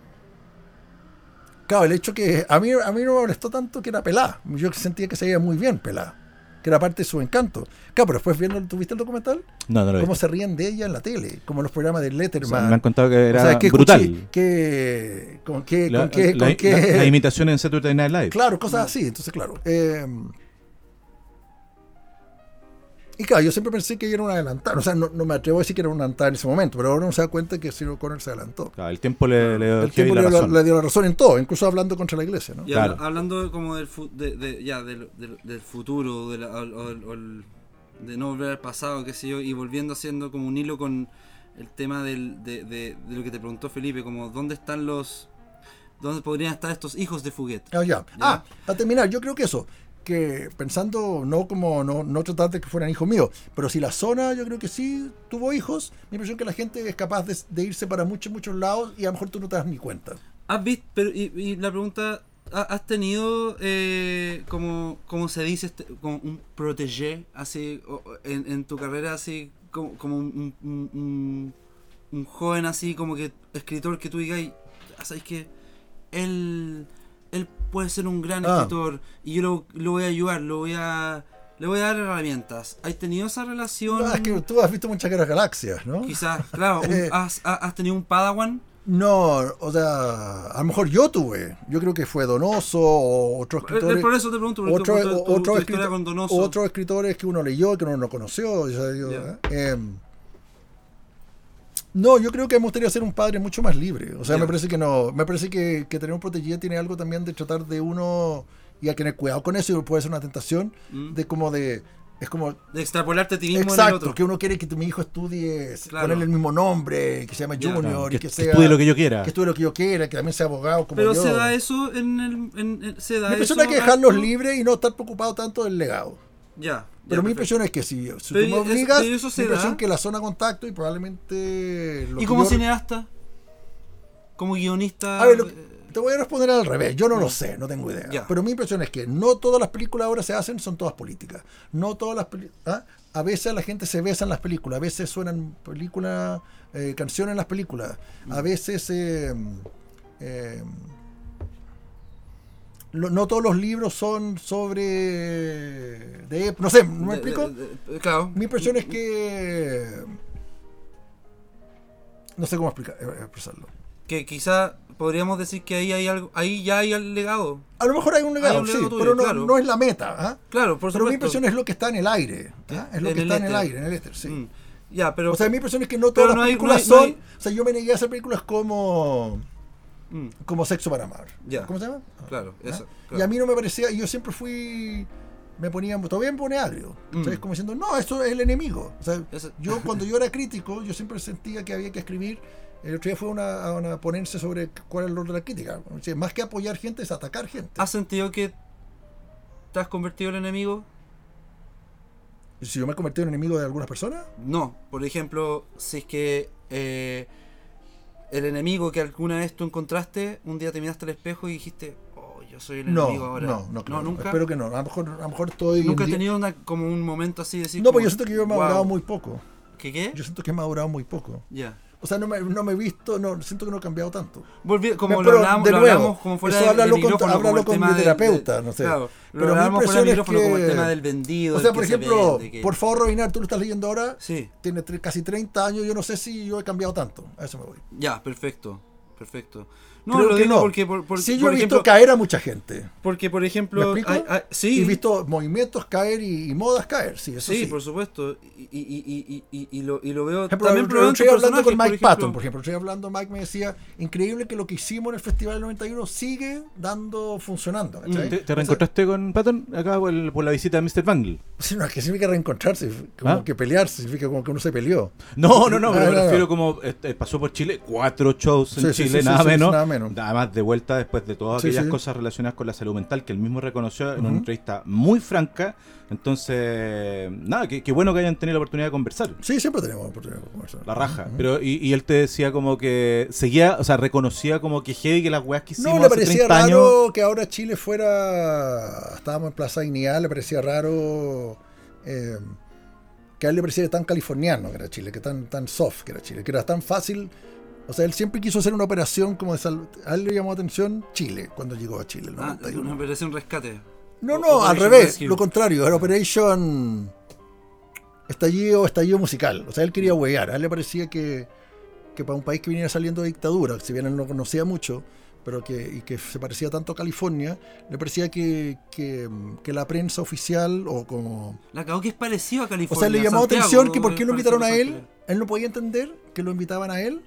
Claro, el hecho que a mí no me molestó tanto que era pelada. Yo sentía que se veía muy bien pelada, que era parte de su encanto. Claro, pero después ¿tuviste el documental? No lo he Cómo visto. se ríen de ella en la tele, como en los programas de O sea, Letterman. me han contado que era O sea, que brutal. escuché con qué La imitación en Saturday Night Live. claro, cosas así, entonces claro. Y claro, yo siempre pensé que ella era una adelantada. O sea, no me atrevo a decir que era una adelantada en ese momento, pero ahora uno se da cuenta que Sinéad O'Connor se adelantó. Claro, el tiempo le dio El tiempo la razón. le dio la razón en todo, incluso hablando contra la iglesia, ¿no? Y Claro. hablando como del del futuro, de no volver al pasado, qué sé yo, y volviendo haciendo como un hilo con el tema de lo que te preguntó Felipe, como dónde podrían estar estos hijos de Fuguet. Ya. A terminar, yo creo que eso, que pensando no tratar de que fueran hijos míos, pero si la zona yo creo que sí tuvo hijos, mi impresión es que la gente es capaz de irse para muchos lados y a lo mejor tú no te das ni cuenta. ¿Has visto? Y la pregunta, ¿has tenido, como se dice, como un protégé así en tu carrera, así como un joven así, como que escritor que tú digas, ¿sabes qué? Él puede ser un gran escritor y yo lo voy a ayudar, le voy a dar herramientas. ¿Has tenido esa relación? No, es que tú has visto muchas guerras galaxias, ¿no? Quizás, claro. ¿Has tenido un Padawan? No, o sea, a lo mejor yo tuve. Yo creo que fue Donoso o otros escritores. Por eso te pregunto, porque tu historia con Donoso. Otros escritores que uno leyó, que uno no conoció. O sea, no, yo creo que me gustaría ser un padre mucho más libre. O sea, me parece que no. Me parece que tener un protegido tiene algo también de tratar de uno y a tener cuidado con eso. Y puede ser una tentación de como de. Es como. De extrapolarte a ti mismo en el Exacto, otro. que uno quiere que mi hijo estudie, Claro. ponerle el mismo nombre, que se llame Junior, Claro, y que sea. estudie lo que yo quiera. Que estudie lo que yo quiera, que también sea abogado como Pero yo. se da eso se da Mi impresión eso es que dejarlos harto. libres y no estar preocupado tanto del legado. Ya. Pero mi perfecto. impresión es que si tú Pero me eso- obligas, pero eso mi se impresión da. es que la zona de contacto y probablemente... ¿Y como cineasta? ¿Como guionista? A ver, te voy a responder al revés. Yo no lo sé, no tengo idea. Ya. Pero mi impresión es que no todas las películas ahora se hacen, son todas políticas. No todas las películas... A veces la gente se besa en las películas, a veces suenan películas, canciones en las películas, a veces... no todos los libros son sobre... no sé, ¿no me explico? Claro. Mi impresión es que... No sé cómo expresarlo. Que quizá podríamos decir que ahí hay algo, ahí ya hay el legado. A lo mejor hay un legado, Hay un legado sí, tuyo, pero no, claro. no es la meta. ¿Ah? Claro, por Pero mi supuesto. impresión es lo que está en el aire. ¿Ah? Es lo En que el está en el éter. aire, en el éter, sí. Ya, pero... O sea, mi impresión es que no pero todas no las hay- películas no hay- son... O sea, yo me negué a hacer películas como Sexo para Amar. Ya. ¿Cómo se llama? Claro, ¿Ah? eso. Y Claro. a mí no me parecía... Y yo siempre fui... Me ponía... Todavía me pone agrio. ¿Sabes? Como diciendo, no, esto es el enemigo. O sea, Eso- cuando yo era crítico, yo siempre sentía que había que escribir... El otro día fue a una ponencia sobre cuál es el rol de la crítica. O sea, más que apoyar gente, es atacar gente. ¿Has sentido que te has convertido en enemigo? ¿Y si yo me he convertido en enemigo de algunas personas? No. Por ejemplo, si es que el enemigo que alguna vez tú encontraste, un día te miraste al espejo y dijiste, oh, yo soy el enemigo ahora. No, creo. nunca. Espero que no. A lo mejor estoy... Nunca he tenido como un momento así de decir. No, como, pues yo siento que yo he madurado wow. muy poco. ¿Qué? Yo siento que he madurado muy poco. Ya. O sea, no me he visto, siento que no he cambiado tanto. Como Pero, lo hablamos, de nuevo, lo hablamos como fuera eso del háblalo con- micrófono, como háblalo el con tema mi del- terapeuta, no sé. Claro, Pero lo mi hablamos fuera del impresión es micrófono como el que- tema del vendido. O sea, del por que se ejemplo, vende, que- por favor, Robinar, tú lo estás leyendo ahora, Sí, tiene casi 30 años, yo no sé si yo he cambiado tanto. A eso me voy. ya, perfecto. perfecto. No, Creo lo que digo no. porque, Sí, yo por he ejemplo, visto caer a mucha gente. porque, por ¿Me ejemplo, explico? sí, He visto movimientos caer y modas caer, sí, eso sí. por supuesto, y lo veo Ejemplo, también probado en estoy tus hablando con personajes, Mike Patton, por ejemplo. Estoy hablando, Mike me decía, increíble que lo que hicimos en el Festival del 91 sigue funcionando. ¿cachai? ¿Te reencontraste con Patton acá por la visita de Mr. Bangle? Sí, no, es que significa reencontrarse, como que pelearse, significa como que uno se peleó. No, pero me no. refiero como pasó por Chile, 4 shows en Sí, Chile, sí, nada menos. nada menos. Nada más de vuelta después de todas Sí, aquellas sí. cosas relacionadas con la salud mental que él mismo reconoció en una entrevista muy franca. Entonces, nada, qué bueno que hayan tenido la oportunidad de conversar. Sí, siempre tenemos oportunidad de conversar. La raja. Pero y él te decía como que seguía, o sea, reconocía como que heavy que las weas que hicimos No, le hace parecía 30 años. raro que ahora Chile fuera. Estábamos en Plaza Dignidad, le parecía raro que a él le parecía tan californiano que era Chile, que tan soft que era Chile, que era tan fácil. O sea, él siempre quiso hacer una operación como de salud. A él le llamó atención Chile cuando llegó a Chile, el 91. una operación rescate. No, Operation al revés, Rescue. lo contrario, era Operation estallido musical. O sea, él quería huevear. A él le parecía que para un país que viniera saliendo de dictadura, si bien él no conocía mucho, pero que se parecía tanto a California, le parecía que la prensa oficial o como... La cagó que es parecido a California. O sea, le llamó Santiago, atención que por qué lo parecido invitaron a él. Santiago. Él no podía entender que lo invitaban a él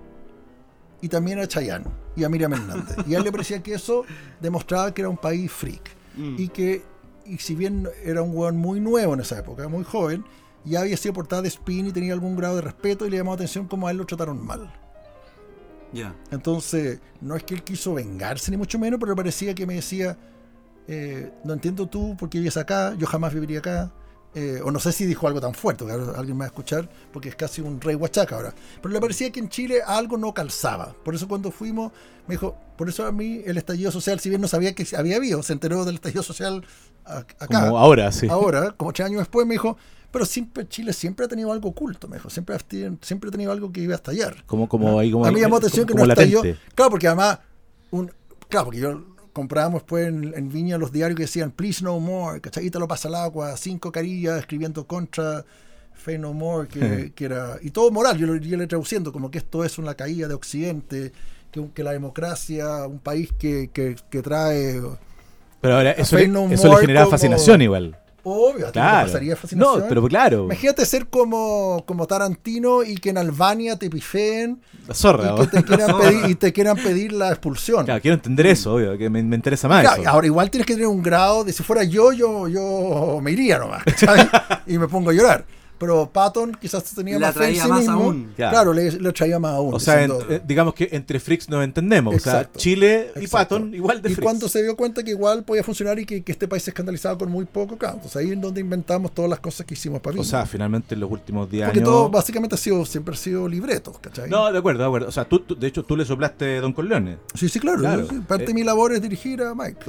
y también a Chayanne y a Miriam Hernández. Y a él le parecía que eso demostraba que era un país freak. Y si bien era un weón muy nuevo en esa época, muy joven, ya había sido portada de Spin y tenía algún grado de respeto y le llamó atención cómo a él lo trataron mal. Ya. Entonces, no es que él quiso vengarse ni mucho menos, pero parecía que me decía, no entiendo tú por qué vives acá, yo jamás viviría acá. O no sé si dijo algo tan fuerte, que ahora alguien me va a escuchar, porque es casi un rey huachaca ahora. Pero le parecía que en Chile algo no calzaba. Por eso cuando fuimos, me dijo, por eso a mí el estallido social, si bien no sabía que había habido, se enteró del estallido social acá. Como ahora, sí. Ahora, como 8 años después, me dijo, pero Chile siempre ha tenido algo oculto, me dijo, siempre ha tenido algo que iba a estallar. Como ahí como A mí me llamó atención que como no estalló. latente. Claro, porque además, porque yo comprábamos pues en Viña los diarios que decían Please No More, ¿cachai? Ítalo pasa al agua, 5 carillas escribiendo contra Faith No More, que era. Y todo moral, yo le traduciendo, como que esto es una caída de Occidente, que la democracia, un país que trae. Pero ahora eso Faith le, No eso le More generaba como- fascinación igual. Obvio, a ti Claro. te pasaría fascinación. No, pero claro. Imagínate ser como Tarantino y que en Albania te pifeen La zorra. y que te quieran pedir la expulsión. Claro, quiero entender eso, obvio, que me interesa más Claro, eso. ahora igual tienes que tener un grado de si fuera yo me iría nomás, ¿sabes? Y me pongo a llorar. Pero Patton quizás tenía La más fe en traía sí más mismo. aún. Claro, le traía más aún. O sea, diciendo- digamos que entre freaks nos entendemos. Exacto. O sea, Chile y Exacto. Patton igual de Y freaks. cuando se dio cuenta que igual podía funcionar y que este país se escandalizaba con muy poco, claro. Entonces ahí es donde inventamos todas las cosas que hicimos para O Viña. sea, finalmente en los últimos 10 Porque años... todo básicamente siempre ha sido libretos, ¿cachai? No, de acuerdo. O sea, de hecho, tú le soplaste Don Corleone. Sí, claro. Claro. Sí. Parte de mi labor es dirigir a Mike.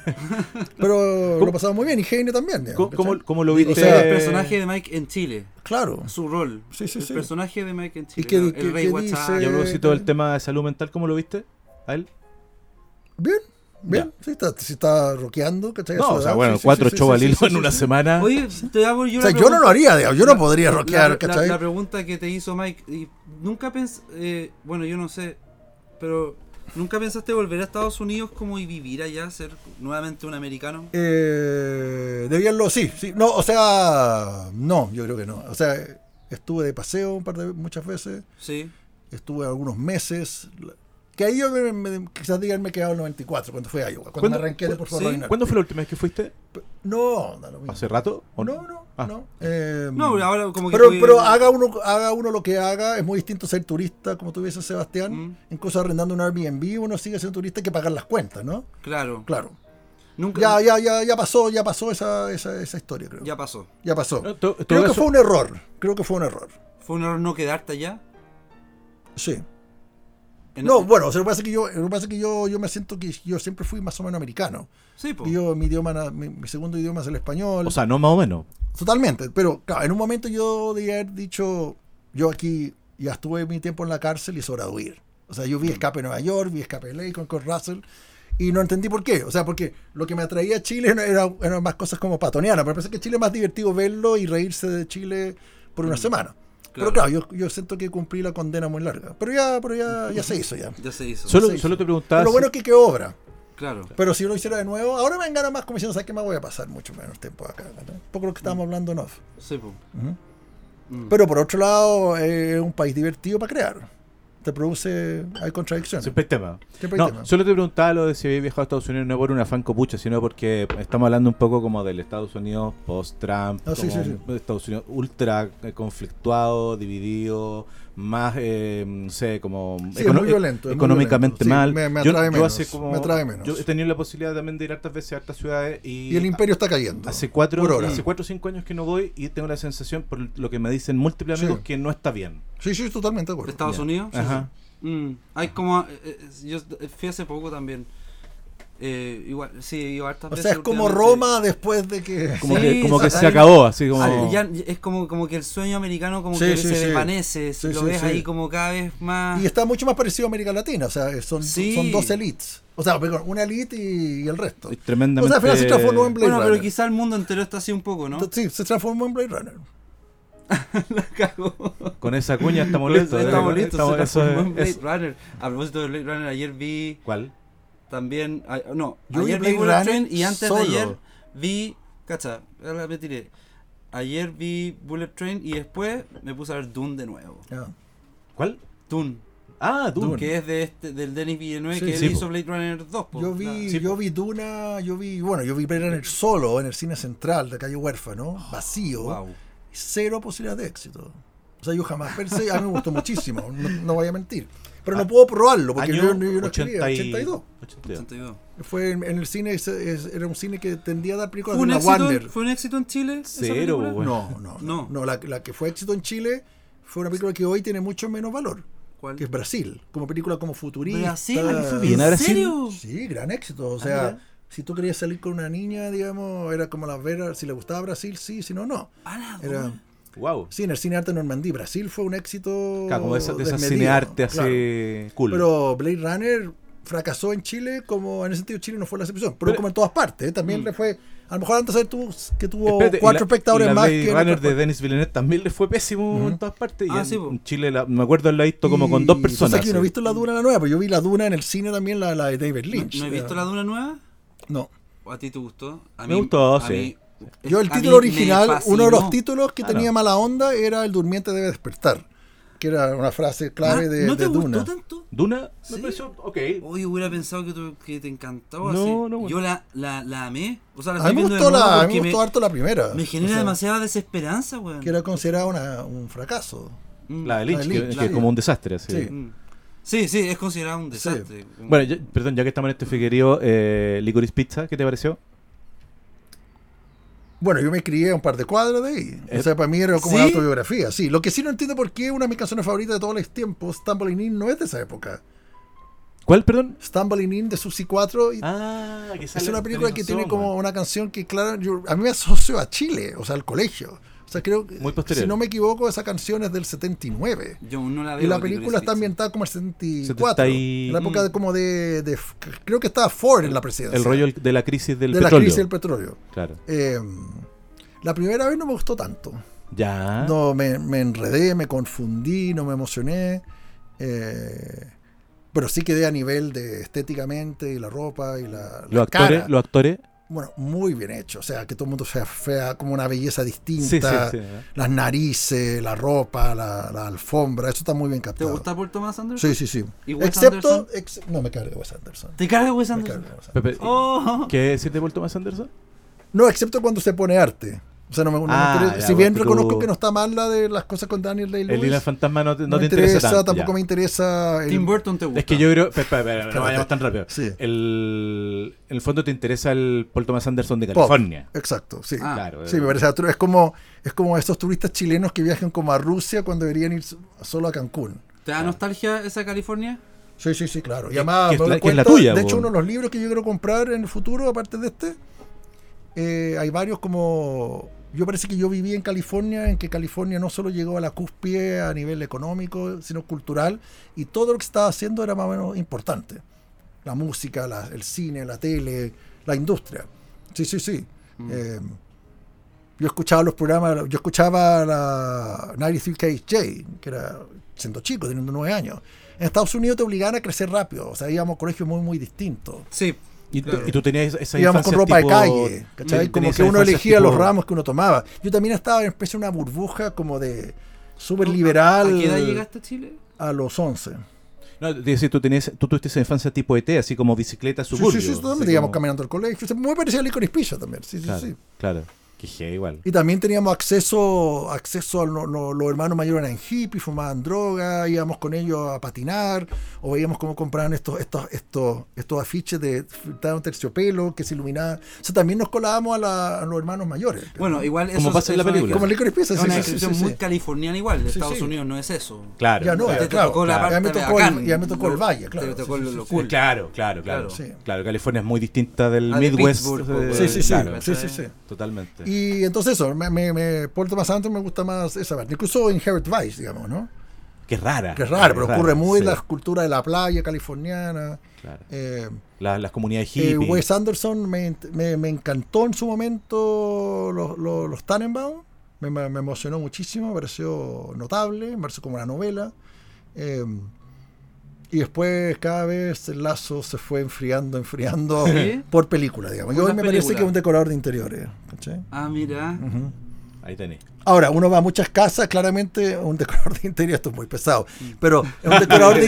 Pero lo pasamos muy bien. Y Heine también. digamos, ¿Cómo lo O viste? sea, El personaje de Mike en Chile. Claro. Su rol. Sí, el sí. personaje de Mike en Chile. ¿Y qué- el qué- rey qué Guachá. dice? Y a propósito del tema de salud mental, ¿cómo lo viste? ¿A él? Bien. Sí, está rockeando, ¿cachai? A No, su o sea, edad, bueno, sí, 4 sí, shows al sí, hilo sí, en sí, una sí. semana. Oye, te hago yo O sea, la yo no lo haría, digamos, yo no podría rockear, ¿cachai? la pregunta que te hizo Mike, y nunca bueno, yo no sé, pero ¿nunca pensaste volver a Estados Unidos como y vivir allá, ser nuevamente un americano? Sí. No, o sea, no, yo creo que no. O sea, estuve de paseo muchas veces, Sí. estuve algunos meses. Que ahí yo quizás digan me he quedado en el 94, cuando fue a Iowa, cuando me arranqué de por favor. sí? ¿Cuándo fue la última vez que fuiste? No, da lo mismo. ¿Hace rato? ¿O No. Ah. No, ahora como que... Pero haga uno lo que haga, es muy distinto ser turista, como tú dices, Sebastián, incluso arrendando un Airbnb, uno sigue siendo turista que pagar las cuentas, ¿no? Claro. Claro. Nunca... Ya pasó esa historia, creo. Ya pasó. Ya pasó. No, todo Creo que caso- fue un error. ¿Fue un error no quedarte allá? Sí. No, bueno, o sea, lo que pasa es que yo me siento que yo siempre fui más o menos americano. Sí, po. Y mi segundo idioma es el español. O sea, no más o menos. Totalmente, pero claro, en un momento yo debía haber dicho, yo aquí ya estuve mi tiempo en la cárcel y es hora de huir. O sea, yo vi Escape en Nueva York, vi Escape en LA con Kurt Russell y no entendí por qué. O sea, porque lo que me atraía a Chile eran más cosas como patonianas, pero me parece que Chile es más divertido verlo y reírse de Chile por una semana. Pero claro, yo siento que cumplí la condena muy larga. Pero ya se hizo ya. Ya se hizo. Solo Sí, te sí. preguntaba. Pero lo bueno es que quedó obra. Claro. Pero si yo lo hiciera de nuevo, ahora me dan ganas más como diciendo, ¿sabes qué? Me voy a pasar mucho menos tiempo acá, ¿no? Un poco lo que estábamos hablando en off. Sí, pues. Pero por otro lado, es un país divertido para crear. Te produce, hay contradicciones. Siempre hay tema. Siempre hay No, tema. solo te preguntaba lo de si había viajado a Estados Unidos, no por un afán copucha, sino porque estamos hablando un poco como del Estados Unidos post-Trump, Ah, sí, como sí, un Estados Unidos ultra conflictuado, dividido, más, no sé, como Sí, es muy violento, es muy económicamente violento. Sí, mal. me Yo atrae menos, hace como, me atrae menos. yo he tenido la posibilidad también de ir hartas veces a hartas ciudades Y el imperio está cayendo. hace 4 por hora. o 5 años que no voy y tengo la sensación, por lo que me dicen múltiples Sí. amigos, que no está bien. Sí, totalmente de acuerdo. ¿Estados Ya. Unidos? Ajá. Hay como. Yo fui hace poco también. Igual, sí, iba hartas O veces. sea, es como últimamente. Roma después de que... Como Sí, que sí, se hay- acabó, así como... Ya es como que el sueño americano como Sí, que sí, se sí. desvanece, Sí, lo sí, ves sí. ahí como cada vez más. Y está mucho más parecido a América Latina, o sea, son Sí. dos elites. O sea, perdón, una elite y el resto. Es tremendamente... O sea, al final se transformó en Blade Bueno, pero Runner. quizá el mundo entero está así un poco, ¿no? Sí, se transformó en Blade Runner. La cagó. Con esa cuña estamos listos. Estamos listos, se Estamos- eso transformó en es- Blade Runner. A propósito de Blade Runner, ayer vi ¿Cuál? también. No, Yo ayer vi vi Blade Bullet Runner Train y antes solo. de ayer vi. Cacha, ahora me tiré. Ayer vi Bullet Train y después me puse a ver Dune de nuevo. Ya. ¿Cuál? Dune. Ah, Dune. Que es del Denis Villeneuve, Sí, que sí, él hizo po. Blade Runner 2. po. Yo vi Duna, yo vi Blade Runner solo en el cine central de Calle Huérfano, vacío, Wow. cero posibilidad de éxito. O sea, yo jamás pensé, a mí me gustó muchísimo, no voy a mentir. Pero no puedo probarlo porque Año yo no escribía, 82. 82. 82. Fue en el cine, era un cine que tendía a dar películas ¿Fue de un, la éxito, Warner. ¿Fue un éxito en Chile? esa Cero, película? bueno. No, la que fue éxito en Chile fue una película que hoy tiene mucho menos valor, ¿Cuál? que es Brasil, como película como futurista. Brasil, fue bien a ¿en Brasil? serio? Sí, gran éxito. O sea, mira. si tú querías salir con una niña, digamos, era como las ver si le gustaba Brasil, sí, si no, no. A la Era, dura. Wow. sí, en el cine arte Normandí, Brasil fue un éxito. Claro, como de esa desmedido, cinearte así claro. cool. Pero Blade Runner fracasó en Chile, como en ese sentido Chile no fue la excepción, pero como en todas partes, también le fue, a lo mejor antes de que tuvo Espérate, 4 espectadores y la más Blade que en Runner otras de partes. Denis Villeneuve también le fue pésimo en todas partes. Y Ah, en, sí, po. en Chile, me acuerdo haberla visto como con 2 personas. O sea, que yo no he así. visto la Duna la nueva, pero yo vi la Duna en el cine también, la de David Lynch. ¿No he visto la Duna nueva? No. ¿O a ti te gustó? A Me gustó, a sí. mí- Yo el a mí título me original, uno de los fascinó. títulos que Claro. tenía mala onda era El durmiente debe despertar, que era una frase clave Ah, de, ¿No te de gustó Duna. tanto? Duna Sí. me pareció ok. Hoy hubiera pensado que te encantaba. No, así. no, bueno. Yo la amé. O sea, la A mí estoy me viendo de gustó, nuevo a mí porque me gustó harto la primera. me genera O sea, demasiada desesperanza, weón. que era considerada un fracaso. La de Lynch, La de Lynch, que sí. es como un desastre. Así. Sí. Sí, es considerado un desastre. Bueno, perdón, ya que estamos en este figuerío, Licorice Pizza, ¿qué te pareció? Bueno, yo me crié a un par de cuadros de ahí. O sea, para mí era como ¿Sí? una autobiografía. Sí, lo que sí no entiendo por qué una de mis canciones favoritas de todos los tiempos, Stumbling In, no es de esa época. ¿Cuál, perdón? Stumbling In de Susi 4 y Ah, que es una película que tiene como una canción que, claro, a mí me asocio a Chile, o sea, al colegio. O sea, creo que, Muy posterior. si no me equivoco, esa canción es del 79. Yo no la veo. Y la porque película Licorice está Pizza. ambientada como el 74. 70 y- En la época como de creo que estaba Ford en la presidencia. El rollo de la crisis del de la petróleo. crisis del petróleo. Claro. La primera vez no me gustó tanto. Ya. No, me enredé, me confundí, no me emocioné. Pero sí quedé a nivel de estéticamente y la ropa y la cara. Los actores. Bueno, muy bien hecho. O sea, que todo el mundo sea fea, como una belleza Sí, distinta. sí. Las narices, la ropa, la alfombra. Eso está muy bien ¿Te captado. gusta Paul Thomas Anderson? Sí. ¿Y Wes Excepto. Anderson? No, me carga Wes Anderson. ¿Te carga Wes Me Anderson? carga Wes Anderson. Pepe, Oh. ¿qué es de Paul Thomas Anderson? No, excepto cuando se pone arte. O sea, no me interesa. Ya, Si bien porque reconozco tú- que no está mal la de las cosas con Daniel El Day-Lewis. Lila del Fantasma no te me interesa tanto. tampoco ya. me interesa. Tim Burton te gusta. Es que yo creo. Espera, no vayamos tan rápido. Sí. En el fondo te interesa el Paul Thomas Anderson de Pop. California. Exacto, sí. Ah, Claro. Sí, me parece es como esos turistas chilenos que viajan como a Rusia cuando deberían ir solo a Cancún. ¿Te da nostalgia esa California? Sí, claro. Y además, que es me doy la- que es la cuenta, tuya, de po. hecho, uno de los libros que yo quiero comprar en el futuro, aparte de este, hay varios como... Yo parece que yo viví en California, en que California no solo llegó a la cúspide a nivel económico, sino cultural, y todo lo que estaba haciendo era más o menos importante. La música, el cine, la tele, la industria. Sí. Yo escuchaba los programas, yo escuchaba la 93KJ, que era siendo chico, teniendo 9 años. En Estados Unidos te obligaban a crecer rápido, o sea, íbamos a colegios muy, muy distintos. Sí. Y tú tenías esa Íbamos infancia con ropa tipo, de calle, ¿cachai? Como tenías que esa uno infancia elegía tipo- los ramos que uno tomaba. Yo también estaba en especie de una burbuja como de súper liberal. ¿A qué edad llegaste a Chile? A los 11. No, es decir, tú tuviste esa infancia tipo ET, así como bicicleta suburbio. Sí, totalmente. así Íbamos como- caminando al colegio. O sea, muy parecido a Licorice Pizza también. Sí, Claro, sí. claro. Que G igual. Y también teníamos acceso a los hermanos mayores eran hippies, fumaban droga, íbamos con ellos a patinar, o veíamos cómo compraban estos afiches de un terciopelo que se iluminaban. O sea, también nos colábamos a los hermanos mayores. Bueno, igual Como eso pasa en la eso película. Como en Licorice Pizza, es sí, una sí, descripción sí, muy sí. californiana igual. De Sí, Estados sí. Unidos no es eso. Claro. Ya no, claro. Te claro, tocó la ya parte me tocó bacán. ya me tocó el valle, claro. Te tocó Sí, sí, lo sí, cool. sí. Claro. Sí. Claro, California es muy distinta del Ah, de Midwest. Pittsburgh, Sí. claro, Sí. totalmente. Y entonces eso, Puerto Más Santo me gusta más esa parte. Incluso Inherit Vice, digamos, ¿no? Que es rara. Que es raro, pero ocurre muy en sí, la cultura de la playa californiana. claro. Eh, Las comunidades hippies. Wes Anderson me encantó en su momento los Tannenbaum. Me emocionó muchísimo, me pareció notable, me pareció como una novela. Y después cada vez el lazo se fue enfriando ¿Sí? por película, digamos. Y Por hoy las me parece películas. que es un decorador de interiores. ¿Cachai? Ah, mira. Ujú. Ahí tenés. Ahora, uno va a muchas casas, claramente un decorador de interiores, esto es muy pesado, pero es un decorador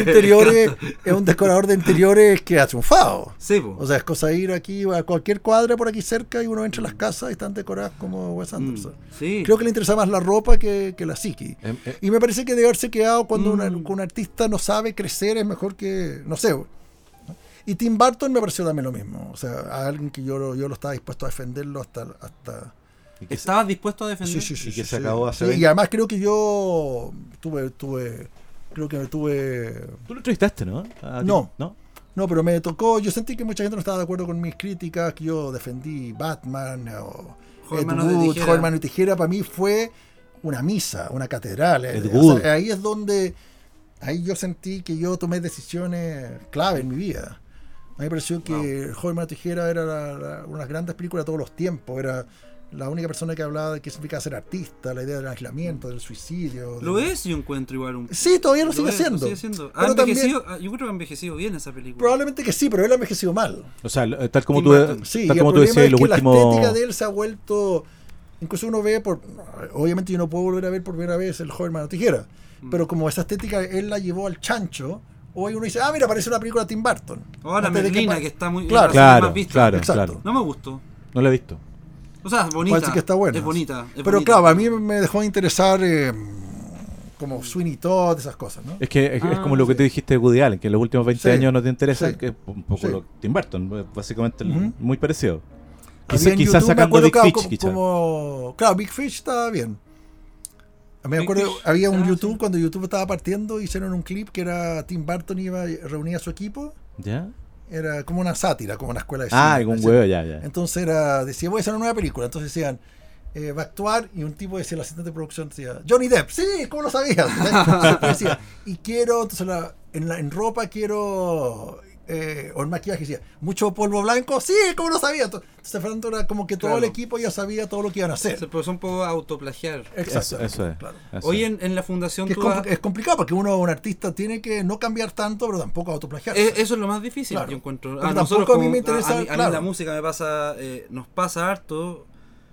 de interiores que ha triunfado. Sí, po. O sea, es cosa de ir aquí a cualquier cuadra por aquí cerca y uno entra a las casas y están decoradas como Wes Anderson. Sí. Creo que le interesa más la ropa que la psiqui. Eh, Y me parece que debe haberse quedado cuando un artista no sabe crecer, es mejor que, no sé. Y Tim Burton me pareció también lo mismo. O sea, a alguien que yo lo estaba dispuesto a defenderlo hasta y que ¿Estabas dispuesto a defender? sí, y que se acabó hace Sí, 20. y además creo que yo creo que tuve Tú lo entrevistaste, ¿no? No. ¿No? no, pero me tocó, yo sentí que mucha gente no estaba de acuerdo con mis críticas, que yo defendí Batman o Joven Ed Mano de Wood, Tijera. Joven Mano de Tijera, para mí fue una misa, una catedral. Ed O Wood. sea, ahí es donde ahí yo sentí que yo tomé decisiones clave en mi vida. A mí me pareció que Joven Mano de Tijera era una de las grandes películas de todos los tiempos, era la única persona que hablaba de qué significa ser artista, la idea del aislamiento, del suicidio. Lo es, yo encuentro igual un... Sí, todavía lo sigue es, siendo. Lo sigue siendo. Pero también- Yo creo que ha envejecido bien esa película. Probablemente que sí, pero él ha envejecido mal. O sea, tal como Tim tú, Burton. Sí, tal y como el tú decías, problema los es que la últimos. estética de él se ha vuelto. Incluso uno ve obviamente yo no puedo volver a ver por primera vez el joven Mano de Tijera, pero como esa estética él la llevó al chancho, hoy uno dice, mira, parece una película de Tim Burton. Ahora Antes de Merlina, que está muy... Claro. es la Claro, más vista. claro, Exacto. claro. No me gustó. No lo he visto. O sea, es bonita. Parece que está buena. Es bonita. Pero claro, a mí me dejó de interesar como Sweeney Todd, esas cosas, ¿no? Es que es Ah, como lo que sí. te dijiste de Woody Allen, que en los últimos 20 Sí, años no te interesa, sí. que es un poco Sí. lo Tim Burton, básicamente Ujú. muy parecido. Había en Quizás YouTube, me sacando acuerdo, Big claro, Fish, quizás. Claro, Big Fish estaba bien. A mí me Big acuerdo, Fish, había un sí. YouTube, cuando YouTube estaba partiendo, hicieron un clip que era Tim Burton reunía a su equipo. ¿Ya? Era como una sátira, como una escuela de Ah, cine. con ¿cachai? huevo, ya. Entonces decía, voy a hacer una nueva película. Entonces decían, va a actuar, y un tipo decía, el asistente de producción decía, Johnny Depp, sí, ¿cómo lo sabías? Entonces decía, y quiero, entonces en ropa quiero, o en maquillaje decía, mucho polvo blanco, sí, ¿cómo lo sabías? Entonces Fernando era como que todo Claro. el equipo ya sabía todo lo que iban a hacer. Pero son un poco autoplagiar. Exacto. Eso es. Claro. Eso Hoy es. en la fundación Que es, tú vas- es complicado porque un artista tiene que no cambiar tanto, pero tampoco autoplagiar. eso es lo más difícil, Claro. yo encuentro. Pero Nosotros tampoco a mí como- me interesa, a mí claro. la música me pasa, nos pasa harto,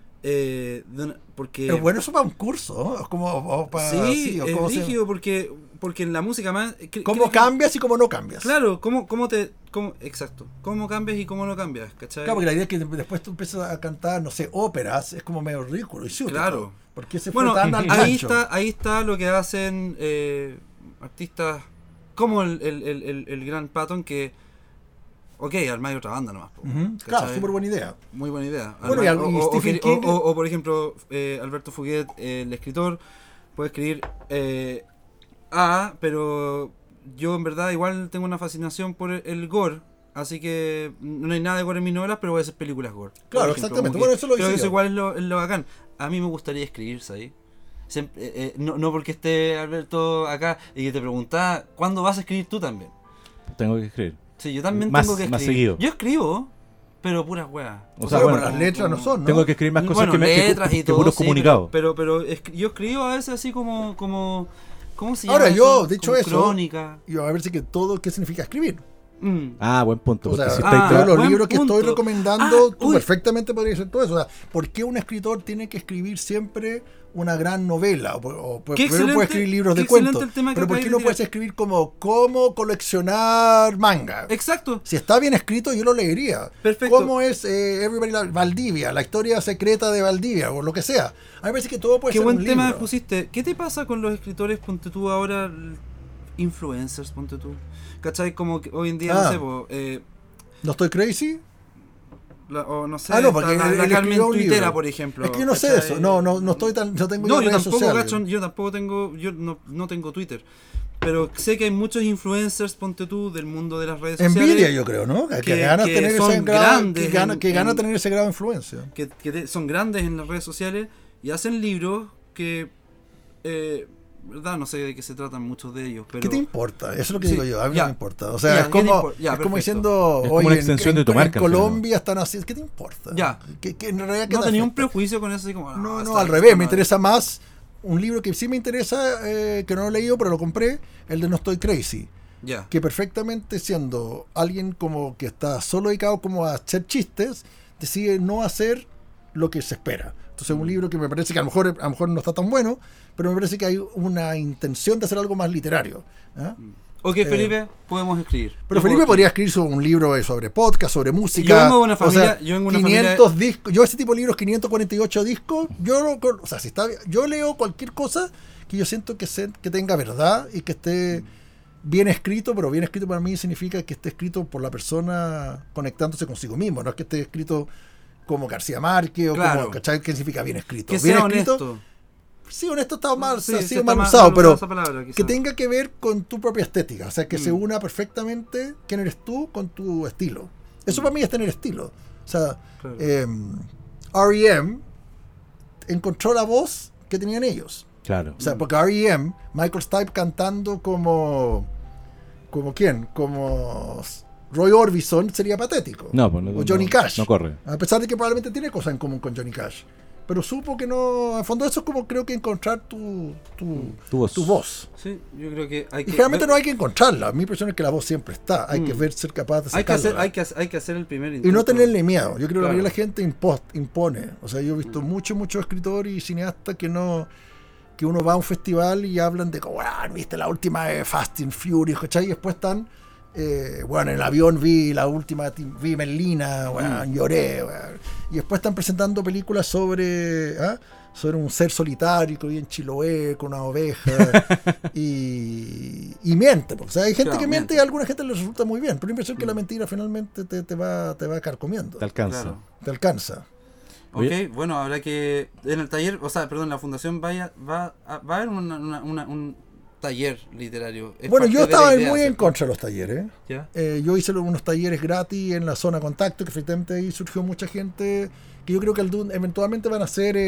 porque... Es bueno eso para un curso, ¿no? Como, o para, Sí, o es cómo se- rígido porque en la música más... cómo cambias y cómo no cambias. Claro, exacto, cómo cambias y cómo no cambias, ¿cachai? Claro, porque la idea es que después tú empiezas a cantar, no sé, óperas, es como medio ridículo y súbito, Claro. porque se Bueno, fue tan al ahí gancho. ahí está lo que hacen artistas como el gran Patton, que ok, armáis otra banda nomás. Po, Ujú, claro, ¿cachai? súper buena idea. Muy buena idea. Bueno, y Stephen King- o, por ejemplo, Alberto Fuguet, el escritor, puede escribir pero yo en verdad igual tengo una fascinación por el gore, así que no hay nada de gore en mis novelas, pero voy a hacer películas gore. por Claro, ejemplo, exactamente. como que Bueno, eso lo creo hice que eso yo. igual es lo bacán. A mí me gustaría escribir, ¿sabes? No porque esté Alberto acá y que te preguntaba, ¿cuándo vas a escribir tú también? Tengo que escribir. Sí, yo también Más- tengo que más escribir. seguido. Yo escribo, pero puras weas. O sea, Claro, bueno, pero las letras no son, ¿no? tengo que escribir más cosas Bueno, letras y que todo, puros sí, comunicados. pero yo escribo a veces así como ¿cómo se llama? Ahora, eso? yo, de hecho, Como eso. crónica. Y a ver si que todo, ¿qué significa escribir? Buen punto. O sea, Porque si ah, estáis todos los buen libros que estoy punto. recomendando, tú Uy. perfectamente podrías hacer todo eso. O sea, ¿por qué un escritor tiene que escribir siempre una gran novela? O Qué excelente, puede escribir libros qué de cuentos. excelente el tema que Pero ¿por acabas qué de no tirar? puedes escribir como cómo coleccionar manga? Exacto. Si está bien escrito, yo lo leería. Perfecto. ¿Cómo es Valdivia, la historia secreta de Valdivia, o lo que sea? A mí me parece que todo puede Qué ser buen un tema libro. pusiste. ¿Qué te pasa con los escritores, ponte tú ahora, influencers, ponte tú? ¿Cachai? Como que hoy en día, no sé, ¿No estoy crazy? o no sé, No, porque está él la Carmen escribió un Tuitera, libro. por ejemplo. Es que yo no sé ¿cachai? eso. No estoy tan. No tengo No, ya yo redes tampoco, sociales. gacho, yo tampoco tengo, yo no tengo Twitter. Pero sé que hay muchos influencers, ponte tú, del mundo de las redes sociales. Envidia, yo creo, ¿no? Que gana que tener son ese grado, grandes que gana en- tener ese grado de influencia. Son grandes en las redes sociales y hacen libros que, verdad, no sé de qué se tratan muchos de ellos, pero ¿Qué te importa? Eso es lo que Sí, digo yo. A mí ya. no me importa. O sea, Ya, es ¿qué como, te importa? Ya, es como perfecto. diciendo, Es como oye, una extensión de tu marca, en al final. Colombia están así. ¿Qué te importa? Ya. Que en realidad, ¿qué no te tenía un afecta? prejuicio con eso, así como No, esto- al esto revés. no Me es. interesa más un libro que sí me interesa, que no lo he leído, pero lo compré, el de No Estoy Crazy. Ya. Que perfectamente siendo alguien como que está solo dedicado como a hacer chistes, decide no hacer lo que se espera. Entonces es un libro que me parece que a lo mejor no está tan bueno, pero me parece que hay una intención de hacer algo más literario. ¿Ah? Ok, Felipe, podemos escribir. Pero Yo Felipe puedo podría escribir sobre un libro sobre podcast, sobre música. Yo vengo de una o sea, familia- yo vengo de una 500 discos. Yo ese tipo de libros, 548 discos, o sea, si está, yo leo cualquier cosa que yo siento que tenga verdad y que esté bien escrito, pero bien escrito para mí significa que esté escrito por la persona conectándose consigo mismo, no es que esté escrito como García Márquez o Claro. como, ¿cachai? ¿Qué significa bien escrito? Que Bien sea escrito, honesto. sí, honesto está mal, Sí, ha sí, sido está mal mal usado, pero esa palabra, quizá. que tenga que ver con tu propia estética, o sea, que se Mm. una perfectamente quién eres tú con tu estilo. Eso para mí es tener estilo. O sea, Claro. R.E.M. encontró la voz que tenían ellos. Claro. O sea, porque R.E.M., Michael Stipe cantando como ¿quién? Como Roy Orbison sería patético. No, pues no, o Johnny no- Cash. no corre. A pesar de que probablemente tiene cosas en común con Johnny Cash. Pero supo que no. En fondo, eso es como creo que encontrar tu voz. Sí, yo creo que hay Y que. generalmente no hay que encontrarla. Mi impresión es que la voz siempre está. Hay que ser capaz de hay que sacarla. hay que hacer el primer Y intento. no tenerle miedo. Yo creo que la Claro. mayoría de la gente impone. O sea, yo he visto muchos escritores y cineastas que uno va a un festival y hablan de como, viste la última de Fast and Furious, ¿cachai? Y después están, en el avión vi la última, vi Merlina, lloré, y después están presentando películas sobre un ser solitario que vive en Chiloé con una oveja y miente, porque, o sea, hay gente Claro, que miente y miente. a alguna gente le resulta muy bien, pero la impresión es que la mentira finalmente te va carcomiendo, Te alcanza. Claro. te alcanza. Ok, Oye. bueno, habrá que. En el taller, o sea, perdón, en la fundación va a haber un taller literario. Es Bueno, parte yo de la estaba idea, muy en ¿cierto? contra de los talleres. ¿Ya? Yo hice unos talleres gratis en la zona contacto, que efectivamente ahí surgió mucha gente que yo creo que eventualmente van a ser,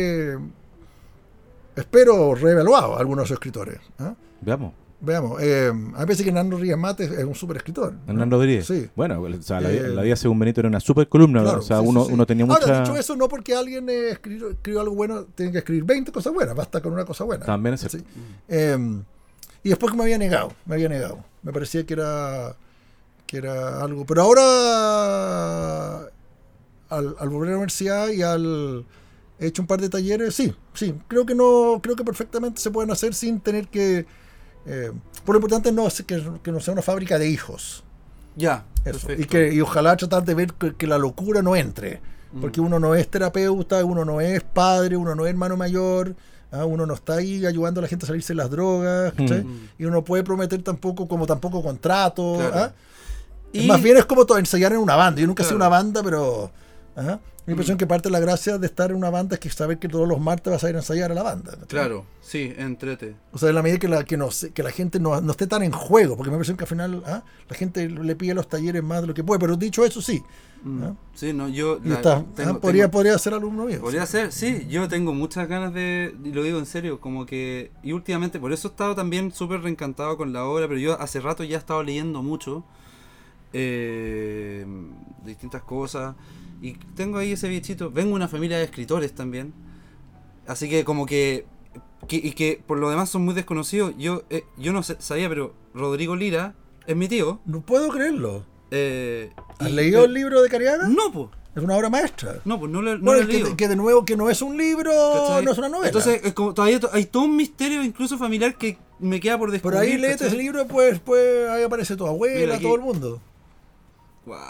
espero, reevaluados algunos de esos escritores. ¿Ah? Veamos. Veamos, a mí me parece que Hernán Rodríguez Mate es un súper escritor. Hernán Rodríguez. Sí. Bueno, o sea, la Eh, vida según Benito era una super columna. Claro, o sea, sí, uno, sí, sí. uno tenía Ahora, mucha. dicho eso, no porque alguien escribió algo bueno, tiene que escribir 20 cosas buenas, basta con una cosa buena. También es cierto. Sí. Y después que me había negado. Me parecía que era algo. Pero ahora, al volver a la universidad y he hecho un par de talleres, sí, creo que perfectamente se pueden hacer sin tener que. Por lo importante no es que no sea una fábrica de hijos. Ya, Eso. perfecto. Y ojalá tratar de ver que la locura no entre. Porque uno no es terapeuta, uno no es padre, uno no es hermano mayor, uno no está ahí ayudando a la gente a salirse de las drogas, ¿cachai? Y uno no puede prometer tampoco contrato. Claro. Y- Más bien es como ensayar en una banda. Yo nunca he sido Claro. una banda, pero mi impresión es que parte de la gracia de estar en una banda es que saber que todos los martes vas a ir a ensayar a la banda, ¿cachai? Claro, sí, entrete. O sea, en la medida que la gente no esté tan en juego, porque me parece que al final la gente le pide a los talleres más de lo que puede, pero dicho eso, sí. Sí, no, yo. Y podría ser alumno mío. Podría ser, sí, yo tengo muchas ganas y lo digo en serio, como que, y últimamente, por eso he estado también súper reencantado con la obra, pero yo hace rato ya he estado leyendo mucho, distintas cosas. Y tengo ahí ese bichito. Vengo de una familia de escritores también. Así que como que y que por lo demás son muy desconocidos. Yo no sabía, pero Rodrigo Lira es mi tío. No puedo creerlo. ¿Has Y- leído el libro de Cariaga? No, pues. Es una obra maestra. No, pues no lo Bueno, he leído. que de nuevo, que no es un libro, ¿Cachai? no es una novela. Entonces, es como, todavía hay todo un misterio, incluso familiar, que me queda por descubrir. por ahí léete ¿cachai? ese libro, pues ahí aparece tu abuela, Mira aquí. todo el mundo. Guau.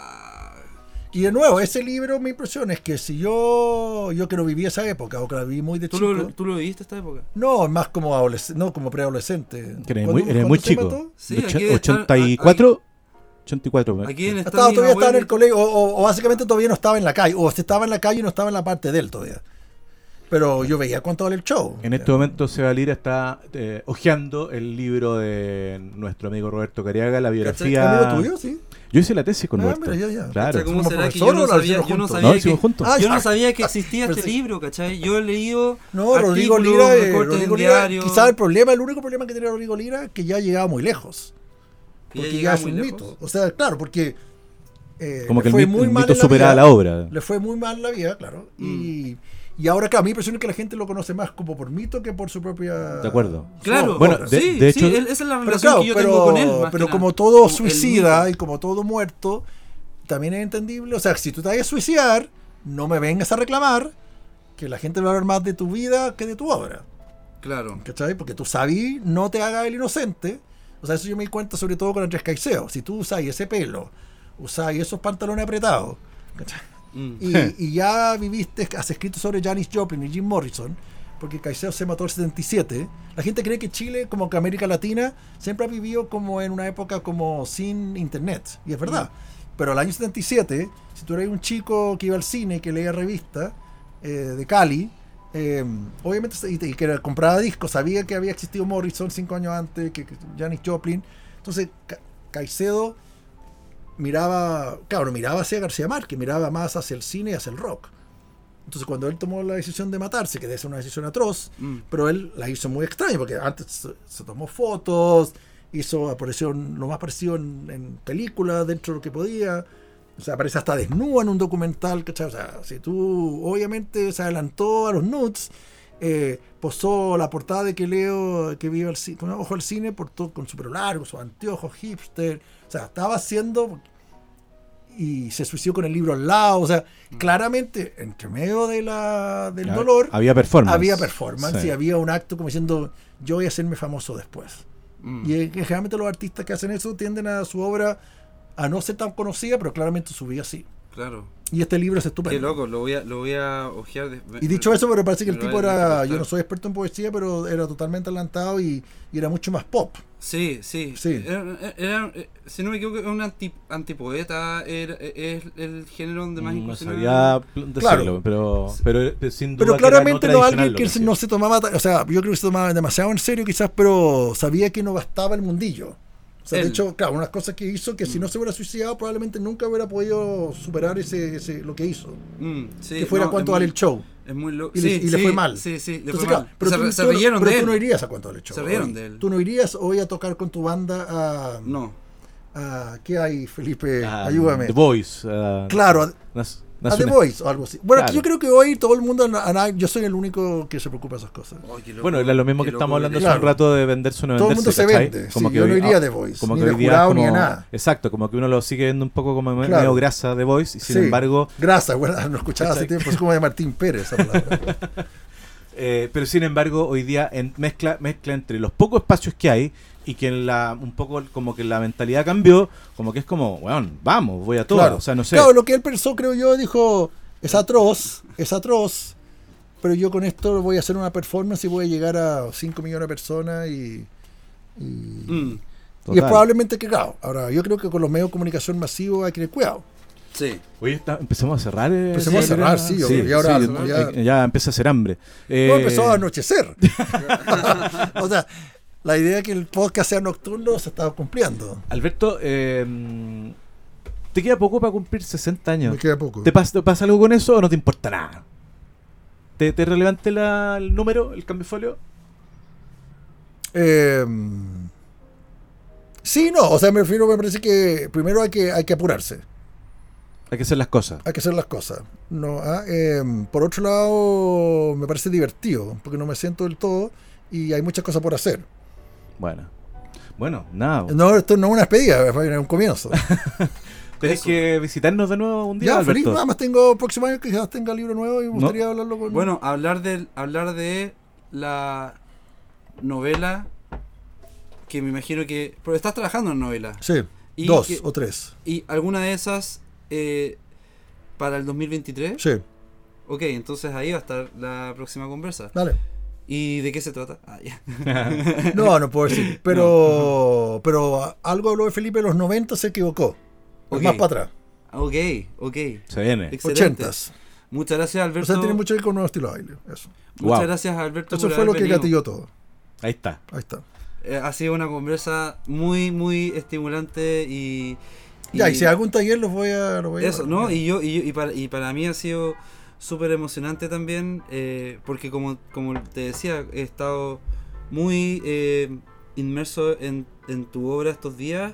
Y de nuevo, ese libro, mi impresión es que si yo que no viví esa época, o que la viví muy de ¿Tú chico, lo viviste esta época? no, más como adolescente, no como preadolescente. Que eres ¿Cuándo- muy cuándo se chico. mató? Sí, De aquí está- 84. 84. Aquí en esta Todavía estaba en el colegio, o básicamente todavía no estaba en la calle, o si estaba en la calle no estaba en la parte de él todavía. Pero yo veía cuánto vale el show. En este momento Seba Lira está hojeando el libro de nuestro amigo Roberto Cariaga, la biografía. ¿Amigo tuyo? Sí. Yo hice la tesis con Ah, Roberto. mira, ya. Claro. ¿Cómo ¿Como será que profesor yo no o lo sabía, hicieron yo no juntos? sabía No, que, hicimos juntos. Ah, yo no ya. sabía que existía Pero este sí. libro, ¿cachai? Yo he leído No, Rodrigo artículos, Lira, recortes Rodrigo en Lira, diario, quizás el único problema que tenía Rodrigo Lira es que ya llegaba muy lejos. que ya Porque ya, llegaba es muy un lejos. mito. O sea, claro, porque Como le que el fue mito, muy el mal mito en la superaba vida. la obra. Le fue muy mal la vida, claro. Y ahora, claro, mi impresión es que la gente lo conoce más como por mito que por su propia... De acuerdo. Claro, Bueno, obra. de- sí, de sí, hecho- esa es la Pero relación claro, que yo tengo con él. más pero que como nada. todo Como el suicida mito. y como todo muerto, también es entendible. O sea, si tú te vayas a suicidar, no me vengas a reclamar que la gente va a hablar más de tu vida que de tu obra. Claro. ¿Cachai? Porque tú sabes, no te hagas el inocente. O sea, eso yo me di cuenta sobre todo con Andrés Caicedo. Si tú usas ese pelo, usas esos pantalones apretados, ¿cachai? Y ya viviste, has escrito sobre Janis Joplin y Jim Morrison, porque Caicedo se mató en el 77. La gente cree que Chile, como que América Latina, siempre ha vivido como en una época como sin internet, y es verdad. Pero el año 77, si tú eres un chico que iba al cine y que leía revistas de Cali, obviamente, y que compraba discos, sabía que había existido Morrison 5 años antes, que Janis Joplin. Entonces, Caicedo miraba hacia García Márquez, miraba más hacia el cine y hacia el rock. Entonces cuando él tomó la decisión de matarse, que debe ser una decisión atroz, pero él la hizo muy extraña, porque antes se tomó fotos, apareció lo más parecido en películas dentro de lo que podía, o sea, aparece hasta desnuda en un documental, ¿cachai? O sea, si tú obviamente se adelantó a los nudes, posó la portada de que Leo, que vive con ojo al cine, con su pelo largo, sus anteojos hipster, o sea, estaba haciendo, y se suicidó con el libro al lado, o sea, claramente, entre medio del dolor, Había performance. y había un acto como diciendo, yo voy a hacerme famoso después. Y generalmente los artistas que hacen eso tienden a su obra a no ser tan conocida, pero claramente su vida sí. Claro. Y este libro es estupendo. Qué loco, lo voy a ojear. Y dicho eso, pero parece que el me lo tipo voy a era, detectar. yo no soy experto en poesía, pero era totalmente adelantado y era mucho más pop. Sí. Sí. Si no me equivoco, es un antipoeta. Es el género donde más No incursionaba. sabría decirlo, Claro. pero sin duda Pero que era claramente no tradicional alguien lo que hacía. no se tomaba, o sea, yo creo que se tomaba demasiado en serio quizás, pero sabía que no bastaba el mundillo. O sea, de Él. hecho, claro, unas cosas que hizo que si no se hubiera suicidado probablemente nunca hubiera podido superar lo que hizo. Sí, Que fuera no, cuánto es vale muy- el show. Es muy loco. Y le fue mal. Sí, le Entonces, fue claro, mal. pero Se rieron de tú él. no irías a cuánto vale el show. Se rieron hoy. de él. Tú no irías hoy a tocar con tu banda a... No. ¿Qué hay, Felipe? Ah, Ayúdame. The Voice. Claro, a The Voice. Voice o algo así. Bueno, Claro. yo creo que hoy todo el mundo, yo soy el único que se preocupa de esas cosas. Ay, qué loco, Bueno, era lo mismo qué que loco estamos hablando que- hace un Claro. rato de venderse o no Todo el venderse. mundo se ¿cachai? vende. Como Sí, que yo no hoy- iría a The Voice, como ni que de hoy día jurado, es ni de como- nada. Exacto, como que uno lo sigue viendo un poco como Claro. medio grasa de Voice y sin Sí. embargo Grasa, bueno, no escuchaba hace ¿Cachai? tiempo, es como de Martín Pérez esa palabra. pero sin embargo hoy día mezcla entre los pocos espacios que hay y que un poco como que la mentalidad cambió, como que es como, bueno, vamos, voy a todo, Claro. o sea, no sé. Claro, lo que él pensó, creo yo, dijo, es atroz, pero yo con esto voy a hacer una performance y voy a llegar a 5 millones de personas y Mm, y es probablemente que, claro, ahora yo creo que con los medios de comunicación masivos hay que tener cuidado. sí. Oye, empezamos a cerrar. Empecemos a cerrar, sí, y ahora ya empieza a hacer hambre. No empezó a anochecer. O sea, la idea de que el podcast sea nocturno se está cumpliendo. Alberto, te queda poco para cumplir 60 años. Me queda poco. ¿Te pasa algo con eso o no te importa nada? ¿Te es relevante el número, el cambio de folio? Sí, no, o sea, me parece que primero hay que apurarse. Hay que hacer las cosas. Hay que hacer las cosas. No, por otro lado, me parece divertido, porque no me siento del todo y hay muchas cosas por hacer. Bueno, nada. No, esto no es una despedida, es un comienzo. Tenés que visitarnos de nuevo un día, Ya, Alberto. feliz, nada más tengo el próximo año que quizás tenga libro nuevo y me gustaría hablarlo con... Bueno, hablar de la novela que me imagino que... Porque estás trabajando en novela. Sí, Y 2 que- o 3. ¿Y alguna de esas para el 2023? Sí, Ok, entonces ahí va a estar la próxima conversa. dale. ¿Y de qué se trata? Ya. No puedo decir. Pero algo habló de Felipe en los 90, se equivocó. Es Ok. más para atrás. Ok. Se viene. Excelente. 80s. Muchas gracias, O Alberto. sea, tiene mucho que ver con un nuevo estilo de baile. Eso. Muchas Wow. gracias, Alberto. Eso por fue lo haber que venido. gatilló todo. Ahí está. Ahí está. Ha sido una conversa muy, muy estimulante y Ya, y si hago un taller lo voy a eso, ¿no? Y para mí ha sido súper emocionante también, porque como te decía, he estado muy inmerso en tu obra estos días,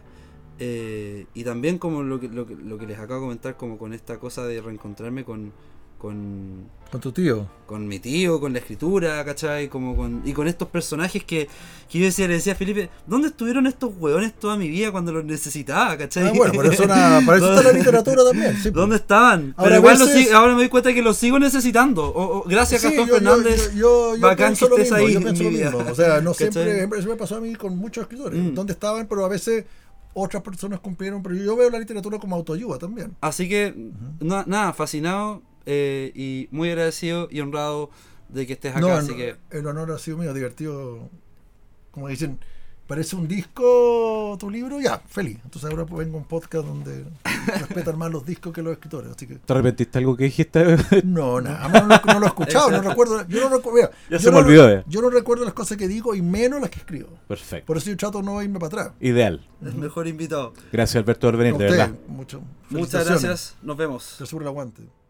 y también como lo que les acabo de comentar, como con esta cosa de reencontrarme con Con tu tío. con mi tío, con la escritura, ¿cachai? Y con estos personajes que yo le decía a Felipe, ¿dónde estuvieron estos hueones toda mi vida cuando los necesitaba, ¿cachai? Bueno, para eso está la literatura también. Sí, pues. ¿Dónde estaban? Ahora, Pero igual a veces- ahora me doy cuenta que los sigo necesitando. Gracias, Sí, Gastón yo Fernández. yo bacán pienso que lo estés mismo, ahí yo en pienso mi lo vida. mismo. O sea, no ¿Cachai? siempre, eso me pasó a mí con muchos escritores. Mm. ¿Dónde estaban? Pero a veces otras personas cumplieron. Pero yo veo la literatura como autoayuda también. Así que, nada, fascinado y muy agradecido y honrado de que estés acá. Así que, el honor ha sido mío, divertido. Como dicen, parece un disco tu libro, ya, feliz. Entonces ahora pues vengo a un podcast donde respetan más los discos que los escritores. Así que ¿Te arrepentiste de algo que dijiste? no, nada, no lo he escuchado, no recuerdo. Yo no recuerdo, mira, Ya yo se me no- olvidó, ya. Yo no recuerdo las cosas que digo y menos las que escribo. Perfecto. Por eso yo trato de no irme para atrás. Ideal. el mejor invitado. Gracias, Alberto, por venir, A de ustedes, verdad. mucho. Muchas Felicitaciones. gracias. Nos vemos. Te aseguro el aguante.